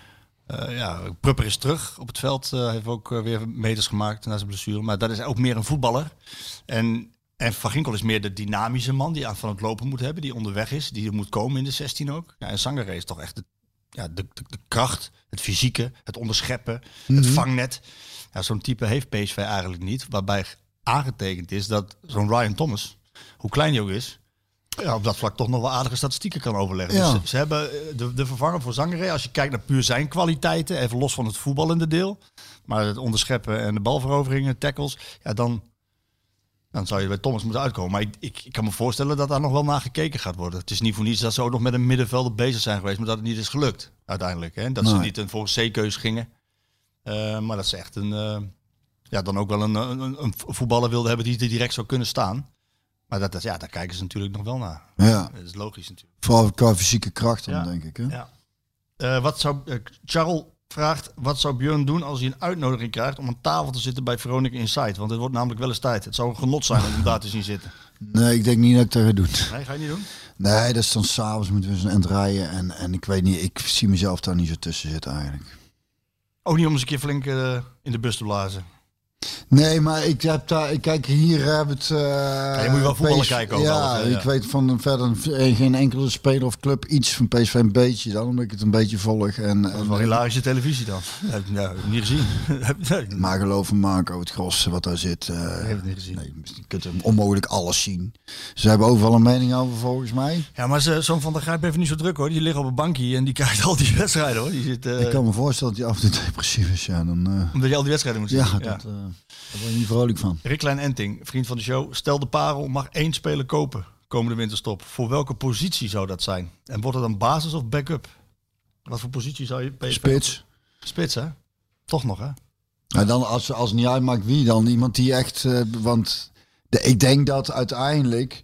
uh, ja, Prupper is terug op het veld. Uh, heeft ook uh, weer meters gemaakt na zijn blessure. Maar dat is ook meer een voetballer. En... En Van Ginkel is meer de dynamische man die aan van het lopen moet hebben, die onderweg is, die er moet komen in de zestien ook. Ja, en Sangaré is toch echt de, ja, de, de, de kracht, het fysieke, het onderscheppen, Mm-hmm. het vangnet. Ja, zo'n type heeft P S V eigenlijk niet, waarbij aangetekend is dat zo'n Ryan Thomas, hoe klein hij ook is, ja, op dat vlak toch nog wel aardige statistieken kan overleggen. Ja. Dus ze, ze hebben de, de vervanger voor Sangaré, als je kijkt naar puur zijn kwaliteiten, even los van het voetballende deel, maar het onderscheppen en de balveroveringen, tackles, ja, dan... Dan zou je bij Thomas moeten uitkomen. Maar ik, ik, ik kan me voorstellen dat daar nog wel naar gekeken gaat worden. Het is niet voor niets dat ze ook nog met een middenvelder bezig zijn geweest. Maar dat het niet is gelukt uiteindelijk. Hè? Dat Nee. ze niet een voor een C-keus gingen. Uh, maar dat ze echt een, uh, ja, dan ook wel een, een, een voetballer wilden hebben die er direct zou kunnen staan. Maar dat, dat, ja, daar kijken ze natuurlijk nog wel naar. Ja. Dat is logisch natuurlijk. Vooral qua fysieke kracht dan, Ja. denk ik. Hè? Ja. Uh, wat zou, uh, Charles vraagt, wat zou Björn doen als hij een uitnodiging krijgt om aan tafel te zitten bij Veronica Inside? Want het wordt namelijk wel eens tijd. Het zou een genot zijn om hem daar te zien zitten. Nee, ik denk niet dat ik dat ga doen. Nee, ga je niet doen? Nee, dat is dan s'avonds moeten we zo'n end rijden. En, en ik weet niet, ik zie mezelf daar niet zo tussen zitten eigenlijk. Ook niet om eens een keer flink uh, in de bus te blazen. Nee, maar ik heb daar, ik kijk hier hebben het. Uh, ja, je moet je wel voetballen P S V, kijken ook. Ja, alles, hè, ja, ik weet van verder geen enkele speler of club iets van P S V een beetje dan, omdat ik het een beetje volg. En, dat is wel hilarische televisie dan. Dat heb ik ja, niet gezien. Maar geloof me, Marco, het gros wat daar zit. Uh, ik heb het niet gezien. Nee, je kunt hem onmogelijk alles zien. Ze hebben overal een mening over volgens mij. Ja, maar ze, zo'n Van der Grijp heeft niet zo druk hoor. Die ligt op een bankje en die kijkt al die wedstrijden hoor. Die zit, uh, ik kan me voorstellen dat hij af en toe depressief is. Ja, dan, uh, omdat je al die wedstrijden moet zien. Ja, dat... Uh, daar word je niet vrolijk van. Rick Klein Enting, vriend van de show. Stel de Parel mag één speler kopen komende winterstop. Voor welke positie zou dat zijn? En wordt het dan basis of backup? Wat voor positie zou je... P S V Spits. Spits, hè? Toch nog, hè? Nou, dan als, als het niet uitmaakt wie dan. Iemand die echt... Uh, want de, ik denk dat uiteindelijk...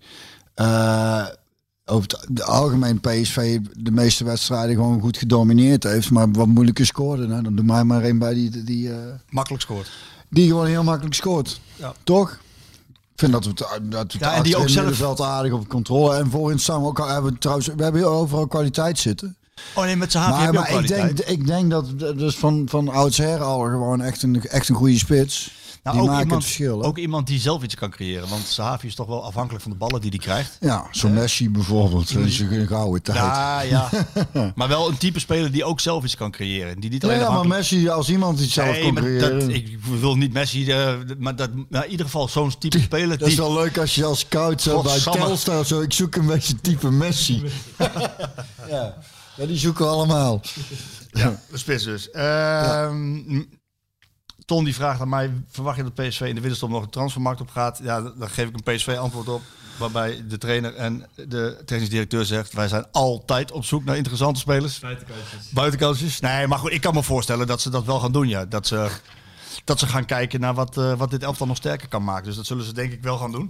Uh, over het de algemeen P S V de meeste wedstrijden gewoon goed gedomineerd heeft. Maar wat moeilijke scoorde. Nou, dan doe mij maar één bij die... die uh, makkelijk scoort. Die gewoon heel makkelijk scoort. Ja. Toch? Ik vind dat we het, dat we ja, en die ook zelf middenveld aardig op controle. En voorin staan we ook al, hebben we trouwens, we hebben heel overal kwaliteit zitten. Oh nee, met zijn haven maar, heb je maar ook ik kwaliteit. denk, ik denk dat dus van, van oudsher al gewoon echt een, echt een goede spits. Nou, die ook maken iemand, het verschil. Hè? Ook iemand die zelf iets kan creëren. Want Sahavi is toch wel afhankelijk van de ballen die hij krijgt. Ja, zo'n Messi bijvoorbeeld. Dat is een gouden tijd. Ja, ja. Maar wel een type speler die ook zelf iets kan creëren. Die niet alleen Ja, ja, maar afhankelijk... Messi, als iemand iets zelf Nee, kon maar creëren... dat, ik wil niet Messi, uh, maar dat, nou, in ieder geval zo'n type speler. Dat is die, wel leuk als je als scout zo bij Godsamme. Telstar zo... Ik zoek een beetje type Messi. ja. ja, die zoeken we allemaal. Ja, de spits dus. Uh, ja. Ton die vraagt aan mij, verwacht je dat P S V in de winterstop nog een transfermarkt op gaat? Ja, dan geef ik een P S V antwoord op. Waarbij de trainer en de technisch directeur zegt, wij zijn altijd op zoek naar interessante spelers. Buitenkantjes. Buitenkantjes. Nee, maar goed, ik kan me voorstellen dat ze dat wel gaan doen. Ja. Dat, ze, dat ze gaan kijken naar wat, uh, wat dit elftal nog sterker kan maken. Dus dat zullen ze denk ik wel gaan doen.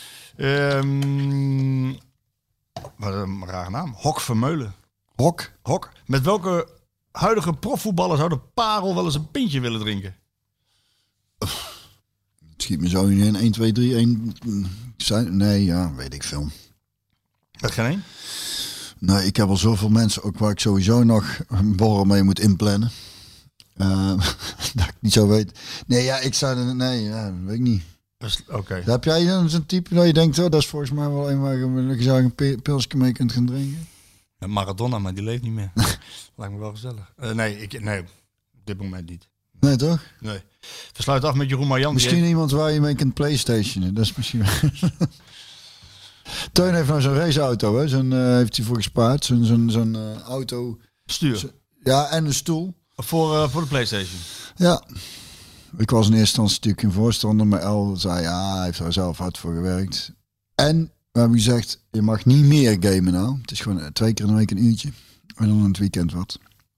Um, wat een rare naam. Hok Vermeulen. Hok? Hok. Met welke huidige profvoetballer zou de Parel wel eens een pintje willen drinken? Het schiet me zo in één, twee, drie, één... Nee, ja, weet ik veel. Dat geen één? Nee, ik heb al zoveel mensen, ook waar ik sowieso nog een borrel mee moet inplannen. Uh, dat ik niet zo weet. Nee, ja, ik zou er... Nee, ja, weet ik niet. Oké. Okay. Heb jij dan zo'n type dat je denkt, oh, dat is volgens mij wel een waar je zou een pilsje mee kunt gaan drinken? Maradona, maar die leeft niet meer. Lijkt me wel gezellig. Uh, nee, ik, nee, op dit moment niet. Nee, toch? Nee. We sluiten af met Jeroen Marjan. Misschien heeft... iemand waar je mee kunt playstationen. Dat is misschien... Teun heeft nou zo'n raceauto, hè? Zo'n, uh, heeft hij voor gespaard. Zo'n, zo'n, zo'n uh, auto... Stuur. Zo, ja, en een stoel. Voor, uh, voor de PlayStation? Ja. Ik was in eerste instantie natuurlijk een voorstander, maar El zei, ja, hij heeft er zelf hard voor gewerkt. En we hebben gezegd, je mag niet meer gamen nou. Het is gewoon twee keer in de week een uurtje. En dan in het weekend wat.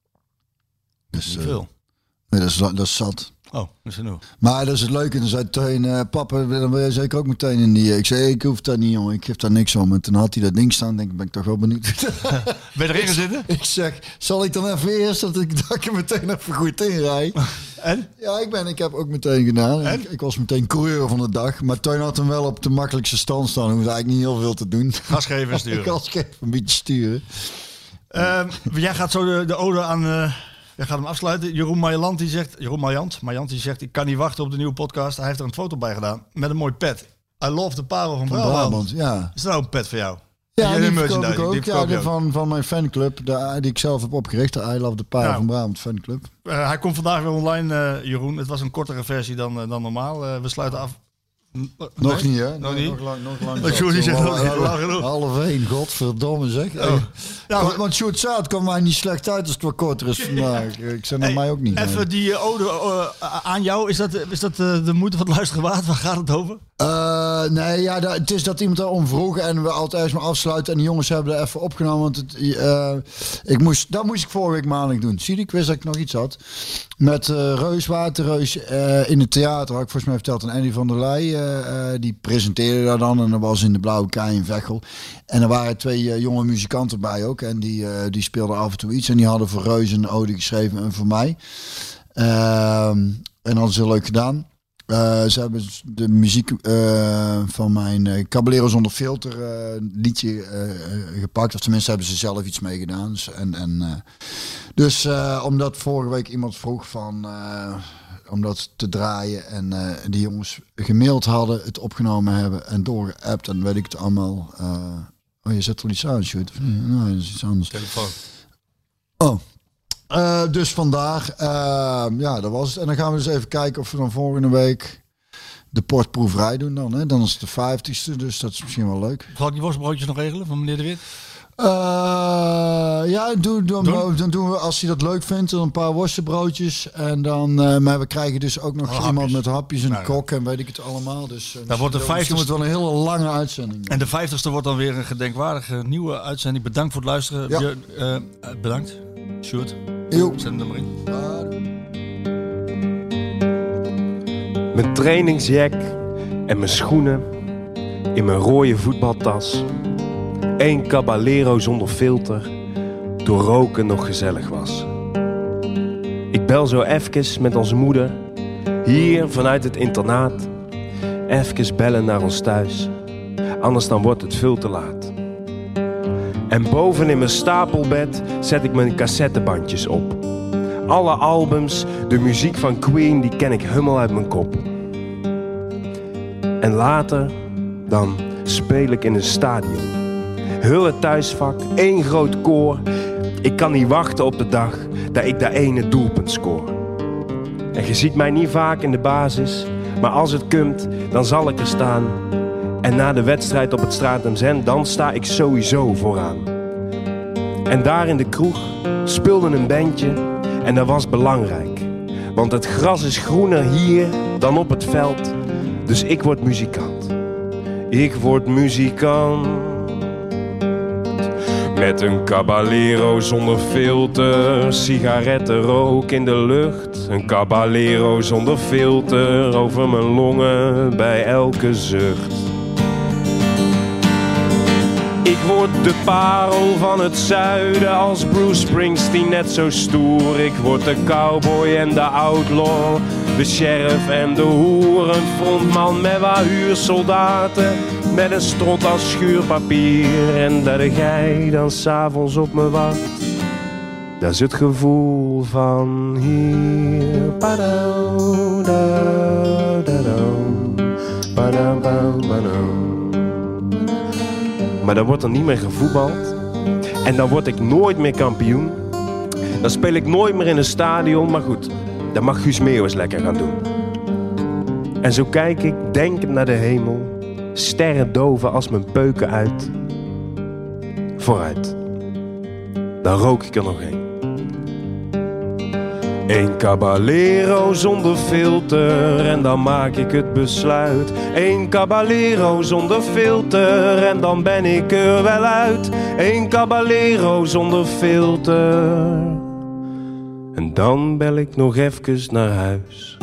Dus, niet veel. Uh, nee, dat is, dat is zat. Oh, dat is genoeg. Maar dat is het leuke. Dan zei Teun, uh, papa, dan wil je zeker ook meteen in die... Ik zei, ik hoef dat niet, jongen. Ik geef daar niks om. En toen had hij dat ding staan. Denk ik, ben ik toch wel benieuwd. Ben je erin gaan zitten? Ik zeg, zal ik dan even eerst dat ik, dat ik er meteen even goed in rijd? En? Ja, ik, ben, ik heb ook meteen gedaan. Ik, ik was meteen coureur van de dag. Maar Teun had hem wel op de makkelijkste stand staan. Hoefde eigenlijk niet heel veel te doen. Gas geven en sturen. Gas geven, een beetje sturen. Uh, jij gaat zo de, de ode aan... Uh... Jij gaat hem afsluiten. Jeroen Marjant die zegt, Jeroen Marjant, Marjant die zegt, ik kan niet wachten op de nieuwe podcast. Hij heeft er een foto bij gedaan met een mooi pet. I love the Parel van, van Brabant. Brabant. Ja. Is dat nou een pet voor jou? Ja, die, die verkoop ik ook. Die ja, die van, van mijn fanclub, de, die ik zelf heb opgericht, de I Love the Parel ja. van Brabant fanclub. Uh, hij komt vandaag weer online, uh, Jeroen. Het was een kortere versie dan, uh, dan normaal. Uh, we sluiten af. Nog nee? niet, hè? Nog nee, niet? Nog lang, nog lang. Dat Sjoerd zegt nog niet lang genoeg. Half één, godverdomme zeg. Oh. Ja, want, want Sjoerd Zaad kwam mij niet slecht uit als het wat korter is vandaag. Ik zei naar hey, mij ook niet. Even nee. die ode uh, aan jou, is dat, is dat uh, de moeite van het luisteren waard? Waar gaat het over? Uh, nee, ja, dat, het is dat iemand daarom vroeg en we altijd eens maar afsluiten. En de jongens hebben er even opgenomen. Want het, uh, ik moest, dat moest ik vorige week maandag doen. Zie je, ik wist dat ik nog iets had. Met uh, Reus, Waterreus uh, in het theater, had ik volgens mij verteld. En Andy van der Leij, uh, uh, die presenteerde daar dan. En dat was in de Blauwe Kei in Veghel. En er waren twee uh, jonge muzikanten bij ook. En die, uh, die speelden af en toe iets. En die hadden voor Reus een ode geschreven en voor mij. Uh, en hadden ze leuk gedaan. Uh, ze hebben de muziek uh, van mijn uh, Caballero zonder filter uh, liedje uh, gepakt. Of tenminste hebben ze zelf iets mee gedaan. Dus, en, en, uh, dus uh, omdat vorige week iemand vroeg van... Uh, om dat te draaien. En uh, die jongens gemaild hadden, het opgenomen hebben en doorgeappt. En weet ik het allemaal. Uh, oh, je zet er iets aan, Sjoerd? Nee, dat is iets anders. Telefoon. Oh. Uh, dus vandaag, uh, ja, dat was het. En dan gaan we dus even kijken of we dan volgende week de portproeverij doen dan. Hè? Dan is het de vijftigste, dus dat is misschien wel leuk. Zal ik die worstbroodjes nog regelen van meneer De Wit? Uh, ja, doe, doe, doen? dan doen we, als hij dat leuk vindt, een paar worstenbroodjes. En dan, uh, maar we krijgen dus ook nog oh, iemand hapjes. met hapjes en nou, kok en weet ik het allemaal. Dus uh, daar wordt de vijftigste wordt wel een hele lange uitzending. En de vijftigste wordt dan weer een gedenkwaardige nieuwe uitzending. Bedankt voor het luisteren. Ja. Je, uh, bedankt. Sjoerd. Zet hem er maar in. Mijn trainingsjack en mijn schoenen in mijn rode voetbaltas. Eén Caballero zonder filter, door roken nog gezellig was. Ik bel zo even met onze moeder, hier vanuit het internaat. Even bellen naar ons thuis, anders dan wordt het veel te laat. En boven in mijn stapelbed zet ik mijn cassettebandjes op. Alle albums, de muziek van Queen, die ken ik helemaal uit mijn kop. En later, dan speel ik in een stadion. Heel het thuisvak, één groot koor. Ik kan niet wachten op de dag dat ik dat ene doelpunt scoor. En je ziet mij niet vaak in de basis, maar als het komt, dan zal ik er staan. En na de wedstrijd op het Stratum Zen, dan sta ik sowieso vooraan. En daar in de kroeg speelde een bandje en dat was belangrijk. Want het gras is groener hier dan op het veld. Dus ik word muzikant. Ik word muzikant. Met een caballero zonder filter, sigarettenrook in de lucht. Een caballero zonder filter over mijn longen bij elke zucht. Ik word de parel van het zuiden als Bruce Springsteen net zo stoer. Ik word de cowboy en de outlaw, de sheriff en de hoer. Een frontman met wat huursoldaten, met een strot als schuurpapier. En dat jij dan s'avonds op me wacht, dat is het gevoel van hier. Padam, da, da, dam. Padam, bam, badam. Maar dan wordt er niet meer gevoetbald. En dan word ik nooit meer kampioen. Dan speel ik nooit meer in een stadion. Maar goed, dat mag Guus Meeuwis lekker gaan doen. En zo kijk ik denkend naar de hemel. Sterren doven als mijn peuken uit. Vooruit. Dan rook ik er nog een. Eén caballero zonder filter en dan maak ik het besluit. Eén caballero zonder filter en dan ben ik er wel uit. Eén caballero zonder filter. En dan bel ik nog even naar huis.